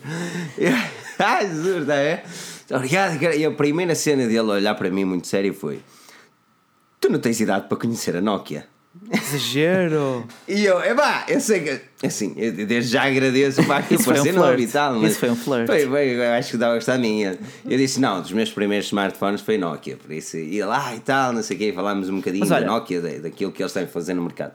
A: Ai, Jesus, está a ver? Obrigado, cara. E a primeira cena dele olhar para mim muito sério foi: tu não tens idade para conhecer a Nokia?
B: Exagero!
A: E eu, epá, eu sei que, assim, eu desde já agradeço para aquilo
B: Isso foi um
A: parecer novo
B: flirt.
A: e tal, mas
B: Isso foi um flirt.
A: Foi, foi, eu acho que dava a gostar a minha. Eu disse: não, dos meus primeiros smartphones foi Nokia, por isso ia lá e tal, não sei o quê, falámos um bocadinho
B: Mas
A: da
B: olha-
A: Nokia, da- daquilo que eles têm a fazer no mercado.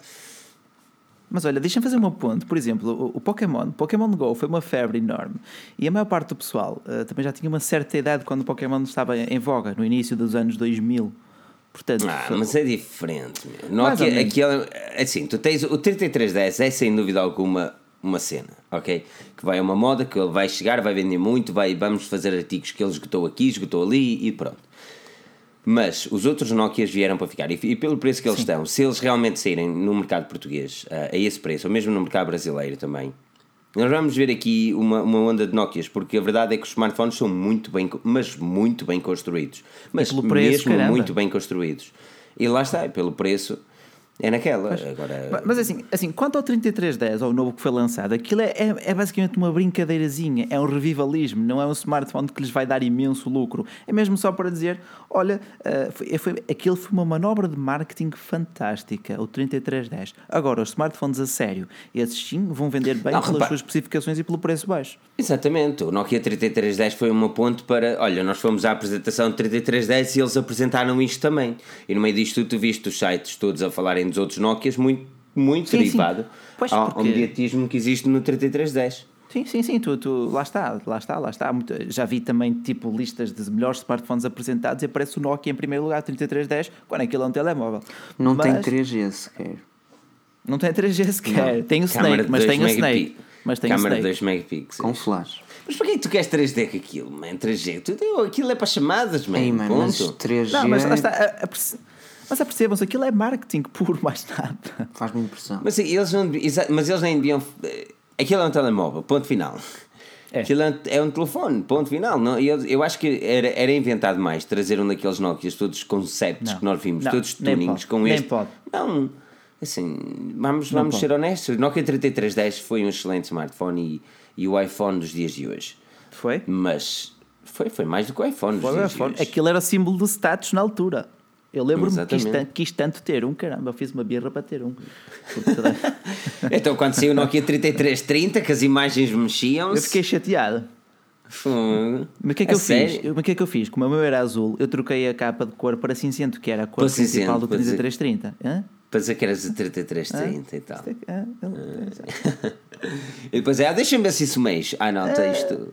B: Mas olha, deixa-me fazer uma ponte. Por exemplo, o, o Pokémon, Pokémon Go foi uma febre enorme. E a maior parte do pessoal uh, também já tinha uma certa idade quando o Pokémon estava em voga, no início dos anos dois mil. Portanto,
A: Ah,
B: foi-
A: mas é diferente, meu.
B: Mais ou
A: Nokia,
B: menos.
A: aquele, assim, tu tens o trinta e três dez, é sem dúvida alguma uma cena, ok? Que vai a uma moda, que ele vai chegar, vai vender muito, vai, vamos fazer artigos que ele esgotou aqui, esgotou ali e pronto. Mas os outros Nokias vieram para ficar, e, e pelo preço que eles estão, se eles realmente saírem no mercado português uh, a esse preço, ou mesmo no mercado brasileiro também, nós vamos ver aqui uma, uma onda de Nokias, porque a verdade é que os smartphones são muito bem, mas muito bem construídos, mas
B: pelo preço,
A: mesmo
B: caramba.
A: muito bem construídos. E lá está, pelo preço, é naquela. Agora,
B: Mas assim, assim, quanto ao trinta e três dez, ou o novo que foi lançado, aquilo é, é, é basicamente uma brincadeirazinha, é um revivalismo, não é um smartphone que lhes vai dar imenso lucro. É mesmo só para dizer, olha, uh, foi, foi, aquilo foi uma manobra de marketing fantástica, o trinta e três dez. Agora, os smartphones a sério, esses sim vão vender bem
A: Não,
B: pelas
A: repara.
B: suas especificações e pelo preço baixo.
A: exatamente, o Nokia trinta e três dez foi uma ponte para, olha, nós fomos à apresentação de trinta e três dez e eles apresentaram isto também. E no meio disto tu, tu viste os sites todos a falarem dos outros Nokias, muito, muito
B: Sim, sim.
A: derivado
B: Pois,
A: ao, ao
B: porque-
A: mediatismo que existe no trinta e três dez.
B: Sim, sim, sim, tu, tu, lá está, lá está, lá está. Muito- já vi também tipo listas de melhores smartphones apresentados e aparece o Nokia em primeiro lugar, trinta e três dez, quando aquilo é um telemóvel.
C: Não
B: Mas
C: tem três G sequer.
B: não tem três G sequer, tem o
A: Câmara
B: Snake,
A: de
B: mas
A: dois
B: tem o
A: megapi-
B: Snake. Mas tem o
A: Câmara de
B: Snake.
A: dois megapixels.
C: Com flash.
A: Mas para que é que tu queres três D com aquilo, man? três G? Tu, aquilo é para chamadas, man.
C: Ei, mano, mas
A: Ponto.
C: três G
B: Não, mas lá está, a- a perce- mas apercebam-se, aquilo é marketing puro, mais nada.
C: faz-me impressão.
A: Mas, sim, eles não, exa- mas eles nem deviam. Aquilo é um telemóvel, ponto final.
B: É.
A: Aquilo é um, é um telefone, ponto final. Não, eu, eu acho que era, era inventado mais trazer um daqueles Nokias, todos conceptos
B: Não.
A: que nós vimos,
B: Não,
A: todos
B: nem
A: tunings
B: pode,
A: com
B: nem
A: este.
B: pode.
A: Não, assim, vamos, vamos
B: pode.
A: ser honestos. O Nokia trinta e três dez foi um excelente smartphone e, e o iPhone dos dias de hoje.
B: Foi?
A: Mas foi, foi mais do que o iPhone dos
B: Foi o
A: dias
B: iPhone.
A: de hoje.
B: Aquilo era símbolo do status na altura. Eu lembro-me que quis,
A: Exatamente.
B: tanto- quis tanto ter um, caramba, eu fiz uma birra para ter um. Porque toda-
A: Então, quando saiu o Nokia trinta e três trinta, que as imagens mexiam-se.
B: Eu fiquei chateado.
A: Fogo.
B: Mas o que é que
A: A
B: eu fiz?
A: sério?
B: Eu- Mas o que é que eu fiz? Como o meu era azul, eu troquei a capa de cor para cinzento, que era a cor
A: Para cinzento,
B: principal do
A: para dizer-
B: trinta e três trinta. Hã?
A: Para dizer que eras de trinta e três trinta e tal.
B: Isto é- hã? Ele-
A: E depois é, ah, deixa-me ver se isso mexe. Ah, não, está isto.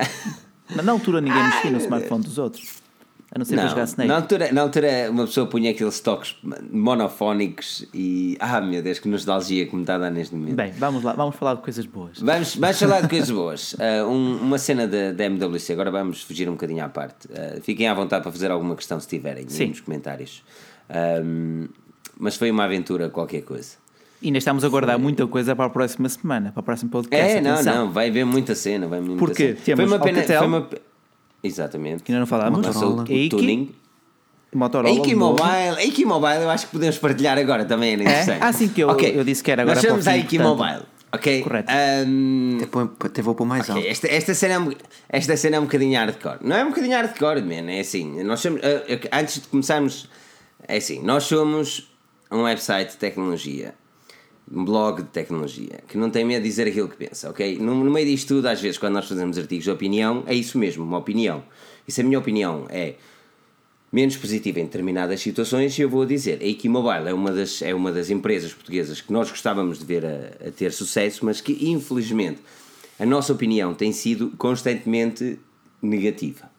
B: Mas na altura ninguém mexia no smartphone dos outros. A não ser para
A: Não,
B: jogar Snake.
A: na altura, na altura uma pessoa punha aqueles toques monofónicos e. Ah, meu Deus, que nostalgia que me está a dar neste momento.
B: Bem, vamos lá, vamos falar de coisas boas.
A: Vamos, vamos falar de coisas boas. Ah, um- uma cena da, da M W C, agora vamos fugir um bocadinho à parte. Ah, fiquem à vontade para fazer alguma questão se tiverem
B: Sim.
A: nos comentários. Ahm, mas foi uma aventura, qualquer coisa.
B: E ainda estamos a guardar muita coisa para a próxima semana, para o próximo podcast.
A: É, não,
B: Atenção.
A: não, vai haver muita cena. Vai haver muita
B: Porque
A: cena.
B: temos
A: foi uma pena.
B: Alcatel,
A: Foi uma... pe- Exatamente.
B: que ainda não falámos.
A: Lançou
C: Motorola.
A: o
B: Eiki.
A: tuning.
B: Motorola.
A: A Eiki
B: Lenovo.
A: Mobile, a Eiki Mobile eu acho que podemos partilhar agora também, era interessante.
B: Ah, sim, que eu- eu disse que era agora
A: Nós
B: para o
A: chamamos a
B: fim,
A: Eiki
B: portanto.
A: Mobile, ok?
B: Correto.
A: Ahm,
C: Até, põe- até vou pôr mais
A: ok,
C: alto.
A: esta, esta, cena é um, esta cena é um bocadinho hardcore. Não é um bocadinho hardcore, man, é assim. Nós somos, ah, ah, antes de começarmos, é assim, nós somos um website de tecnologia, um blog de tecnologia, que não tem medo de dizer aquilo que pensa, ok? No, no meio disto tudo, às vezes, quando nós fazemos artigos de opinião, é isso mesmo, uma opinião. E se a minha opinião é menos positiva em determinadas situações, eu vou dizer, a Eiki Mobile é uma das, é uma das empresas portuguesas que nós gostávamos de ver a, a ter sucesso, mas que, infelizmente, a nossa opinião tem sido constantemente negativa.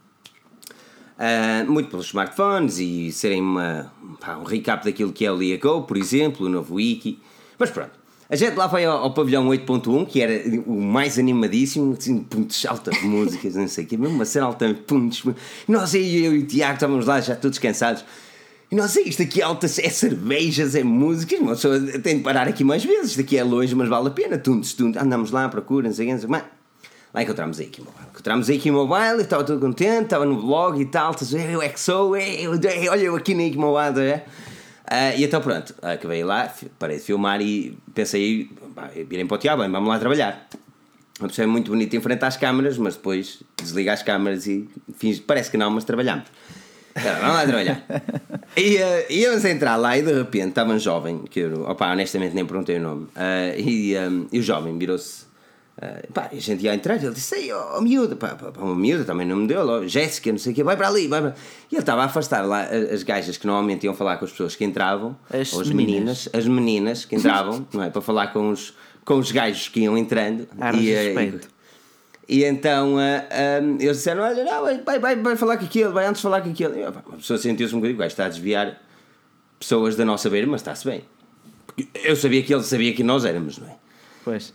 A: Uh, muito pelos smartphones e serem uma, pá, um recap daquilo que é o LeaGo, por exemplo, o novo Wiki. Mas pronto, a gente lá foi ao, ao pavilhão oito ponto um, que era o mais animadíssimo, assim, pontos, altas músicas, não sei o quê, mesmo uma cena alta, pontos. Nós aí, eu e o Tiago, estávamos lá já todos cansados. E nós, é isto aqui altas, é cervejas, é músicas, uma pessoa tem de parar aqui mais vezes, isto aqui é longe, mas vale a pena, tundos, tundos, andamos lá à procura, não sei o quê, não sei o quê. Lá encontramos a Eiki Mobile. Encontramos a Eiki Mobile, estava todo contente, estava no blog e tal, eu é que sou, eu, eu, olha eu aqui na Eiki Mobile, é? Uh, e então pronto, acabei lá, parei de filmar e pensei, pá, virem para o Tiago, bem, vamos lá trabalhar. Uma pessoa é muito bonita em frente às câmaras, mas depois desliga as câmaras e finge, parece que não, mas trabalhamos. Então, vamos lá trabalhar. E uh, íamos entrar lá e de repente estava um jovem, que eu, opa, honestamente nem perguntei o nome, uh, e, um, e o jovem virou-se. Uh, pá, a gente ia entrar, ele disse: Ei, oh, miúda, pá, pá, uma miúda também não me deu, oh, Jéssica, não sei o quê, vai para ali, vai para... E ele estava a afastar lá as gajas que normalmente iam falar com as pessoas que entravam,
B: As
A: ou as
B: meninas.
A: meninas, as meninas que entravam, não é? Para falar com os, com os gajos que iam entrando.
B: Ah,
A: e,
B: respeito.
A: e, e então uh, um, eles disseram: Olha, não, vai, vai, vai falar com aquele, vai antes falar com aquele. E, opa, a pessoa sentiu-se um bocadinho, o gajo está a desviar pessoas da nossa beira, mas está-se bem. Porque eu sabia que ele sabia que nós éramos, não é?
B: Pois.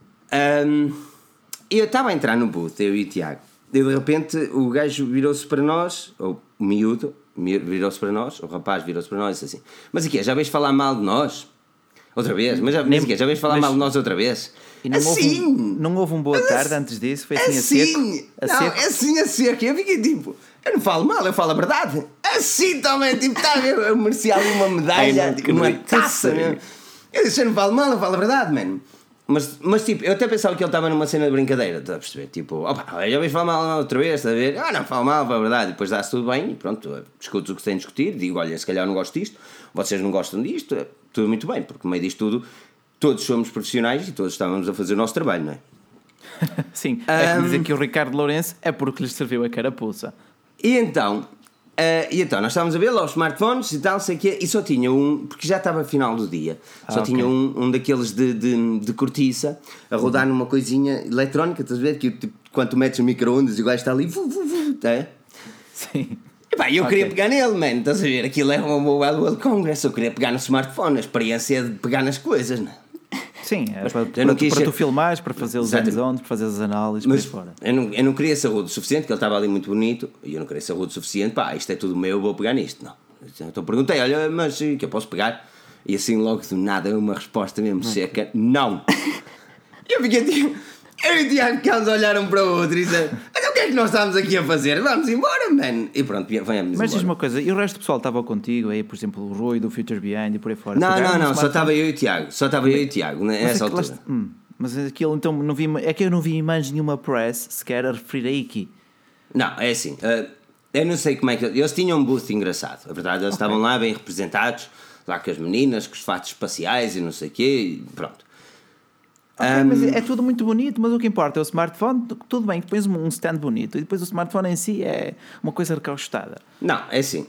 A: Um, eu estava a entrar no booth, eu e o Tiago, e de repente o gajo virou-se para nós, ou o miúdo virou-se para nós, o rapaz virou-se para nós e disse assim: Mas aqui, já vais falar mal de nós? Outra vez? Mas já,
B: Nem-
A: mas aqui, já vais falar
B: mas-
A: mal de nós outra vez?
B: E não,
A: assim!
B: houve um, não houve um boa tarde antes disso? Foi assim,
A: assim!
B: a seco? A
A: Não,
B: seco?
A: é assim a seco. Eu fiquei tipo: Eu não falo mal, eu falo a verdade. Assim também, tipo, tá, eu, eu merecia ali uma medalha,
B: Ai, não,
A: uma
B: que
A: taça
B: bonito.
A: mesmo. Eu disse: Eu não falo mal, eu falo a verdade, mano. Mas, mas tipo, eu até pensava que ele estava numa cena de brincadeira, estás a perceber? Tipo, opa, já vais falar mal outra vez, estás a ver? Ah, não, falo mal, falo a verdade. E depois dá-se tudo bem e pronto, discuto o que se tem de discutir. Digo: Olha, se calhar eu não gosto disto, vocês não gostam disto, é tudo muito bem, porque no meio disto tudo, todos somos profissionais e todos estávamos a fazer o nosso trabalho, não é?
B: Sim, é que
A: Um,
B: dizer que o Ricardo Lourenço é porque lhe serviu a carapuça.
A: E então, Uh, e então, nós estávamos a ver lá os smartphones e tal, sei que e só tinha um, porque já estava final do dia,
B: Ah,
A: só
B: ok.
A: tinha um, um daqueles de, de, de cortiça a rodar numa coisinha eletrónica, estás a ver? Que tipo, quando tu metes o micro-ondas e o gajo está ali, vu, vu, vu, tá?
B: Sim.
A: E pá, eu
B: Ok.
A: queria pegar nele, mano, estás a ver? Aquilo é o Mobile World Congress, eu queria pegar no smartphone, a experiência é de pegar nas coisas, não é?
B: Sim, é para,
A: eu
B: para,
A: não
B: tu-
A: quis
B: para
A: ser-
B: tu filmares, para fazer os
A: Exatamente.
B: hands-on, para fazer as análises,
A: Mas
B: por aí fora.
A: eu não, eu não queria ser rude o suficiente, que ele estava ali muito bonito, e eu não queria ser rude o suficiente, pá, isto é tudo meu, vou pegar nisto. Não. Então perguntei, olha, mas que eu posso pegar? E assim logo do nada, uma resposta mesmo seca, não. E eu fiquei tipo, eu e o Tiago Cães olharam para o outro e disseram, olha, o que é que nós estamos aqui a fazer? Vamos embora, mano. E pronto, vamos
B: Mas diz-me
A: embora.
B: uma coisa, e o resto do pessoal estava contigo aí, por exemplo, o Rui do Futures Behind e por aí fora?
A: Não,
B: Pegaram
A: não,
B: no
A: não, só
B: smartphone?
A: estava eu e o Tiago, só estava eu e o Tiago,
B: Mas
A: nessa
B: é que lá
A: altura.
B: está- hum, mas aquilo então não vi, é que eu não vi imagem nenhuma press sequer a referir a Iki.
A: Não, é assim, uh, eu não sei como é que. Eles tinham um booth engraçado, a verdade, eles estavam lá bem representados, lá com as meninas, com os fatos espaciais e não sei o quê, e pronto.
B: Ok, mas é, é tudo muito bonito, mas o que importa é o smartphone, tudo bem, depois um stand bonito e depois o smartphone em si é uma coisa recaustada.
A: Não, é assim.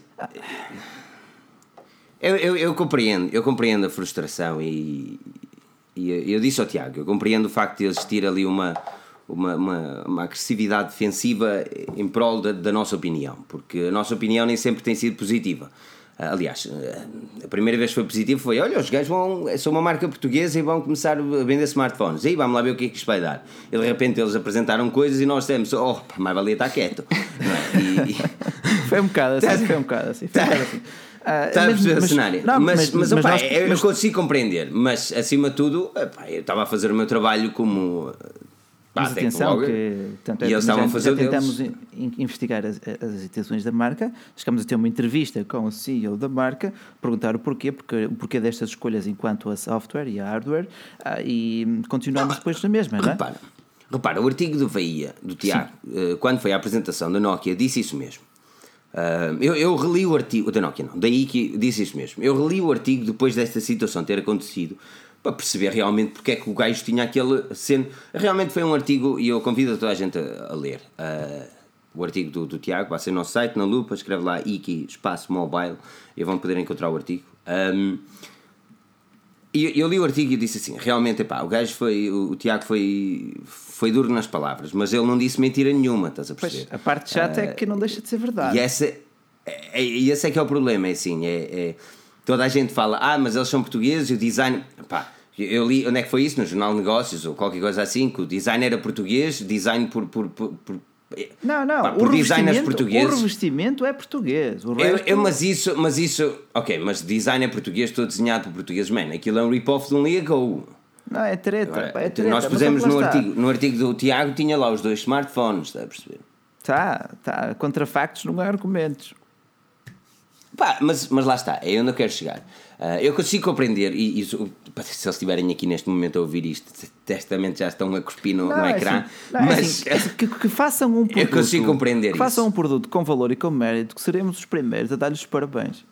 A: Eu, eu, eu compreendo, eu compreendo a frustração e, e eu, eu disse ao Tiago, eu compreendo o facto de existir ali uma, uma, uma, uma agressividade defensiva em prol da, da nossa opinião, porque a nossa opinião nem sempre tem sido positiva. Aliás, a primeira vez que foi positivo foi, olha, os gajos vão, são uma marca portuguesa e vão começar a vender smartphones, aí vamos lá ver o que é que isto vai dar. E de repente eles apresentaram coisas e nós dissemos, oh, mais valia estar quieto. Não é? E, e...
B: Foi um bocado assim, foi um bocado assim. Foi um bocado assim. Ah,
A: Está a
B: mas-
A: perceber o
B: mas-
A: cenário?
B: não,
A: mas, mas, opá,
B: nós-
A: eu
B: mas-
A: consigo compreender, mas acima de tudo, epá, eu estava a fazer o meu trabalho como. Pá,
B: Mas atenção
A: tecnólogo,
B: que tanto,
A: e eles estavam
B: já,
A: a fazer
B: já
A: o deles.
B: tentamos in- investigar as, as intenções da marca, chegamos a ter uma entrevista com o C E O da marca, perguntar o porquê, porque, o porquê destas escolhas enquanto a software e a hardware, ah, e continuamos depois na mesma, não é?
A: Repara, repara, o artigo do Bahia, do Tiago, eh, quando foi a apresentação da Nokia, disse isso mesmo. Ah, eu, eu reli o artigo, da Nokia não, daí que disse isso mesmo. Eu reli o artigo depois desta situação ter acontecido para perceber realmente porque é que o gajo tinha aquele cena. Realmente foi um artigo e eu convido toda a gente a, a ler. Ah, o artigo do, do Tiago vai ser no nosso site, na lupa, escreve lá Iki espaço mobile e vão poder encontrar o artigo. Um, e eu li o artigo e disse assim, realmente, epá, o gajo foi, o, o Tiago foi, foi duro nas palavras, mas ele não disse mentira nenhuma, estás a perceber?
B: Pois, a parte chata é que não deixa de ser verdade.
A: E essa, é, é, e esse é que é o problema, é assim, é, é, toda a gente fala, ah, mas eles são portugueses e o design, pá, eu li, onde é que foi isso? No Jornal de Negócios ou qualquer coisa assim, que o design era português, design por... por, por, por
B: Não, não,
A: pá,
B: o,
A: por designers
B: revestimento,
A: portugueses.
B: o revestimento é português. O
A: Eu,
B: resto...
A: eu, mas isso, mas isso, ok, mas design é português, todo desenhado por portugueses, man, aquilo é um rip-off de um Lego.
B: Não, é treta,
A: Agora,
B: pá, é treta.
A: nós
B: mas
A: pusemos
B: só que
A: no
B: lá está.
A: artigo, no artigo do Tiago, tinha lá os dois smartphones, está a perceber?
B: Tá, tá, contra factos não há argumentos.
A: Pá, mas, mas lá está, é onde eu quero chegar. Uh, eu consigo compreender, e, e se eles estiverem aqui neste momento a ouvir isto, testamente já estão a cuspir no,
B: Não,
A: no
B: é
A: ecrã,
B: assim, não, é
A: mas
B: assim, é assim, que, que façam um produto.
A: consigo compreender
B: que façam
A: isso.
B: um produto com valor e com mérito, que seremos os primeiros a dar-lhes os parabéns.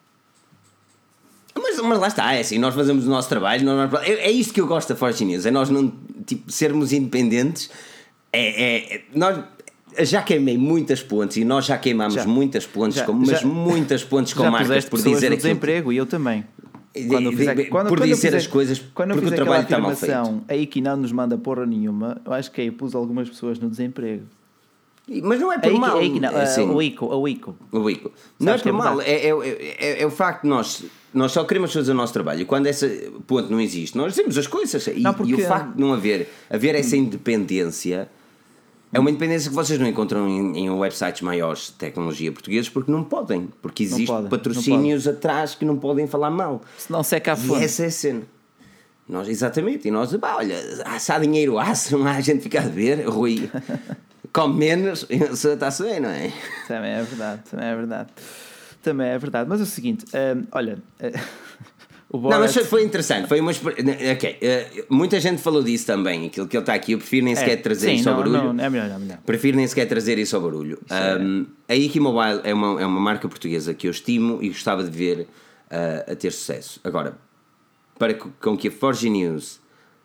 A: Mas, mas lá está, é assim, nós fazemos o nosso trabalho, nós, é, é isto que eu gosto da Forge News, é nós não, tipo, sermos independentes, é, é, é- nós já queimei muitas pontes e nós já queimámos
B: Já.
A: muitas pontes,
B: Já,
A: com, mas
B: já-
A: muitas pontes com
B: Já
A: marcas
B: puseste
A: por
B: pessoas
A: dizer
B: no
A: aquilo.
B: desemprego e eu também.
A: De-
B: Quando eu
A: de-
B: fizer,
A: de-
B: quando,
A: por
B: quando eu
A: dizer
B: fizer-
A: as coisas,
B: quando eu
A: porque o
B: fizer
A: trabalho
B: aquela
A: está mal
B: afirmação, aí que não nos manda porra nenhuma, eu acho que aí pus algumas pessoas no desemprego.
A: Mas não é por
B: Aí,
A: mal.
B: aí, não,
A: é assim.
B: o ICO, o ICO.
A: O Ico. Não é
B: Sabes que
A: por
B: é
A: mal,
B: verdade.
A: é, é, é, é o facto de nós, nós só queremos fazer o nosso trabalho e quando esse ponto não existe, nós dizemos as coisas. E,
B: Não,
A: e
B: porque-
A: o facto de não haver, haver essa independência é uma independência que vocês não encontram em, em websites maiores de tecnologia portugueses porque não podem, porque existem
B: podem, não
A: patrocínios atrás que não podem falar mal.
B: Se não seca a
A: E
B: fonte.
A: essa é a cena. Nós, exatamente, e nós, pá, olha, se há dinheiro, há, se não há gente fica a ver, Rui, come menos, está-se bem, não é?
B: Também é verdade, também é verdade. Também é verdade. Mas é o seguinte, hum, olha, o Borat...
A: Não, mas foi- foi interessante, foi uma exper- ok, eh, muita gente falou disso também, aquilo que ele está aqui, eu prefiro nem sequer trazer
B: sim,
A: isso ao
B: não,
A: barulho.
B: não, é melhor, é melhor.
A: Prefiro nem sequer trazer isso ao barulho.
B: é-
A: Um, a Iki Mobile é uma, é uma marca portuguesa que eu estimo e gostava de ver uh, a ter sucesso. Agora, para que- com que a Forge News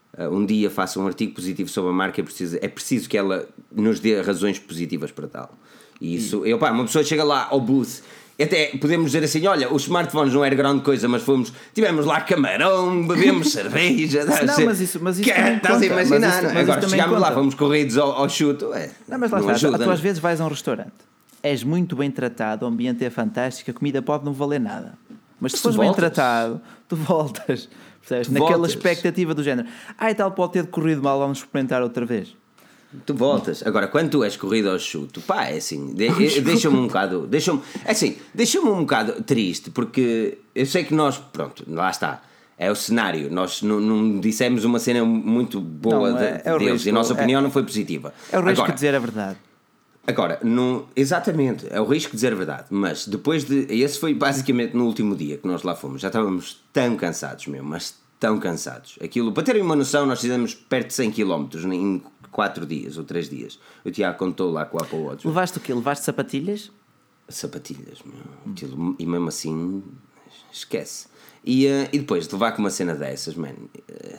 A: uh, um dia faça um artigo positivo sobre a marca, é preciso, é preciso que ela nos dê razões positivas para tal. E isso, eu, pá, uma pessoa chega lá ao booth, até podemos dizer assim: olha, os smartphones não era grande coisa, mas fomos, tivemos lá camarão, bebemos cerveja.
B: Não, mas isso, mas isso
A: que,
B: também
A: estás
B: conta,
A: a imaginar,
B: mas isso, mas
A: agora
B: isso
A: chegámos
B: conta.
A: lá, fomos corridos ao, ao chuto. É,
B: não, mas lá
A: não
B: está,
A: ajuda,
B: tu
A: não.
B: às vezes vais a um restaurante, és muito bem tratado, o ambiente é fantástico, a comida pode não valer nada. Mas se
A: Tu
B: fores bem
A: voltas.
B: tratado, tu voltas. Percebes?
A: Tu
B: Naquela
A: voltas.
B: expectativa do género. Ah, e tal, pode ter decorrido mal, vamos experimentar outra vez.
A: Tu voltas. Agora, quando tu és corrido ao chuto, pá, é assim, de, deixa-me um bocado, deixa-me, é assim, deixa-me um bocado triste, porque eu sei que nós, pronto, lá está, é o cenário, nós não, não dissemos uma cena muito boa
B: Não, é-
A: de,
B: é o
A: deles,
B: risco,
A: e a nossa
B: é-
A: opinião não foi positiva.
B: É o risco
A: Agora,
B: de dizer a verdade.
A: Agora, não, exatamente, é o risco de dizer a verdade, mas depois de, esse foi basicamente no último dia que nós lá fomos, já estávamos tão cansados mesmo, mas tão cansados. Aquilo, para terem uma noção, nós fizemos perto de cem quilómetros em quatro dias ou três dias. O Tiago contou lá com o Apple Watch.
B: Levaste o quê? Levaste sapatilhas?
A: Sapatilhas, meu. Aquilo, e mesmo assim, esquece. E, uh, e depois de levar com uma cena dessas, man. Uh,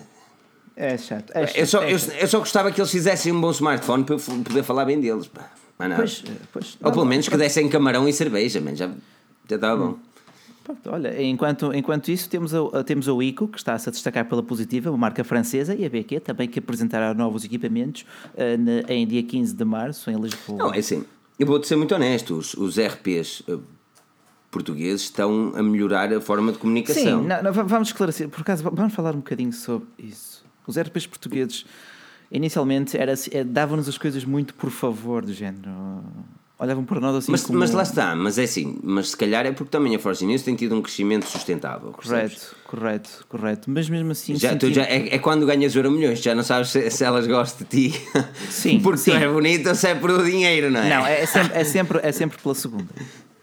B: É chato. É chato,
A: eu, só,
B: é
A: eu,
B: chato.
A: eu só gostava que eles fizessem um bom smartphone para eu f- poder falar bem deles. Pá. Mas não.
B: Pois, pois,
A: Ou pelo
B: não,
A: menos que dessem camarão e cerveja, man. Já já estava bom.
B: Pronto, olha, enquanto, enquanto isso temos a, temos a ICO, que está-se a destacar pela positiva, uma marca francesa, e a B Q também, que apresentará novos equipamentos uh, na, em dia quinze de março em Lisboa.
A: Não, é assim, eu vou-te ser muito honesto, os, os R Ps uh, portugueses estão a melhorar a forma de comunicação.
B: Sim, não, não, vamos esclarecer, por acaso, vamos falar um bocadinho sobre isso. Os R Ps portugueses, inicialmente, era, é, davam-nos as coisas muito por favor, do género. Olhavam para nós assim
A: Mas,
B: como...
A: mas lá está, mas é assim, mas se calhar é porque também a Force News tem tido um crescimento sustentável. Percebes?
B: Correto, correto, correto. Mas mesmo assim...
A: Já, tu
B: senti-
A: já, é, é quando ganhas Euro Milhões, já não sabes se, se elas gostam de ti
B: Sim,
A: porque
B: sim.
A: tu és bonito ou se é por o dinheiro, não é?
B: Não, é, é sempre, é, sempre, é sempre pela segunda.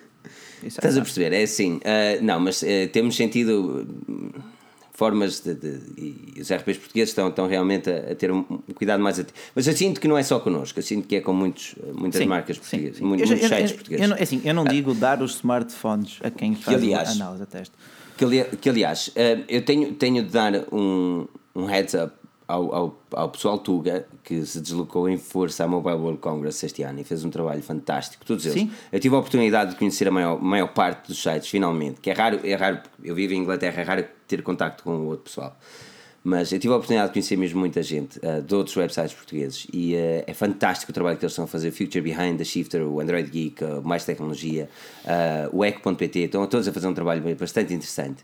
B: Isso é
A: Estás a perceber? É assim, uh, não, mas uh, temos sentido hum, formas de, de, e os R Ps portugueses estão, estão realmente a, a ter um, um cuidado mais ativo. Mas eu sinto que não é só connosco, eu sinto que é com muitos, muitas
B: Sim,
A: marcas
B: sim,
A: portuguesas,
B: sim.
A: mu-
B: Eu já-
A: muitos
B: eu-
A: sites
B: eu-
A: portugueses.
B: Eu, não, é assim, eu não digo dar os smartphones a quem faz
A: aliás-
B: a análise a teste.
A: Que, ali- que aliás, uh, eu tenho, tenho de dar um, um heads up ao, ao, ao pessoal Tuga, que se deslocou em força à Mobile World Congress este ano e fez um trabalho fantástico, todos eles.
B: Sim.
A: Eu tive a oportunidade de conhecer a maior, maior parte dos sites, finalmente, que é raro, é raro, eu vivo em Inglaterra, é raro ter contacto com o outro pessoal. Mas eu tive a oportunidade de conhecer mesmo muita gente uh, de outros websites portugueses e uh, é fantástico o trabalho que eles estão a fazer. Future Behind, a Shifter, o Android Geek, uh, Mais Tecnologia, uh, o eco ponto pt, estão todos a fazer um trabalho bastante interessante.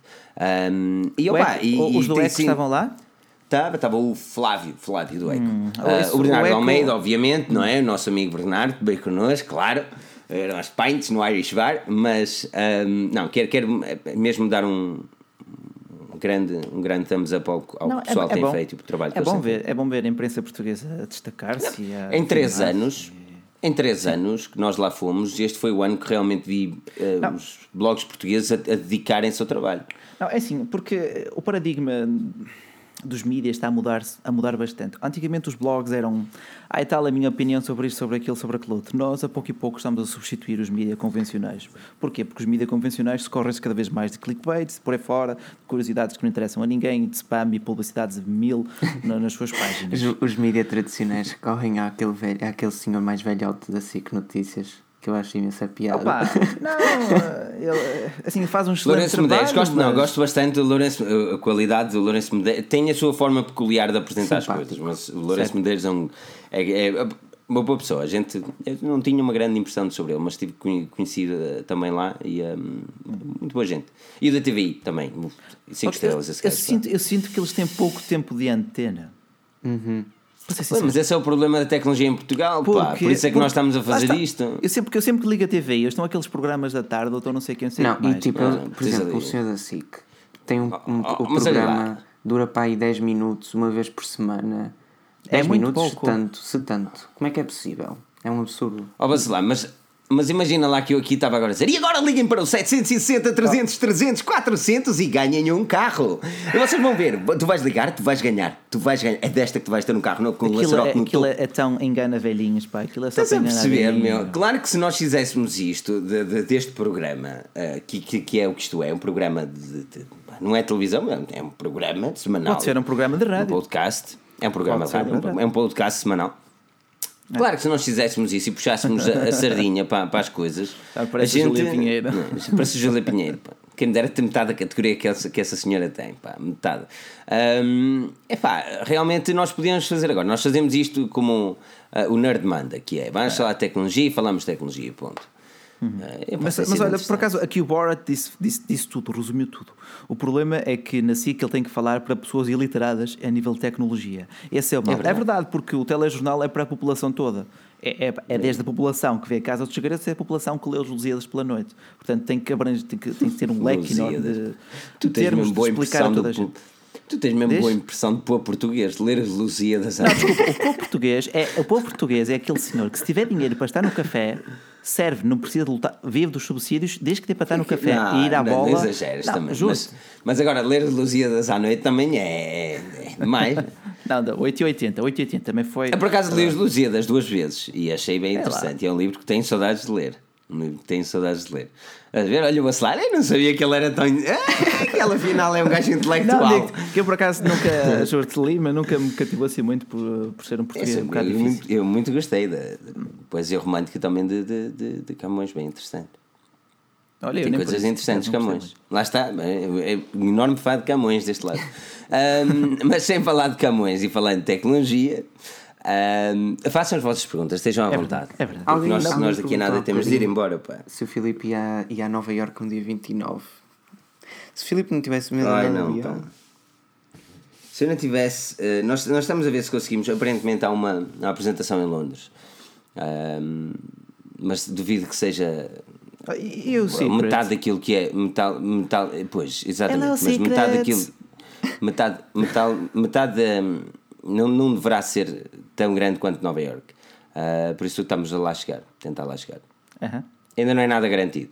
A: Um, e,
B: O
A: opa,
B: Eco-
A: e,
B: os
A: e
B: do
A: tem
B: Eco
A: sim-
B: estavam lá?
A: Estava, estava o Flávio, Flávio do Eco.
B: Hum,
A: Uh,
B: isso,
A: o Bernardo
B: o Eco-
A: Almeida, obviamente, não é? O nosso amigo Bernardo, bem connosco, claro. Eram as pints no Irish Bar, mas um, não, quero, quero mesmo dar um, um, grande, um grande thumbs up ao, ao
B: Não,
A: que o pessoal tem
B: bom.
A: feito e o trabalho que
B: É
A: eles
B: bom
A: têm
B: ver, é bom ver a imprensa portuguesa a destacar-se. e a
A: Em três
B: afirmar-se.
A: anos, em três anos que nós lá fomos, este foi o ano que realmente vi uh,
B: Não.
A: os blogs portugueses a, a dedicarem-se ao trabalho.
B: Não, é assim, porque o paradigma dos mídias está a mudar, a mudar bastante. Antigamente os blogs eram, ah, e tal a minha opinião sobre isto, sobre aquilo, sobre aquilo outro. Nós, a pouco e pouco, estamos a substituir os mídias convencionais. Porquê? Porque os mídias convencionais socorrem-se cada vez mais de clickbait, por aí fora, de curiosidades que não interessam a ninguém, de spam e publicidades de mil na- nas suas páginas.
C: Os, os mídias tradicionais correm àquele, velho, àquele senhor mais velhote da S I C Notícias, que eu acho imensa piada.
B: Opa, não, ele assim, faz um excelente
A: Lourenço
B: trabalho.
A: Medeiros, gosto, não,
B: mas-
A: gosto bastante do Lourenço, a qualidade do Lourenço Medeiros, tem a sua forma peculiar de apresentar as
C: Simpático.
A: coisas, mas o Lourenço
B: Certo.
A: Medeiros é, um, é, é uma boa pessoa. A gente, eu não tinha uma grande impressão sobre ele, mas tive conhe- conhecido eh, também lá e um, muito boa gente. E o da T V I também, cinco estrelas. Esse
B: eu,
A: gajo, pá.
B: sinto, eu sinto que eles têm pouco tempo de antena.
C: Uhum.
B: Para ser
A: Ué,
B: sincero.
A: mas esse é o problema da tecnologia em Portugal, pá.
B: Porque-
A: Por isso é que
B: porque-
A: nós estamos a
B: lá
A: fazer
B: está.
A: isto.
B: Eu sempre, porque eu sempre que ligo a T V, eles estão aqueles programas da tarde, ou estão não sei quem, não sei
C: Não,
B: o que mais.
C: e tipo,
A: Não,
C: ele-
A: não,
C: por
A: precisa
C: exemplo, o
A: de-
C: senhor da S I C tem um, um-
A: oh,
C: o
A: mas olha lá.
C: programa dura para aí dez minutos, uma vez por semana.
B: É
C: dez
B: muito
C: minutos,
B: pouco.
C: se tanto, se tanto. Como é que é possível? É um absurdo.
A: Ó, Bacelar, mas, mas imagina lá que eu aqui estava agora a dizer e agora liguem para o setecentos e sessenta, trezentos, trezentos, quatrocentos e ganhem um carro. E vocês vão ver, tu vais ligar, tu vais ganhar, tu vais ganhar. É desta que tu vais ter um carro novo com um
B: Aquilo, é,
A: laçarote no
B: aquilo
A: topo.
B: é, é tão engana velhinhos, pá. Aquilo é só
A: Estás
B: para
A: a
B: enganar
A: perceber,
B: velhinhos.
A: meu? Claro que se nós fizéssemos isto de, de- deste programa, uh, que, que, que é o que isto é, um programa de, de pá. Não é televisão, é um programa semanal.
B: Pode ser um programa de rádio.
A: Um podcast. É um programa
B: Pode
A: de rádio,
B: ser,
A: é um, é um podcast semanal. Claro que se nós fizéssemos isso e puxássemos a, a sardinha para, para as coisas,
B: ah, parece
A: a gente.
B: Júlia Pinheiro.
A: Não, parece Júlia Pinheiro. Pá. Quem me dera ter metade da categoria que essa, que essa senhora tem, pá, metade. Um, é pá, realmente nós podíamos fazer agora. Nós fazemos isto como uh, o Nerd manda, que é vamos falar de tecnologia e falamos de tecnologia, ponto.
B: Uhum. Uh, mas mas olha, por acaso, aqui o Borat disse, disse, disse tudo, resumiu tudo. O problema é que na S I C ele tem que falar para pessoas iliteradas a nível de tecnologia. Esse é o mal. É verdade, é verdade porque o telejornal é para a população toda. É, é, é desde a população que vê a Casa dos Segredos até a população que lê os Lusíadas pela noite. Portanto, tem que, abranger, tem que, tem que ter um leque enorme de,
A: tu
B: de termos de explicar a toda a
A: do,
B: gente.
A: Tu tens mesmo Desde? boa impressão de pôr português, de ler as Lusíadas.
B: Não, desculpa, o povo português é, o povo português é aquele senhor que se tiver dinheiro para estar no café, serve, não precisa de lutar, vive dos subsídios, desde que dê para estar no café
A: não,
B: e ir à
A: não,
B: bola.
A: Não exageres não, também. Mas, mas agora, ler as Lusíadas à noite também é, é demais.
B: Não, oito e oitenta, oito e oitenta também foi.
A: Eu por acaso li as Lusíadas duas vezes e achei bem é interessante. Lá. É um livro que tenho saudades de ler. Um livro que tenho saudades de ler. A ver, olha o Bacelar, eu não sabia que ele era tão. Ah, aquela final é um gajo intelectual.
B: Não, que eu por acaso nunca, Jorge Lima, nunca me cativou assim muito por, por ser um português um bocado
A: eu,
B: difícil.
A: Muito, eu muito gostei da poesia romântica também de, de, de, de Camões, bem interessante.
B: Olha,
A: tem coisas isso, interessantes, Camões. Lá está, é, é um enorme fã de Camões deste lado. um, mas sem falar de Camões e falando de tecnologia, um, façam as vossas perguntas, estejam à
B: é
A: vontade.
B: Verdade, é verdade.
A: Porque nós, se nós daqui a nada temos de ir embora. Pá.
C: Se o Filipe ia, ia a Nova Iorque no dia vinte e nove. Se o Filipe não tivesse medo
A: Ai,
C: de
A: não,
C: avião.
A: Se eu não tivesse. Uh, nós, nós estamos a ver se conseguimos. Aparentemente há uma, uma apresentação em Londres. Um, mas duvido que seja.
B: Eu sei,
A: metade daquilo que é metal, metal, pois, exatamente, mas
B: secret.
A: metade daquilo, metade, metal, metade um, não, não deverá ser tão grande quanto Nova Iorque. Uh, por isso estamos a lá chegar, tentar lá chegar.
B: Uh-huh.
A: Ainda não é nada garantido.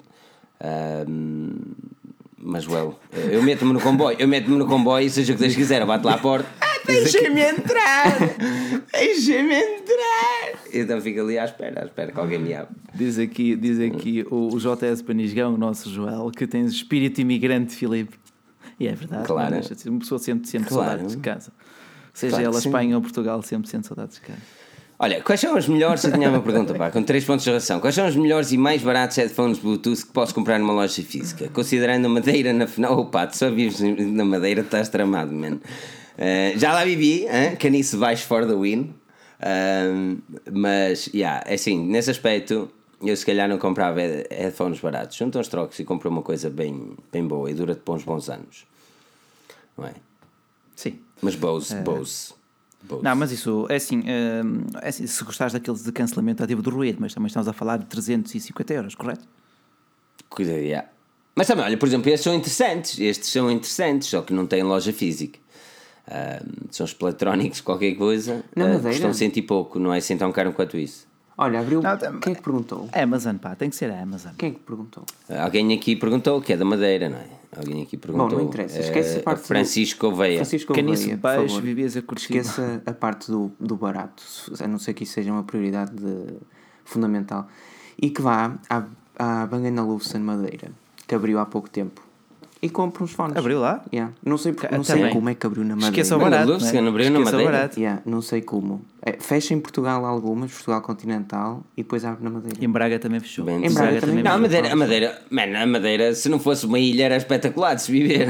A: Uh, mas well, eu meto-me no comboio, eu meto-me no comboio e seja o que Deus quiser, eu bato lá à porta. Ah, deixa-me entrar! Deixa-me entrar! Então fico ali à espera, à espera que alguém me abra.
B: Diz aqui, diz aqui o, o J S Panisgão, o nosso Joel, que tens espírito imigrante, Filipe. E é verdade,
A: claro.
B: Não, uma pessoa sempre sente
A: claro.
B: saudades de casa. Seja
A: Claro
B: ela
A: sim.
B: Espanha ou Portugal, sempre sente saudades de casa.
A: Olha, quais são os melhores, eu tinha uma pergunta, pá, com três pontos de relação. Quais são os melhores e mais baratos headphones Bluetooth que posso comprar numa loja física? Considerando a Madeira na final. Oh pá, tu só vives na Madeira, estás tramado, mano. Uh, já lá vivi, hein? Caniço baixo for the win. Uh, mas, yeah, é assim, nesse aspecto, eu se calhar não comprava headphones baratos. Junto aos trocos e compro uma coisa bem, bem boa e dura-te para uns bons anos. Não é?
B: Sim.
A: Mas Bose,
B: Uh...
A: Bose. Bose.
B: Não, mas isso é assim, é assim, se gostares daqueles de cancelamento ativo do ruído, mas também estamos a falar de trezentos e cinquenta euros, correto?
A: Cuidado, yeah. Mas também, olha, por exemplo, estes são interessantes, estes são interessantes, só que não têm loja física. Um, são os eletrónicos, qualquer coisa, uh, custam cento e pouco, não é assim tão caro quanto isso.
C: Olha, abriu.
B: Não, tam-
C: Quem é que perguntou?
B: A Amazon, pá, tem que ser a Amazon.
C: Quem é que perguntou?
A: Uh, alguém aqui perguntou, que é da Madeira, não é? Alguém aqui perguntou.
C: Bom, não interessa, esquece a
A: uh,
C: parte
A: Francisco
C: do...
A: Oveia.
C: Francisco
B: Caniço
C: Oveia, por
B: baixo,
C: favor.
B: vivias a curtir.
C: Esqueça a parte do, do barato, a não ser que isso seja uma prioridade de- fundamental. E que vá à, à Bang Olufsen Madeira, que abriu há pouco tempo. E compre uns fones.
B: Abriu lá?
C: Yeah. Não sei, por-
B: Ca-
C: não sei
B: também.
C: como é que abriu na Madeira.
B: Esqueça o
A: Bang
B: barato,
A: Olufsen,
B: não é?
A: abriu na
B: Esqueça o
A: Madeira?
B: barato.
C: Yeah, não sei como. É, fecha em Portugal algumas, Portugal continental, e depois abre na Madeira.
B: Em Braga também fechou.
A: Bem,
B: Em
A: em
C: Braga também
A: Não, a
C: fechou.
A: Madeira, a Madeira, man, a Madeira, se não fosse uma ilha, era espetacular de se viver.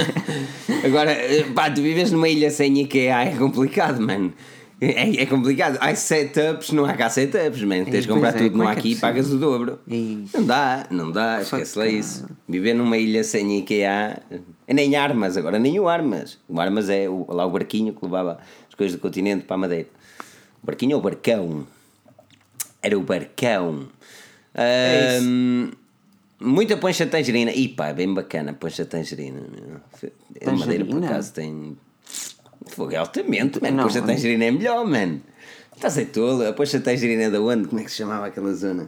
A: Agora, pá, tu vives numa ilha sem IKEA é complicado, mano. É, é complicado. Há setups, não há cá setups, man. Tens de comprar
C: pois é,
A: tudo
C: como
A: no
C: é que é
A: aqui e
C: possível?
A: pagas o dobro.
C: Isso.
A: Não dá, não dá, esquece lá
C: cara.
A: isso. Viver numa ilha sem IKEA, nem armas, agora nem o armas. O armas é o, lá o barquinho que levava as coisas do continente para a Madeira. O barquinho ou o barcão? Era o barcão.
B: É isso.
A: Ahm, muita poncha de tangerina. Ih pá, bem bacana a poncha de tangerina. meu. A Madeira por
C: Tangerina?
A: acaso tem. Fogo é altamente, mano.
C: Não,
A: Poncha de tangerina é melhor, mano. Estás aí tolo. A poncha de tangerina é da onde? Como é que se chamava aquela zona?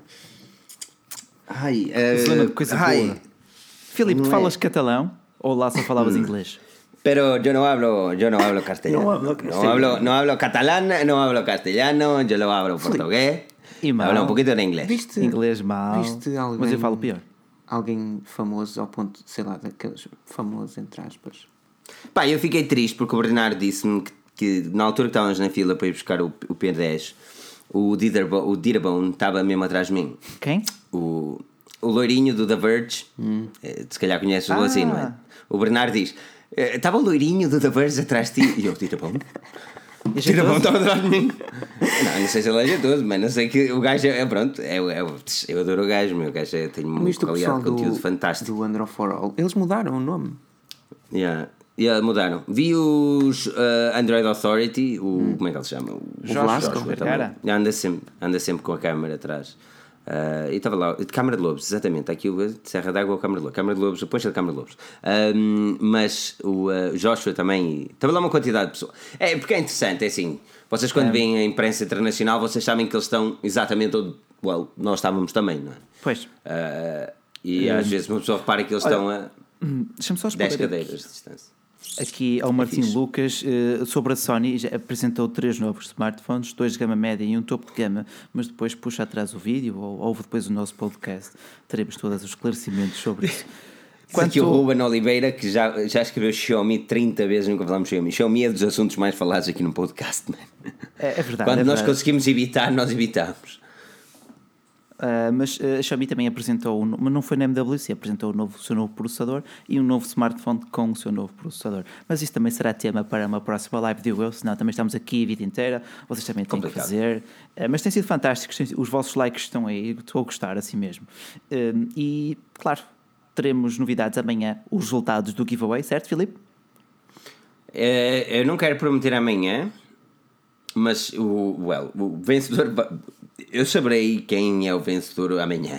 A: Ai, uh,
B: Zona de coisa
A: ai.
B: boa. Filipe, tu
A: Não é.
B: falas catalão ou lá só falavas inglês?
A: Pero yo no hablo, yo no hablo castellano.
B: No hablo
A: No
B: castellano.
A: hablo, no hablo catalán, no hablo castellano, yo lo hablo portugués.
B: Y mal.
A: Hablo un poquito de inglés.
C: Viste,
B: Inglês mal,
C: viste alguém,
B: mas eu falo pior.
C: alguém famoso ao ponto, sei lá, daqueles famosos, entre aspas.
A: Pá, eu fiquei triste porque o Bernardo disse-me que, que na altura que estávamos na fila para ir buscar o, o P dez, o Dieterbone estava mesmo atrás de mim.
B: Quem?
A: O, o loirinho do The Verge, hum. se calhar conheces o
B: ah.
A: assim, não é? O Bernardo diz: estava o loirinho do The Verge atrás de ti. E eu, Dieterbone? O Dieterbone estava atrás de mim. Não, não sei se ele é jeitoso, mas não sei que o gajo é, pronto, é, é, eu adoro o gajo, meu gajo é, tem uma qualidade de conteúdo fantástico.
C: Do Under for All, eles mudaram o nome.
A: Yeah. Yeah, mudaram. Vi os uh, Android Authority, o, hum. como é que ele se chama? O,
C: o Velasco.
A: Anda sempre, anda sempre com a câmera atrás. Uh, e estava lá, de Câmara de Lobos, exatamente. Aqui o Serra d'Água, Câmara de Lobos, Câmara de Lobos, a poncha de Câmara de Lobos. Um, mas o uh, Joshua também. Estava lá uma quantidade de pessoas. É porque é interessante, é assim. Vocês, quando é. veem a imprensa internacional, vocês sabem que eles estão exatamente onde well, nós estávamos também, não é?
B: Pois.
A: Uh, e um, às vezes uma pessoa repara que eles olha, estão a
B: deixa-me só
A: dez cadeiras de distância.
B: Aqui ao Martim é Lucas, uh, sobre a Sony, já apresentou três novos smartphones, dois de gama média e um topo de gama, mas depois puxa atrás o vídeo ou ouve depois o nosso podcast, teremos todos os esclarecimentos sobre isso.
A: Quanto... Aqui o Ruben Oliveira, que já, já escreveu Xiaomi trinta vezes, nunca falamos Xiaomi. Xiaomi é dos assuntos mais falados aqui no podcast, man.
B: É, é verdade.
A: Quando
B: é
A: nós
B: verdade.
A: conseguimos evitar, nós evitamos.
B: Uh, mas uh, a Xiaomi também apresentou, um, mas não foi na M W C, apresentou o, novo, o seu novo processador e um novo smartphone com o seu novo processador. Mas isso também será tema para uma próxima live, digo eu, senão também estamos aqui a vida inteira, vocês também têm Complicado. que fazer. Uh, mas tem sido fantástico, os vossos likes estão aí, estou a gostar assim mesmo. Uh, e, claro, teremos novidades amanhã, os resultados do giveaway, certo, Filipe?
A: Uh, eu não quero prometer amanhã, mas o, well, o vencedor... Eu saberei quem é o vencedor amanhã.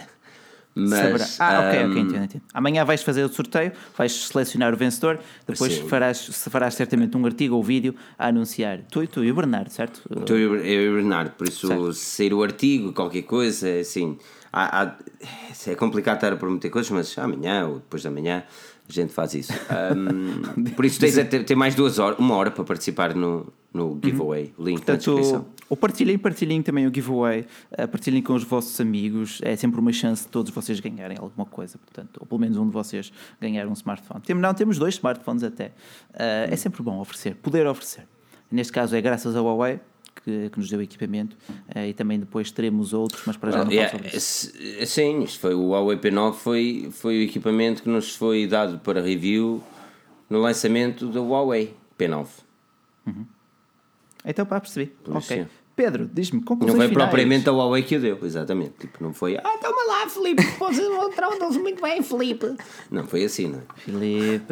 A: Mas,
B: ah, ok,
A: um...
B: ok, entendo, entendo. Amanhã vais fazer o sorteio, vais selecionar o vencedor, depois farás, farás certamente um artigo ou vídeo a anunciar. Tu e tu e o Bernardo, certo?
A: Tu e eu e o Bernardo, por isso certo. Se sair o artigo, qualquer coisa, assim, há, há, é complicado estar a prometer coisas, mas amanhã ou depois de amanhã a gente faz isso. Um, por isso tens a ter, ter mais duas horas, uma hora para participar no, no giveaway, uhum. Link Portanto, na descrição.
B: Ou partilhem, partilhem também o giveaway, uh, partilhem com os vossos amigos, é sempre uma chance de todos vocês ganharem alguma coisa, portanto, ou pelo menos um de vocês ganhar um smartphone. Temos, não, temos dois smartphones até. Uh, é sempre bom oferecer, poder oferecer. Neste caso é graças ao Huawei, que, que nos deu equipamento, uh, e também depois teremos outros, mas para já não
A: yeah,
B: falo sobre isso.
A: Sim, isto foi o Huawei P nove, foi, foi o equipamento que nos foi dado para review no lançamento do Huawei P nove.
B: Uhum. Então, pá, percebi. Por ok. Isso, Pedro, diz-me, conclusões
A: Não foi
B: finais.
A: propriamente a Huawei que o deu, exatamente. Tipo, não foi, ah, toma lá, Filipe, vocês tratam-se muito bem, Filipe. Não foi assim, não é?
B: Filipe.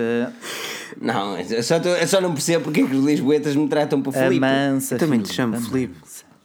A: Não, eu só, tô, eu só não percebo porque é que os lisboetas me tratam por Filipe.
B: Amansa,
C: eu também
B: Filipe,
C: te chamo Filipe.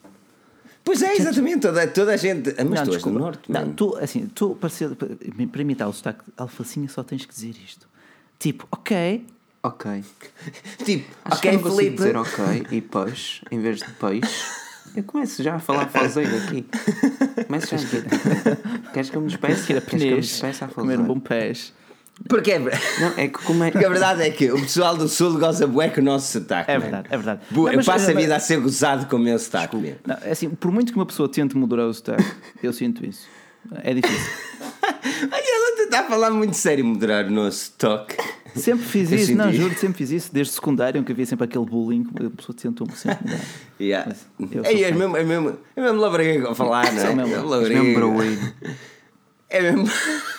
A: Pois é, exatamente, toda, toda a gente. Ah, mas
B: não,
A: tu és
B: desculpa.
A: do norte,
B: não,
A: mano.
B: tu, assim, tu, para, ser, para imitar o sotaque alfacinha, só tens que dizer isto. Tipo, ok.
C: Ok.
A: Tipo,
C: Acho
A: ok,
C: que eu não
A: Filipe.
C: dizer ok e peixe em vez de peixe. Eu começo já a falar falseiro aqui. Começo já a dizer. Queres que eu me despeça?
B: Queres
C: que eu me despeça a
B: comer um bom peixe.
A: Porque é,
C: não, é que como é...
A: Porque a verdade é que o pessoal do Sul goza bué com o nosso sotaque.
B: É
A: man.
B: verdade, é verdade.
A: Bu-
B: Não,
A: eu
B: mas-
A: passo a
B: mas-
A: vida a ser gozado com o meu sotaque. mesmo.
B: Não, é assim, por muito que uma pessoa tente moderar o sotaque, eu sinto isso. É difícil.
A: Ai, ela está a falar muito sério moderar o nosso toque.
B: Sempre fiz
A: Eu
B: isso,
A: senti.
B: não, juro, sempre fiz isso. Desde secundário, em que havia sempre aquele bullying, a pessoa tentou-me sempre mudar.
A: Yeah.
B: Mas eu
A: Ei,
B: sou
A: é,
B: fã.
A: mesmo, é mesmo, é mesmo labrega a falar, não é?
B: Sou mesmo.
A: É
C: És
A: labrega.
C: mesmo broeiro.
A: É mesmo.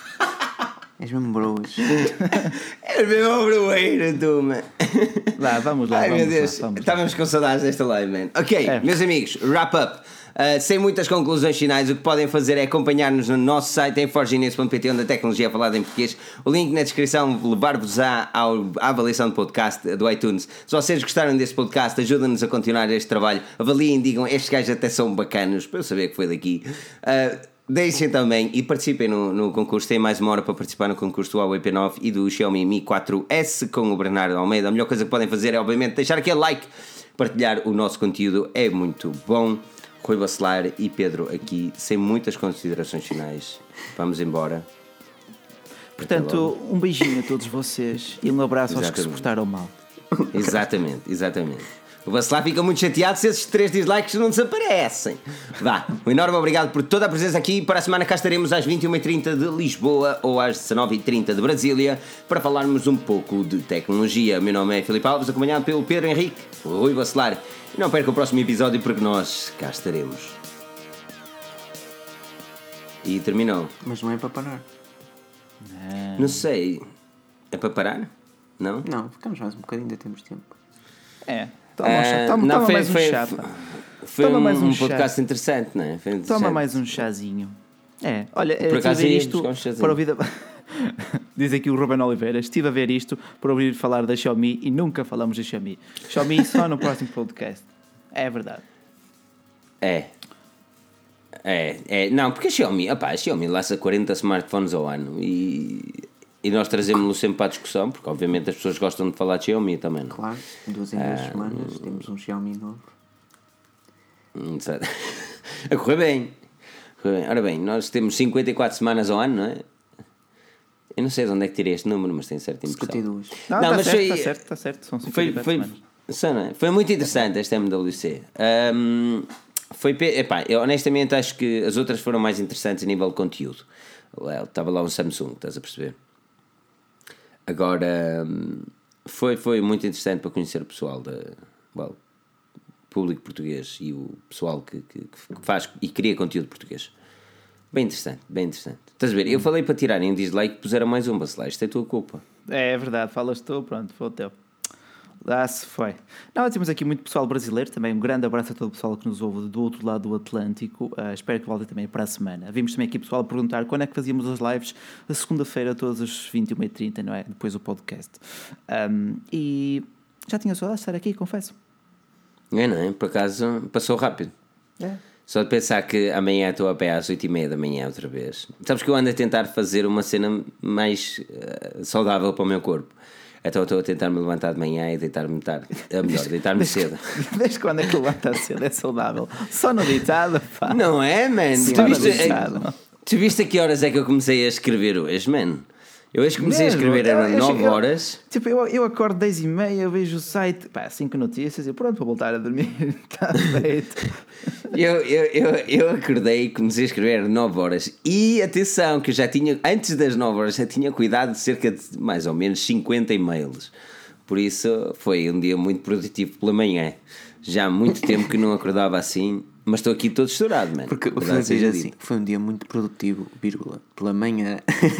C: És mesmo broas.
A: É mesmo broeiro, tu, man.
B: Vá, vamos lá.
A: Ai
B: vamos
A: meu Deus,
B: lá, vamos lá.
A: estávamos com saudades desta live, man. Ok,
B: É.
A: meus amigos, wrap up. Uh, sem muitas conclusões finais, o que podem fazer é acompanhar-nos no nosso site em forge ines ponto pt, onde a tecnologia é falada em português. O link na descrição levar-vos à, ao- à avaliação do podcast do iTunes. Se vocês gostaram deste podcast, ajudem-nos a continuar este trabalho. Avaliem, digam, estes gajos até são bacanos, para eu saber que foi daqui. Uh, Deixem também e participem no, no concurso. Tem mais uma hora para participar no concurso do Huawei P nove e do Xiaomi Mi quatro S com o Bernardo Almeida. A melhor coisa que podem fazer é, obviamente, deixar aquele like, partilhar o nosso conteúdo, é muito bom. Rui Bacelar e Pedro aqui, sem muitas considerações finais. Vamos embora.
B: Portanto, um beijinho a todos vocês e um abraço aos que se
A: Exatamente.
B: portaram mal.
A: Exatamente, exatamente. O Bacelar fica muito chateado se esses três dislikes não desaparecem. Vá, um enorme obrigado por toda a presença aqui. Para a semana cá estaremos às vinte e uma e trinta de Lisboa ou às dezanove e trinta de Brasília para falarmos um pouco de tecnologia. O meu nome é Filipe Alves, acompanhado pelo Pedro Henrique, o Rui Bacelar. E não perca o próximo episódio porque nós cá estaremos. E terminou.
C: Mas não é para parar.
B: Não,
A: Não sei. É para parar? Não?
C: Não, ficamos mais um bocadinho, ainda temos tempo.
B: É. Toma, um chá,
A: Ah,
B: toma,
A: não,
B: toma
A: foi,
B: mais um
A: foi,
B: chá.
A: foi,
B: pá.
A: foi
B: Toma
A: um,
B: mais um
A: um
B: chá.
A: podcast interessante, não é? Foi
B: Toma
A: interessante.
B: mais um chazinho. É, olha,
A: Por
B: estive a
A: acaso
B: ver
A: ia
B: isto
A: buscar um chazinho.
B: para ouvir. Diz aqui o Ruben Oliveira: estive a ver isto para ouvir falar da Xiaomi e nunca falamos da Xiaomi. Xiaomi só no próximo podcast. É verdade.
A: É. É, é. Não, porque a Xiaomi, opá, a Xiaomi lança quarenta smartphones ao ano e, e nós trazemos-lo sempre para a discussão, porque obviamente as pessoas gostam de falar de Xiaomi também. Não?
C: Claro, duas em duas semanas temos um Xiaomi novo.
A: Hum, sabe? A correr bem. A correr bem. Ora bem, nós temos cinquenta e quatro semanas ao ano, não é? Eu não sei de onde é que tirei este número, mas tenho certa impressão.
C: cinquenta e duas.
B: Não,
A: Não,
B: está
A: mas
B: certo,
A: foi-
B: está certo, está certo. São
A: Foi,
B: cinquenta e quatro
A: foi,
B: semanas.
A: só, não é? Foi muito interessante esta M W C. Ahm, foi, pe- epá, eu honestamente acho que as outras foram mais interessantes a nível de conteúdo. Well, estava lá um Samsung, estás a perceber? Agora, hum, foi, foi muito interessante para conhecer o pessoal da, well, público português e o pessoal que, que, que faz e cria conteúdo português. Bem interessante, bem interessante. Estás a ver? Eu falei para tirarem um dislike e puseram mais um Bacelar. Isto é tua culpa.
B: É, é verdade, falas tu, pronto, foi o teu. Lá se foi. Não, temos aqui muito pessoal brasileiro também. Um grande abraço a todo o pessoal que nos ouve do outro lado do Atlântico. Uh, espero que voltem também para a semana. Vimos também aqui pessoal a perguntar quando é que fazíamos as lives. A segunda-feira, todas as vinte e uma e trinta, não é? Depois do podcast. Um, e já tinha saudade de estar aqui, confesso.
A: É, não é? Por acaso passou rápido.
B: É.
A: Só de pensar que amanhã estou a pé às oito e meia da manhã outra vez. Sabes que eu ando a tentar fazer uma cena mais uh, saudável para o meu corpo. Então estou a tentar me levantar de manhã e deitar-me tarde. É melhor, deitar-me cedo.
B: Desde quando é que levanta cedo? É saudável. Só no deitado, pá.
A: Não é, man?
B: Sim,
A: Tu
B: ora,
A: viste,
B: deitado.
A: tu viste a que horas é que eu comecei a escrever hoje, man? Eu hoje comecei
B: Mesmo?
A: a escrever, eram
B: Eu- eu-
A: nove
B: eu-
A: horas.
B: Tipo, eu, eu acordo dez e meia, eu vejo o site, pá, cinco notícias e pronto, vou voltar a dormir. Está feito.
A: Eu, eu, eu, eu acordei e comecei a escrever nove horas. E atenção, que eu já tinha, antes das nove horas, já tinha cuidado de cerca de mais ou menos cinquenta e-mails. Por isso foi um dia muito produtivo pela manhã. Já há muito tempo que não acordava assim, mas estou aqui todo estourado, mano.
C: Porque
A: Verdade
C: foi,
A: seja
C: assim,
A: dita.
C: foi um dia muito produtivo, vírgula, pela manhã.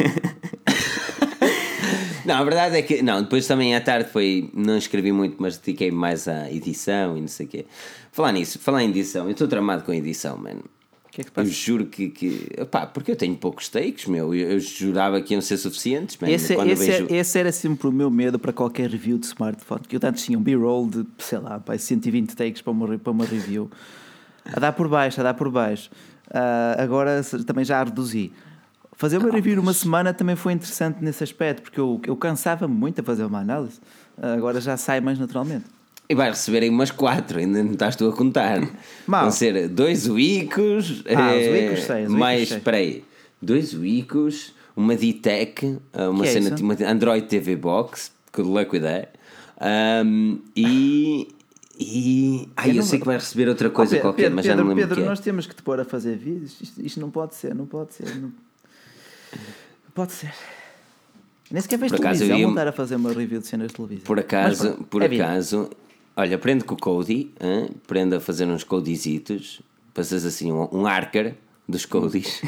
A: Não, a verdade é que não, depois também à tarde foi, não escrevi muito, mas dediquei mais à edição e não sei o quê. Falar nisso, falar em edição, eu estou tramado com a edição, mano.
B: O que é que
A: Eu
B: passa?
A: juro que, que pá, porque eu tenho poucos takes, meu. Eu, eu jurava que iam ser suficientes, mano.
B: Esse,
A: Quando eu
B: esse,
A: vejo...
B: é- esse era sempre o meu medo para qualquer review de smartphone. Que eu tanto tinha um B-roll de, sei lá, pá, cento e vinte takes para uma, re- para uma review. A dar por baixo, a dar por baixo. Ah, agora se- também já a reduzi. Fazer uma review numa semana também foi interessante nesse aspecto, porque eu, eu cansava-me muito a fazer uma análise. Ah, agora já sai mais naturalmente.
A: E vai receber aí umas quatro, ainda não estás tu a contar.
B: Mal.
A: Vão ser dois Wicos,
B: Ah, os
A: eh,
B: Wicos sei, os Wicos
A: mais,
B: sei.
A: espera aí, dois Wicos, uma D-Tech, uma
B: Que é
A: cena,
B: isso?
A: uma Android T V Box, que de luck with that, um, e... E. Ai, eu,
B: Eu não
A: sei
B: vou-
A: que vai receber outra coisa
B: Pedro,
A: qualquer,
B: Pedro,
A: mas já
B: Pedro,
A: não lembro o
B: Pedro,
A: que é.
B: nós temos que te pôr a fazer vídeos. Isto, isto não pode ser, não pode ser. Não, não pode ser. Nem sequer vês
A: Por acaso,
B: televisão,
A: eu ia-
B: voltar a fazer uma review de cenas de televisão.
A: Por acaso,
B: Mas pronto,
A: por
B: é vida.
A: acaso, olha, aprende com o Cody, hein? Aprende a fazer uns codicitos, passas assim um, um arcar dos codis.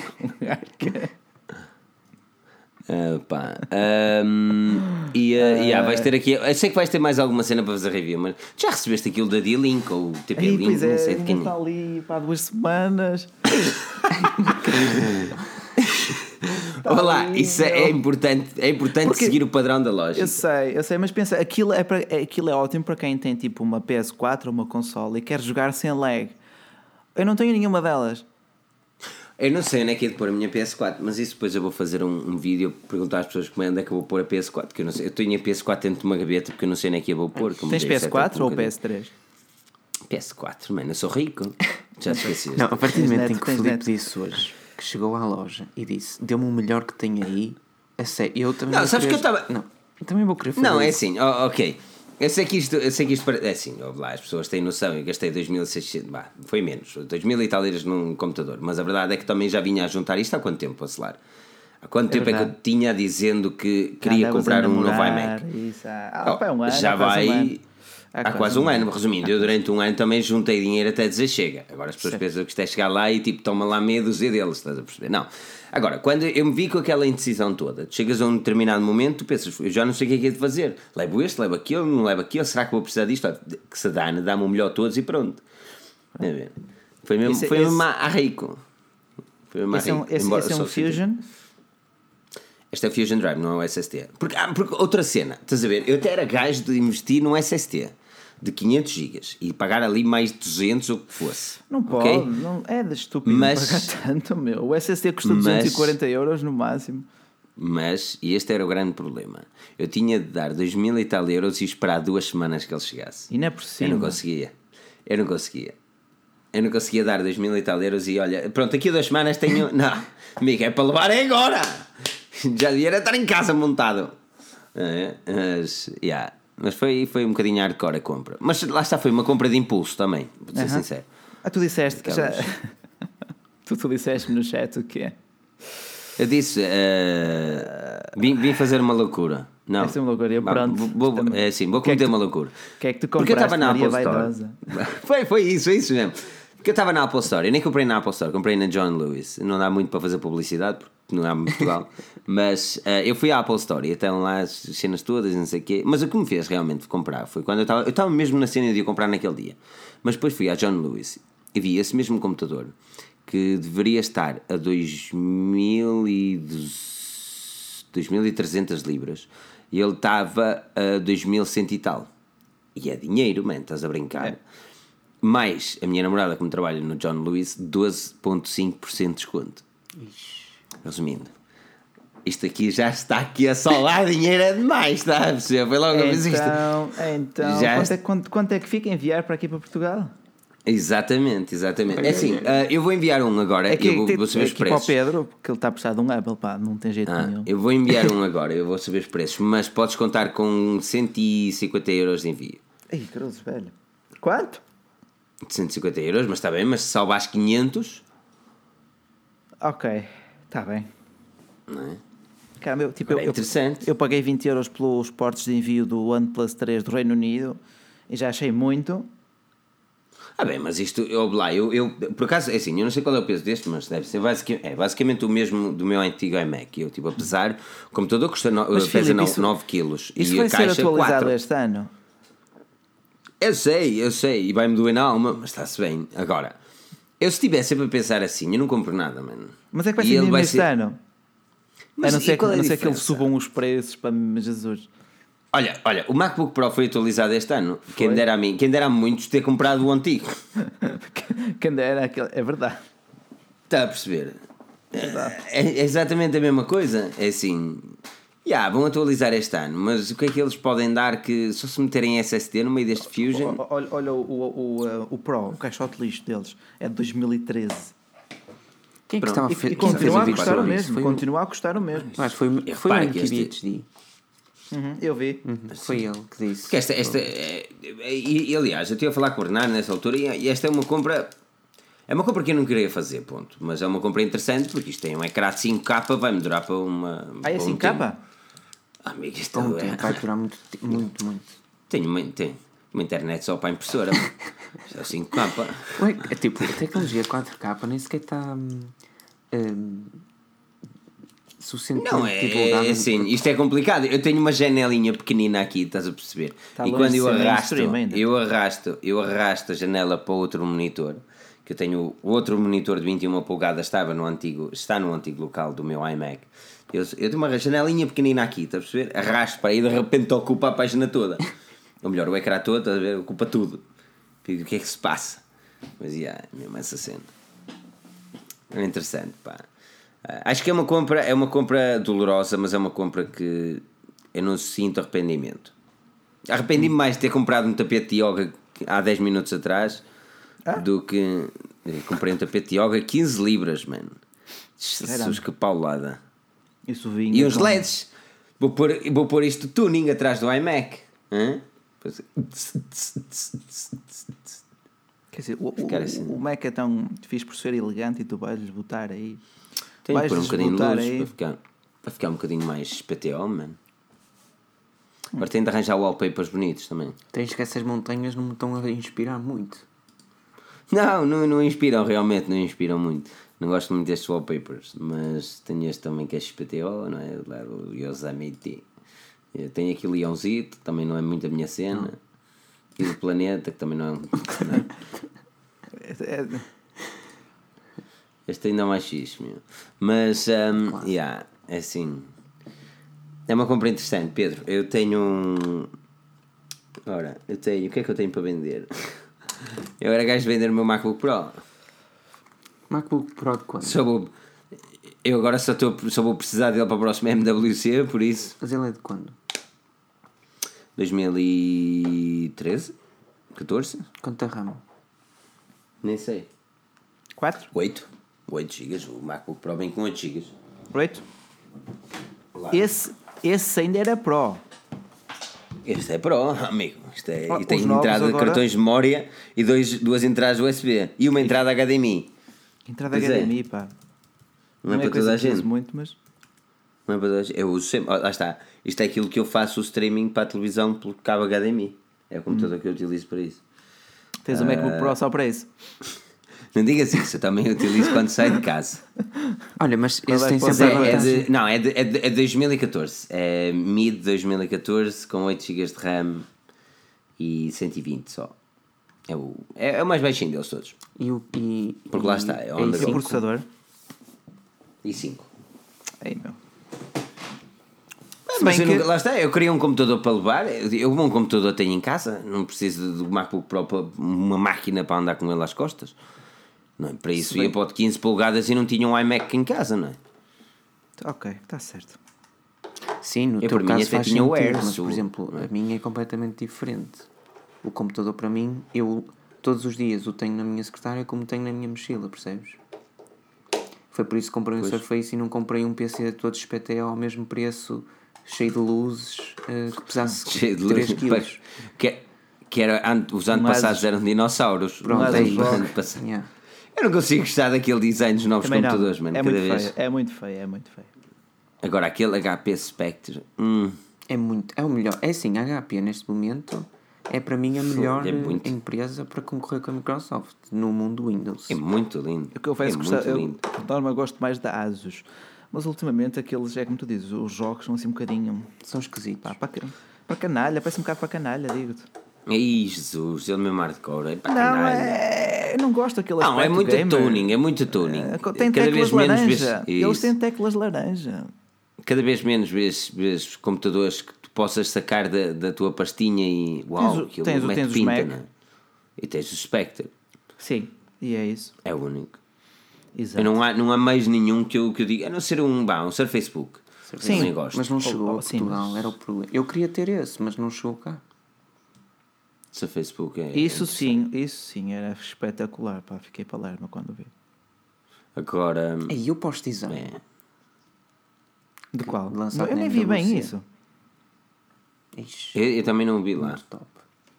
A: Ah, pá. Ahm, e uh, yeah, vais ter aqui. Eu sei que vais ter mais alguma cena para fazer review, mas já recebeste aquilo da D-Link ou T P
B: Aí,
A: Link,
B: pois
A: não
B: é,
A: sei de
B: ainda
A: quem.
B: está ali para há duas semanas.
A: Olá,
B: ali,
A: isso é, é
B: meu.
A: importante, é importante
B: Porque-
A: seguir o padrão da loja.
B: Eu sei, eu sei, mas pensa, aquilo é, para, é- aquilo é ótimo para quem tem tipo uma P S quatro ou uma console e quer jogar sem lag. Eu não tenho nenhuma delas.
A: Eu não sei onde é que é de pôr a minha P S quatro, mas isso depois eu vou fazer um, um vídeo perguntar às pessoas como é onde é que eu vou pôr a P S quatro, que eu não sei. Eu tenho a P S quatro dentro de uma gaveta porque eu não sei onde é que eu vou pôr. como
B: Tens
A: disse,
B: P S quatro
A: é
B: ou
A: tipo um
B: P S três?
A: bocadinho- P S quatro, mano, eu sou rico. Já te esqueci.
C: Não, a partir do
B: Tens
C: momento
B: net,
C: em que o
B: tens
C: Filipe
B: net.
C: disse hoje que chegou à loja e disse dê-me o melhor que tem aí, a sério, eu também
A: Não,
C: vou
A: sabes
C: querer...
A: que eu tava-
C: Não, eu também vou querer fazer
A: Não, é
C: isso.
A: assim, ó, ok. Eu sei que isto, eu sei que isto é assim, ouve lá, as pessoas têm noção, eu gastei dois mil e seiscentos, bah, foi menos, dois mil e tal euros num computador, mas a verdade é que também já vinha a juntar isto há quanto tempo, Acelar? Há quanto
B: É
A: tempo é que
B: verdade.
A: eu tinha dizendo que queria
B: Andavas a
A: comprar um novo
B: namorar,
A: iMac?
B: Isso, há,
A: Oh,
B: pá, um ano,
A: já
B: há quase um
A: vai
B: ano.
A: há quase um ano, resumindo, eu durante um ano também juntei dinheiro até dizer chega. Agora as pessoas
B: Certo.
A: pensam que isto é chegar lá e tipo toma lá meia dúzia deles, estás a perceber? Não. Agora, quando eu me vi com aquela indecisão toda, tu chegas a um determinado momento, tu pensas, eu já não sei o que é que é de fazer. Levo este, levo aquilo, não levo aquilo, será que vou precisar disto? Olha, que se dá, dá-me o melhor de todos e pronto. Está a ver? Foi mesmo,
B: Esse-
A: foi mesmo
B: esse-
A: a rico. Foi mesmo a
B: Esse é um,
A: rico.
B: esse,
A: embora
B: esse é um
A: só senti-
B: Fusion.
A: Este é o Fusion Drive, não é o S S D. Porque, ah, porque outra cena, estás a ver? Eu até era gajo de investir num S S D de quinhentos gigas e pagar ali mais de duzentos ou o que fosse.
B: Não
A: ok?
B: pode, não, é de estúpido
A: Mas-
B: pagar tanto, meu. O S S D custa
A: Mas-
B: duzentos e quarenta euros no máximo.
A: Mas, e este era o grande problema, eu tinha de dar dois mil e tal euros e esperar duas semanas que ele chegasse.
B: E não é por
A: Eu
B: cima.
A: não conseguia. Eu não conseguia. Eu não conseguia dar dois mil e tal euros e olha, pronto, aqui a duas semanas tenho. Não, amigo, é para levar é agora! Já devia era estar em casa montado. É, mas, yeah. Mas foi, foi um bocadinho hardcore a compra. Mas lá está, foi uma compra de impulso também, vou ser
B: Aham.
A: sincero.
B: Ah, tu disseste que já.
A: Aquelas-
B: tu, tu disseste no chat o que é.
A: Eu disse, eh, vim, vim fazer uma loucura. Não.
B: Essa é uma loucura, eu
A: Vá,
B: pronto.
A: vou- vou-
B: Estamos-
A: é assim, vou
B: que é que
A: cometer
B: tu-
A: uma loucura.
B: O que é que tu
A: Porque eu
B: compraste,
A: estava na
B: Maria
A: Apple
B: Vaidosa?
A: Store. Foi, foi isso, foi isso mesmo. Porque eu estava na Apple Store, eu nem comprei na Apple Store, comprei na John Lewis. Não dá muito para fazer publicidade, porque não há em Portugal. Mas eh, eu fui à Apple Store e estão lá as cenas todas, não sei o quê. Mas o que me fez realmente comprar foi quando eu estava. Eu estava mesmo na cena de ir comprar naquele dia. Mas depois fui à John Lewis e vi esse mesmo computador que deveria estar a dois mil e trezentas libras e ele estava a dois mil e cem e tal. E é dinheiro, man, estás a brincar.
B: É.
A: Mais a minha namorada, como trabalha no John Lewis, doze vírgula cinco por cento de desconto. Resumindo, isto aqui já está aqui a solar dinheiro é demais, está a perceber? Foi logo a vez isto.
B: Então, então
A: Já
B: quanto,
A: est-
B: é, quanto, quanto é que fica enviar para aqui para Portugal?
A: Exatamente, exatamente. É assim, ah, eu vou enviar um agora,
B: É que
A: eu vou,
B: tem-
A: vou saber os
B: aqui para o
A: preços.
B: Pedro, porque ele está a precisar de um Apple, pá, não tem jeito
A: Ah,
B: nenhum.
A: eu vou enviar um agora, eu vou saber os preços, mas podes contar com cento e cinquenta euros de envio.
B: Ei, cruzes, velho. Quanto?
A: cento e cinquenta euros, mas está bem, mas se salvares quinhentos,
B: Ok, está bem.
A: não é?
B: Caramba, eu, tipo,
A: Agora
B: eu,
A: é interessante.
B: Eu, eu paguei vinte euros pelos portos de envio do OnePlus três do Reino Unido e já achei muito.
A: Ah bem, mas isto, eu, lá, eu, eu, por acaso, é assim, eu não sei qual é o peso deste, mas deve ser basicamente, é basicamente o mesmo do meu antigo iMac. Eu, tipo, apesar, o computador custa no,
B: Mas,
A: pesa
B: Filipe, isso-
A: nove quilos
B: Isso
A: e
B: vai
A: a
B: ser
A: caixa
B: atualizado
A: quatro.
B: este ano.
A: Eu sei, eu sei, e vai-me doer na alma, mas está-se bem. Agora, eu se estivesse sempre a pensar assim, eu não compro nada, mano.
B: Mas é que vai
A: E
B: ser
A: ele
B: mesmo
A: vai
B: este
A: ser-
B: ano.
A: Mas
B: a não
A: e
B: ser, que,
A: qual é
B: a
A: a
B: não ser que eles
A: diferença?
B: subam os preços para Jesus.
A: Olha, olha, o MacBook Pro foi atualizado este ano. Quem
B: Foi?
A: dera a mim, quem dera a muitos ter comprado o antigo.
B: Quem era aquele. É verdade.
A: Está a perceber?
B: verdade.
A: É, é exatamente a mesma coisa. É assim, já, vão atualizar este ano, mas o que é que eles podem dar que só se meterem S S D no meio deste Fusion?
B: O- Olha, olha o, o, o, uh, o Pro, o caixote lixo deles. É de dois mil e treze.
C: Quem é que
A: Pronto.
C: estava a
B: E,
C: fe-
B: e
C: quem fez
B: continua a
C: vídeo
B: custar o
C: sobre isso?
B: mesmo.
C: Foi,
B: Continua a custar o mesmo.
C: um- acho que foi,
A: E
C: foi o
A: repara que
C: Anki
A: este-
C: Beats, di.
B: Uhum, eu vi.
C: Foi ele que disse.
A: Porque esta, esta é, é- e, e, aliás, eu estive a falar com o Bernardo nessa altura e, e esta é uma compra. É uma compra que eu não queria fazer, ponto. Mas é uma compra interessante porque isto tem um ecrã de cinco K, vai-me durar para uma.
B: Ah, é
A: para um
B: assim,
A: tempo.
B: capa?
A: Ah, amigo, isto
C: Bom
A: é.
C: tempo, vai durar muito, te- muito, muito.
A: Tenho uma, tenho uma internet só para a impressora. Isto é cinco K.
C: Ué, é tipo, a tecnologia quatro K nem sequer está hum, hum, suficientemente
A: Não, é,
C: divulgada.
A: é assim, isto é complicado. Eu tenho uma janelinha pequenina aqui, estás a perceber?
B: Está
A: e
B: longe
A: quando
B: de
A: eu
B: ser
A: arrasto,
B: mainstream ainda.
A: eu arrasto, eu arrasto a janela para outro monitor, que eu tenho o outro monitor de vinte e uma polegadas, estava no antigo, está no antigo local do meu iMac. Eu, eu tenho uma janelinha pequenina aqui, estás a perceber? Arrasto para aí e de repente ocupa a página toda. Ou melhor, o ecrã todo, estás a ver? Ocupa tudo. Fico, o que é que se passa? Mas, yeah, é mesmo essa cena. É interessante, pá. Uh, acho que é uma compra, é uma compra dolorosa, mas é uma compra que eu não sinto arrependimento. Arrependi-me mais de ter comprado um tapete de yoga há dez minutos atrás
B: Ah?
A: do que eu comprei um tapete de yoga quinze libras, mano. Jesus, que paulada.
B: Isso vinha.
A: E uns
B: com-
A: L E Ds. Vou pôr, vou pôr isto tuning atrás do iMac. Hã? Depois...
B: Quer dizer, o,
A: Ficar
B: o,
A: assim.
B: o Mac é tão fixe por ser elegante e tu vais-lhes botar aí.
A: Tem que pôr um
B: Vais-lhes
A: bocadinho de
B: botar
A: luz
B: aí.
A: para ficar, para ficar um bocadinho mais P T O, mano. Agora tem de arranjar wallpapers bonitos também.
C: Tens que essas montanhas não me estão a inspirar muito.
A: Não, não, não inspiram realmente, não inspiram muito. Não gosto muito destes wallpapers, mas tenho este também que é X P T O, não é? O Yosemite. Eu tenho aqui o Leãozito, também não é muito a minha cena. Não. E o Planeta, que também não é um. Não é? Este ainda é mais X, meu. Mas, um, claro. yeah, é assim. É uma compra interessante, Pedro. Eu tenho um. Ora, eu tenho. O que é que eu tenho para vender? Eu era gajo de vender o meu MacBook Pro.
C: MacBook Pro de quando?
A: Só vou, eu agora só, estou, só vou precisar dele para o próximo M W C, por isso.
C: Mas ele é de quando?
A: dois mil e treze? catorze?
C: Quanta RAM?
A: Nem sei.
B: quatro?
A: oito? oito gigas. O MacBook Pro vem com oito gigas.
B: oito? Esse, esse ainda era Pro.
A: Este é Pro, amigo. Este é,
B: Ah,
A: e tem
B: os
A: entrada
B: novos
A: de
B: agora...
A: cartões de memória e dois, duas entradas U S B e uma entrada H D M I.
B: Entrada
A: Pois
B: H D M I,
A: é.
B: pá.
A: Não, não é,
B: é
A: para
B: coisa
A: toda a
B: que uso
A: gente.
B: muito, mas...
A: Não é para toda a gente. Eu uso sempre. Lá está. Isto é aquilo que eu faço o streaming para a televisão pelo cabo H D M I. É o computador hum. que eu utilizo para isso.
B: Tens o uh... MacBook Pro só para isso?
A: Não digas isso, eu também utilizo quando saio de casa.
C: Olha, mas
B: esse
C: tem
B: sempre
C: sempre
A: é, é de, Não, é de, é de é dois mil e catorze. É mid dois mil e catorze com oito gigas de RAM e cento e vinte só. É o, é, é o mais baixinho deles todos.
C: E o, e,
A: Porque
C: e,
A: lá está, é
B: E
A: o
B: o processador?
A: i cinco.
B: Aí, meu.
A: Mas eu que... nunca, lá está, eu queria um computador para levar. Eu um bom computador tenho em casa. Não preciso do MacBook Pro para uma máquina para andar com ele às costas. Não é? Para isso ia para o de quinze polegadas e não tinha um iMac em casa, não é?
B: Ok, está certo.
C: Sim, no
A: eu,
C: teu caso faz
A: tinha
C: sentido,
A: o Air,
C: mas por exemplo, a minha é completamente diferente. O computador para mim, eu todos os dias o tenho na minha secretária como tenho na minha mochila, percebes? Foi por isso que comprei um Surface e não comprei um P C todo X P T O ao mesmo preço, cheio de luzes, uh, que pesasse
A: cheio de
C: três
A: luzes
C: quilos.
A: Que, que era, os antepassados eram dinossauros.
C: Pronto, é isso.
A: Yeah. Eu não consigo gostar daquele design dos novos
B: Também
A: computadores,
B: não.
A: mano.
B: É
A: cada
B: muito
A: vez.
B: feio, é muito feio, é muito feio.
A: Agora aquele H P Spectre. Hum.
C: É muito, é o melhor. É assim, a H P neste momento é para mim a melhor
A: é muito...
C: empresa para concorrer com a Microsoft no mundo Windows.
A: É muito lindo.
B: Eu confesso
A: é
B: que
A: muito
B: eu,
A: lindo.
B: por norma, gosto mais da Asus. Mas ultimamente aqueles, é como tu dizes, os jogos são assim um bocadinho.
C: São esquisitos.
B: Pá, para, para canalha, parece um bocado para canalha, digo-te.
A: Ai Jesus, ele mesmo hardcore. É para
B: não,
A: canalha.
B: é. Eu não gosto daquele
A: Não, é muito
B: gamer.
A: tuning, é muito tuning.
B: É, tem
A: cada
B: teclas
A: vez menos
B: laranja.
A: vês,
B: Eles têm teclas laranja.
A: Cada vez menos vês, vês computadores que tu possas sacar da, da tua pastinha e uau,
B: tens,
A: aquilo
B: tens,
A: mete
B: tens
A: pinta,
B: Mac.
A: não é? E tens o Spectre.
B: Sim, e é isso.
A: É o único.
B: Exato.
A: Eu não, há, não há mais nenhum que eu, que eu diga, a não ser um, bah, um Surface Book.
B: Sim,
A: também gosto.
C: Mas não chegou
B: oh, oh,
C: a Portugal,
B: sim,
C: era o problema. Eu queria ter esse, mas não chegou cá.
A: Surface Book é.
B: Isso
A: é
B: sim, isso sim, era espetacular. Pá, fiquei para ler quando vi.
A: Agora.
C: E o post-design?
A: É.
B: De qual?
C: Lançado
B: Eu nem
C: na
B: vi bem
C: M W C.
B: isso.
C: Ixi,
A: Eu, eu também não vi lá.
C: muito top.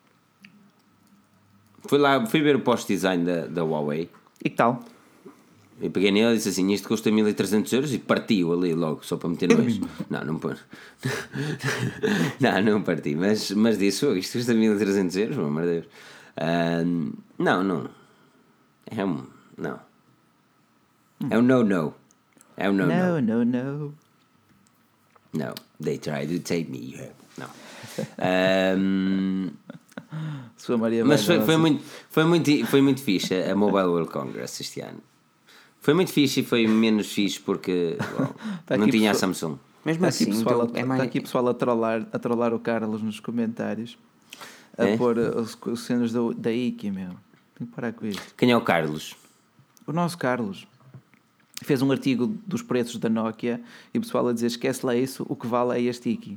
A: Fui lá, fui ver o post-design da, da Huawei.
B: E que tal?
A: Eu peguei nele e disse assim: isto custa mil e trezentos euros e partiu ali logo, só para meter nojo. Não, não pôr. Não, não parti, mas, mas disse: oh, isto custa mil e trezentos euros, pelo amor de Deus. Uh, não, não. É um. Não. É um no-no. É um no-no.
B: No, no, no.
A: No, they tried to take me. Não. Um,
B: Sua Maria
A: mas foi,
B: vai
A: foi,
B: assim.
A: muito, foi, muito, foi muito fixe a Mobile World Congress este ano. Foi muito fixe e foi menos fixe porque well,
B: Tá
A: não
B: aqui
A: tinha
B: pessoa-
A: a Samsung.
C: Mesmo
B: Está aqui,
C: assim,
B: pessoal,
C: então,
B: a,
C: é mais...
B: está aqui pessoal a trollar, a trollar o Carlos nos comentários. A
A: É?
B: pôr uh, os, os cenas da, da Iki, meu. Tenho que parar com isto.
A: Quem é o Carlos?
B: O nosso Carlos fez um artigo dos preços da Nokia e o pessoal a dizer: esquece lá isso, o que vale é este Iki.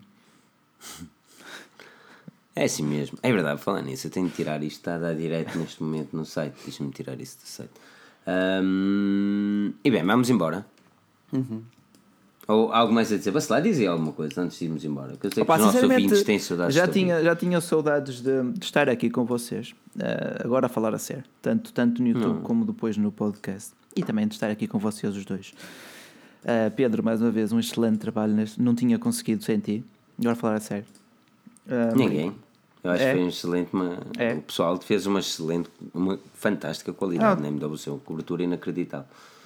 A: É assim mesmo. É verdade, falando nisso, eu tenho de tirar isto. Está a dar direto neste momento no site. Deixa-me tirar isso do site. Um, e bem, vamos embora.
C: Uhum.
A: Ou algo mais a dizer? Vai-se lá dizer alguma coisa antes de irmos embora. Que eu sei
B: Opa,
A: que os nossos
B: sinceramente,
A: ouvintes têm saudades
B: já
A: de
B: tinha, já tinha saudades de, de estar aqui com vocês, uh, agora a falar a sério, tanto, tanto no YouTube
A: Não.
B: como depois no podcast, e também de estar aqui com vocês os dois. Uh, Pedro, mais uma vez, um excelente trabalho neste, não tinha conseguido sem ti, agora a falar a sério. Uh,
A: Ninguém. Eu acho
B: É.
A: que foi um excelente. Uma,
B: É.
A: O pessoal fez uma excelente, uma fantástica qualidade
B: Ah.
A: na M W C, uma cobertura inacreditável.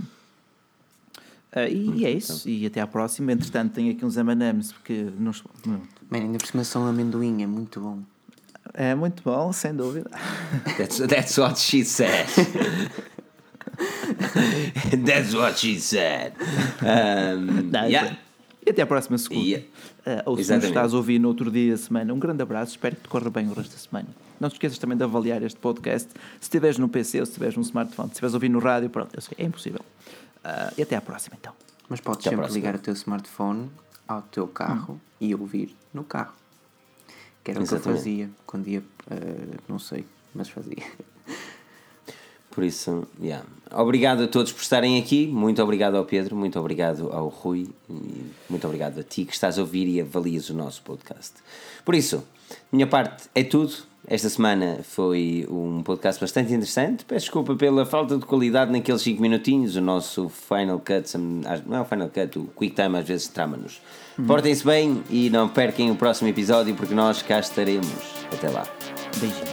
B: Uh, e, e é isso, e até à próxima. Entretanto, tenho aqui uns M and M's porque não, não,
C: Mano, ainda por cima são amendoim, é muito bom.
B: é muito bom, sem dúvida.
A: That's, that's what she said. That's what she said. Um,
B: Não,
A: yeah.
B: E até à próxima segunda.
A: Yeah.
B: Uh, ou se nos
A: Exatamente.
B: estás a ouvir no outro dia da semana, um grande abraço, espero que te corra bem o resto da semana. Não te esqueças também de avaliar este podcast. Se estiveres no P C ou se estiveres no smartphone, se estiveres a ouvir no rádio, pronto, eu sei, é impossível. Uh, e até à próxima então.
C: Mas podes
A: Até à
C: sempre
A: próxima.
C: ligar o teu smartphone ao teu carro e ouvir no carro. Que era o que eu
A: Exatamente.
C: fazia quando ia, uh, não sei, mas fazia.
A: Por isso, yeah. Obrigado a todos por estarem aqui. Muito obrigado ao Pedro, muito obrigado ao Rui e muito obrigado a ti que estás a ouvir e avalias o nosso podcast. Por isso, minha parte é tudo. Esta semana foi um podcast bastante interessante. Peço desculpa pela falta de qualidade naqueles cinco minutinhos. O nosso Final Cut, não é o Final Cut, o Quick Time às vezes trama-nos. Uhum. Portem-se bem e não percam o próximo episódio porque nós cá estaremos. Até lá.
B: Beijinhos.